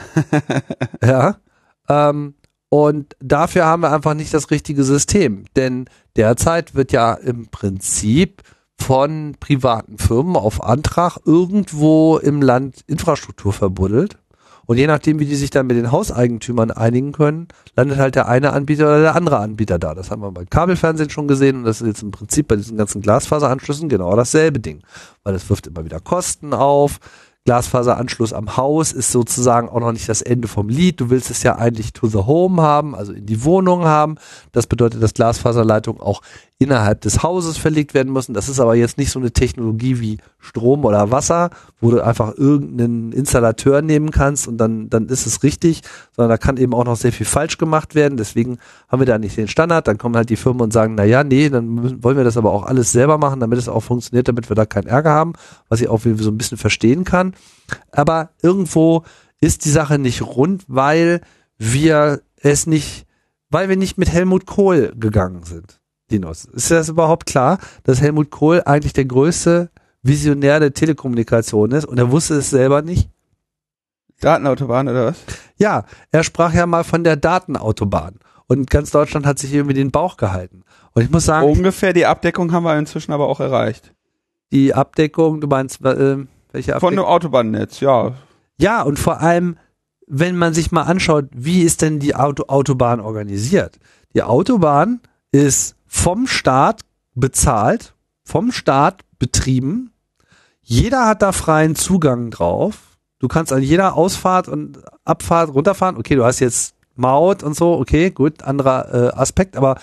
Ja. Ähm, und dafür haben wir einfach nicht das richtige System. Denn derzeit wird ja im Prinzip von privaten Firmen auf Antrag irgendwo im Land Infrastruktur verbuddelt. Und je nachdem, wie die sich dann mit den Hauseigentümern einigen können, landet halt der eine Anbieter oder der andere Anbieter da. Das haben wir beim Kabelfernsehen schon gesehen und das ist jetzt im Prinzip bei diesen ganzen Glasfaseranschlüssen genau dasselbe Ding. Weil das wirft immer wieder Kosten auf. Glasfaseranschluss am Haus ist sozusagen auch noch nicht das Ende vom Lied. Du willst es ja eigentlich to the home haben, also in die Wohnung haben. Das bedeutet, dass Glasfaserleitungen auch innerhalb des Hauses verlegt werden müssen. Das ist aber jetzt nicht so eine Technologie wie Strom oder Wasser, wo du einfach irgendeinen Installateur nehmen kannst und dann, dann ist es richtig, sondern da kann eben auch noch sehr viel falsch gemacht werden. Deswegen haben wir da nicht den Standard. Dann kommen halt die Firmen und sagen, na ja, nee, dann müssen, wollen wir das aber auch alles selber machen, damit es auch funktioniert, damit wir da keinen Ärger haben, was ich auch so ein bisschen verstehen kann. Aber irgendwo ist die Sache nicht rund, weil wir es nicht, weil wir nicht mit Helmut Kohl gegangen sind. Dinos, ist das überhaupt klar, dass Helmut Kohl eigentlich der größte Visionär der Telekommunikation ist und er wusste es selber nicht? Datenautobahn oder was? Ja, er sprach ja mal von der Datenautobahn und ganz Deutschland hat sich irgendwie den Bauch gehalten. Und ich muss sagen, ungefähr die Abdeckung haben wir inzwischen aber auch erreicht. Die Abdeckung, du meinst, äh, welche Abdeckung? Von dem Autobahnnetz, ja. Ja, und vor allem, wenn man sich mal anschaut, wie ist denn die Auto Autobahn organisiert? Die Autobahn ist vom Staat bezahlt, vom Staat betrieben. Jeder hat da freien Zugang drauf. Du kannst an jeder Ausfahrt und Abfahrt runterfahren. Okay, du hast jetzt Maut und so, okay, gut, anderer äh, Aspekt, aber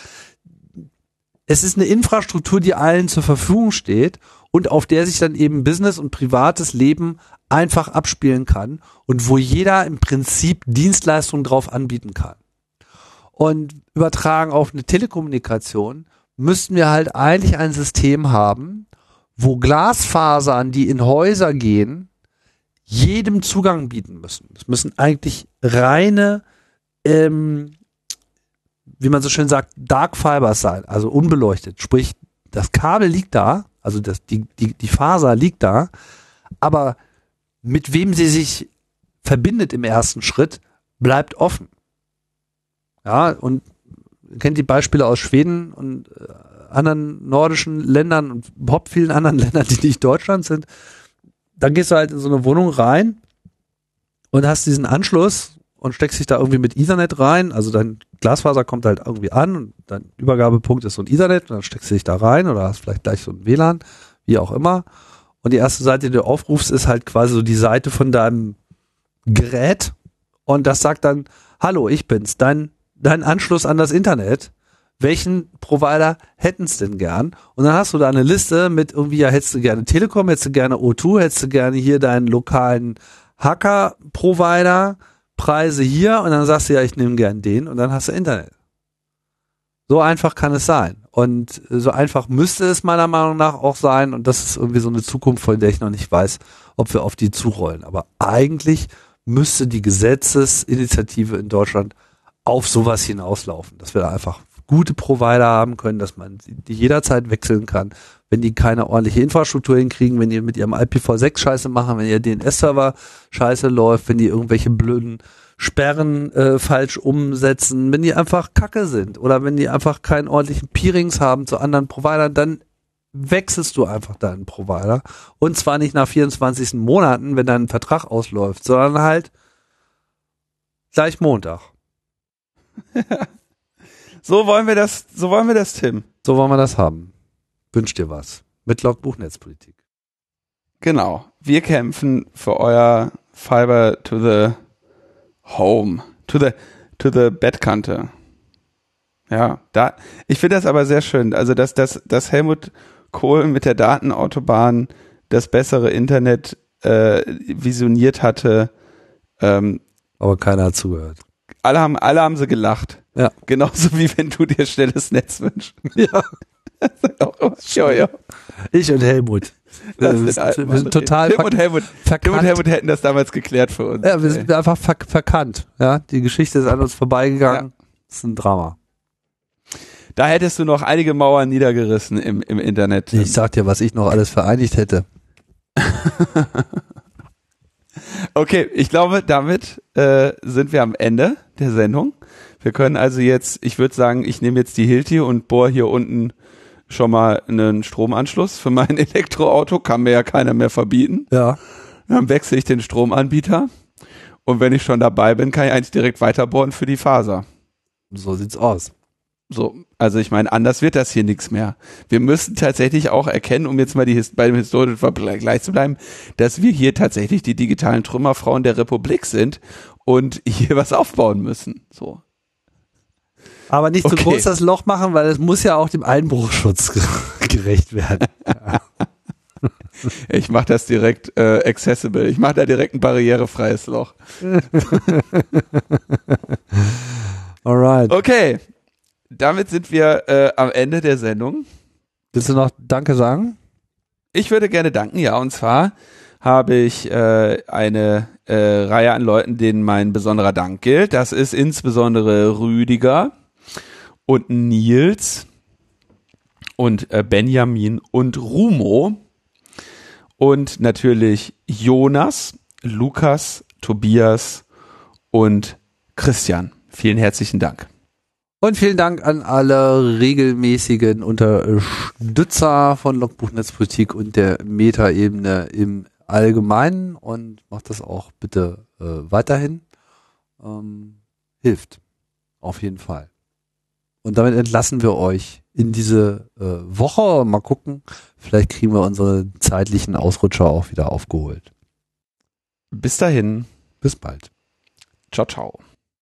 es ist eine Infrastruktur, die allen zur Verfügung steht und auf der sich dann eben Business und privates Leben einfach abspielen kann und wo jeder im Prinzip Dienstleistungen drauf anbieten kann. Und übertragen auf eine Telekommunikation müssten wir halt eigentlich ein System haben, wo Glasfasern, die in Häuser gehen, jedem Zugang bieten müssen. Es müssen eigentlich reine, ähm, wie man so schön sagt, Dark Fibers sein, also unbeleuchtet. Sprich, das Kabel liegt da, also das, die, die, die Faser liegt da, aber mit wem sie sich verbindet im ersten Schritt, bleibt offen. Ja, und ihr kennt die Beispiele aus Schweden und äh, anderen nordischen Ländern und überhaupt vielen anderen Ländern, die nicht Deutschland sind. Dann gehst du halt in so eine Wohnung rein und hast diesen Anschluss und steckst dich da irgendwie mit Ethernet rein. Also dein Glasfaser kommt halt irgendwie an und dein Übergabepunkt ist so ein Ethernet und dann steckst du dich da rein oder hast vielleicht gleich so ein W L A N, wie auch immer. Und die erste Seite, die du aufrufst, ist halt quasi so die Seite von deinem Gerät und das sagt dann, hallo, ich bin's, dein dein Anschluss an das Internet, welchen Provider hätten's denn gern? Und dann hast du da eine Liste mit irgendwie, ja, hättest du gerne Telekom, hättest du gerne O zwei, hättest du gerne hier deinen lokalen Hacker-Provider, Preise hier und dann sagst du, ja, ich nehme gern den und dann hast du Internet. So einfach kann es sein. Und so einfach müsste es meiner Meinung nach auch sein und das ist irgendwie so eine Zukunft, von der ich noch nicht weiß, ob wir auf die zurollen. Aber eigentlich müsste die Gesetzesinitiative in Deutschland auf sowas hinauslaufen, dass wir da einfach gute Provider haben können, dass man die jederzeit wechseln kann. Wenn die keine ordentliche Infrastruktur hinkriegen, wenn die mit ihrem I P v sechs Scheiße machen, wenn ihr D N S-Server Scheiße läuft, wenn die irgendwelche blöden Sperren äh, falsch umsetzen, wenn die einfach kacke sind oder wenn die einfach keinen ordentlichen Peerings haben zu anderen Providern, dann wechselst du einfach deinen Provider. Und zwar nicht nach vierundzwanzig Monaten, wenn dein Vertrag ausläuft, sondern halt gleich Montag. So wollen wir das, so wollen wir das, Tim. So wollen wir das haben. Wünsch dir was. Mit Logbuch Netzpolitik. Genau. Wir kämpfen für euer Fiber to the Home. To the, to the Bettkante. Ja, da, ich finde das aber sehr schön. Also, dass, dass, dass Helmut Kohl mit der Datenautobahn das bessere Internet äh, visioniert hatte. Ähm, aber keiner hat zugehört. Alle haben, alle haben sie gelacht. Ja. Genauso wie wenn du dir schnelles Netz wünschst. Ja. ja, ja. Ich und Helmut. Das wir, sind, sind, wir sind total Tim und Helmut, Tim und Helmut hätten das damals geklärt für uns. Ja, wir sind einfach ver verkannt. Ja, die Geschichte ist an uns vorbeigegangen. Ja. Das ist ein Drama. Da hättest du noch einige Mauern niedergerissen im, im Internet. Ich sag dir, was ich noch alles vereinigt hätte. Okay, ich glaube, damit äh, sind wir am Ende der Sendung. Wir können also jetzt, ich würde sagen, ich nehme jetzt die Hilti und bohre hier unten schon mal einen Stromanschluss für mein Elektroauto. Kann mir ja keiner mehr verbieten. Ja. Dann wechsle ich den Stromanbieter. Und wenn ich schon dabei bin, kann ich eigentlich direkt weiterbohren für die Faser. So sieht's aus. So, also ich meine, anders wird das hier nichts mehr. Wir müssen tatsächlich auch erkennen, um jetzt mal die, bei dem historischen Vergleich zu bleiben, dass wir hier tatsächlich die digitalen Trümmerfrauen der Republik sind und hier was aufbauen müssen. So. Aber nicht okay. zu groß das Loch machen, weil es muss ja auch dem Einbruchschutz gerecht werden. Ja. Ich mache das direkt äh, accessible. Ich mache da direkt ein barrierefreies Loch. Alright. Okay. Damit sind wir äh, am Ende der Sendung. Willst du noch Danke sagen? Ich würde gerne danken, ja. Und zwar habe ich äh, eine äh, Reihe an Leuten, denen mein besonderer Dank gilt. Das ist insbesondere Rüdiger und Nils und äh, Benjamin und Rumo und natürlich Jonas, Lukas, Tobias und Christian. Vielen herzlichen Dank. Und vielen Dank an alle regelmäßigen Unterstützer von Logbuch Netzpolitik und der Meta-Ebene im Allgemeinen und macht das auch bitte äh, weiterhin. Ähm, hilft. Auf jeden Fall. Und damit entlassen wir euch in diese äh, Woche. Mal gucken, vielleicht kriegen wir unsere zeitlichen Ausrutscher auch wieder aufgeholt. Bis dahin. Bis bald. Ciao, ciao.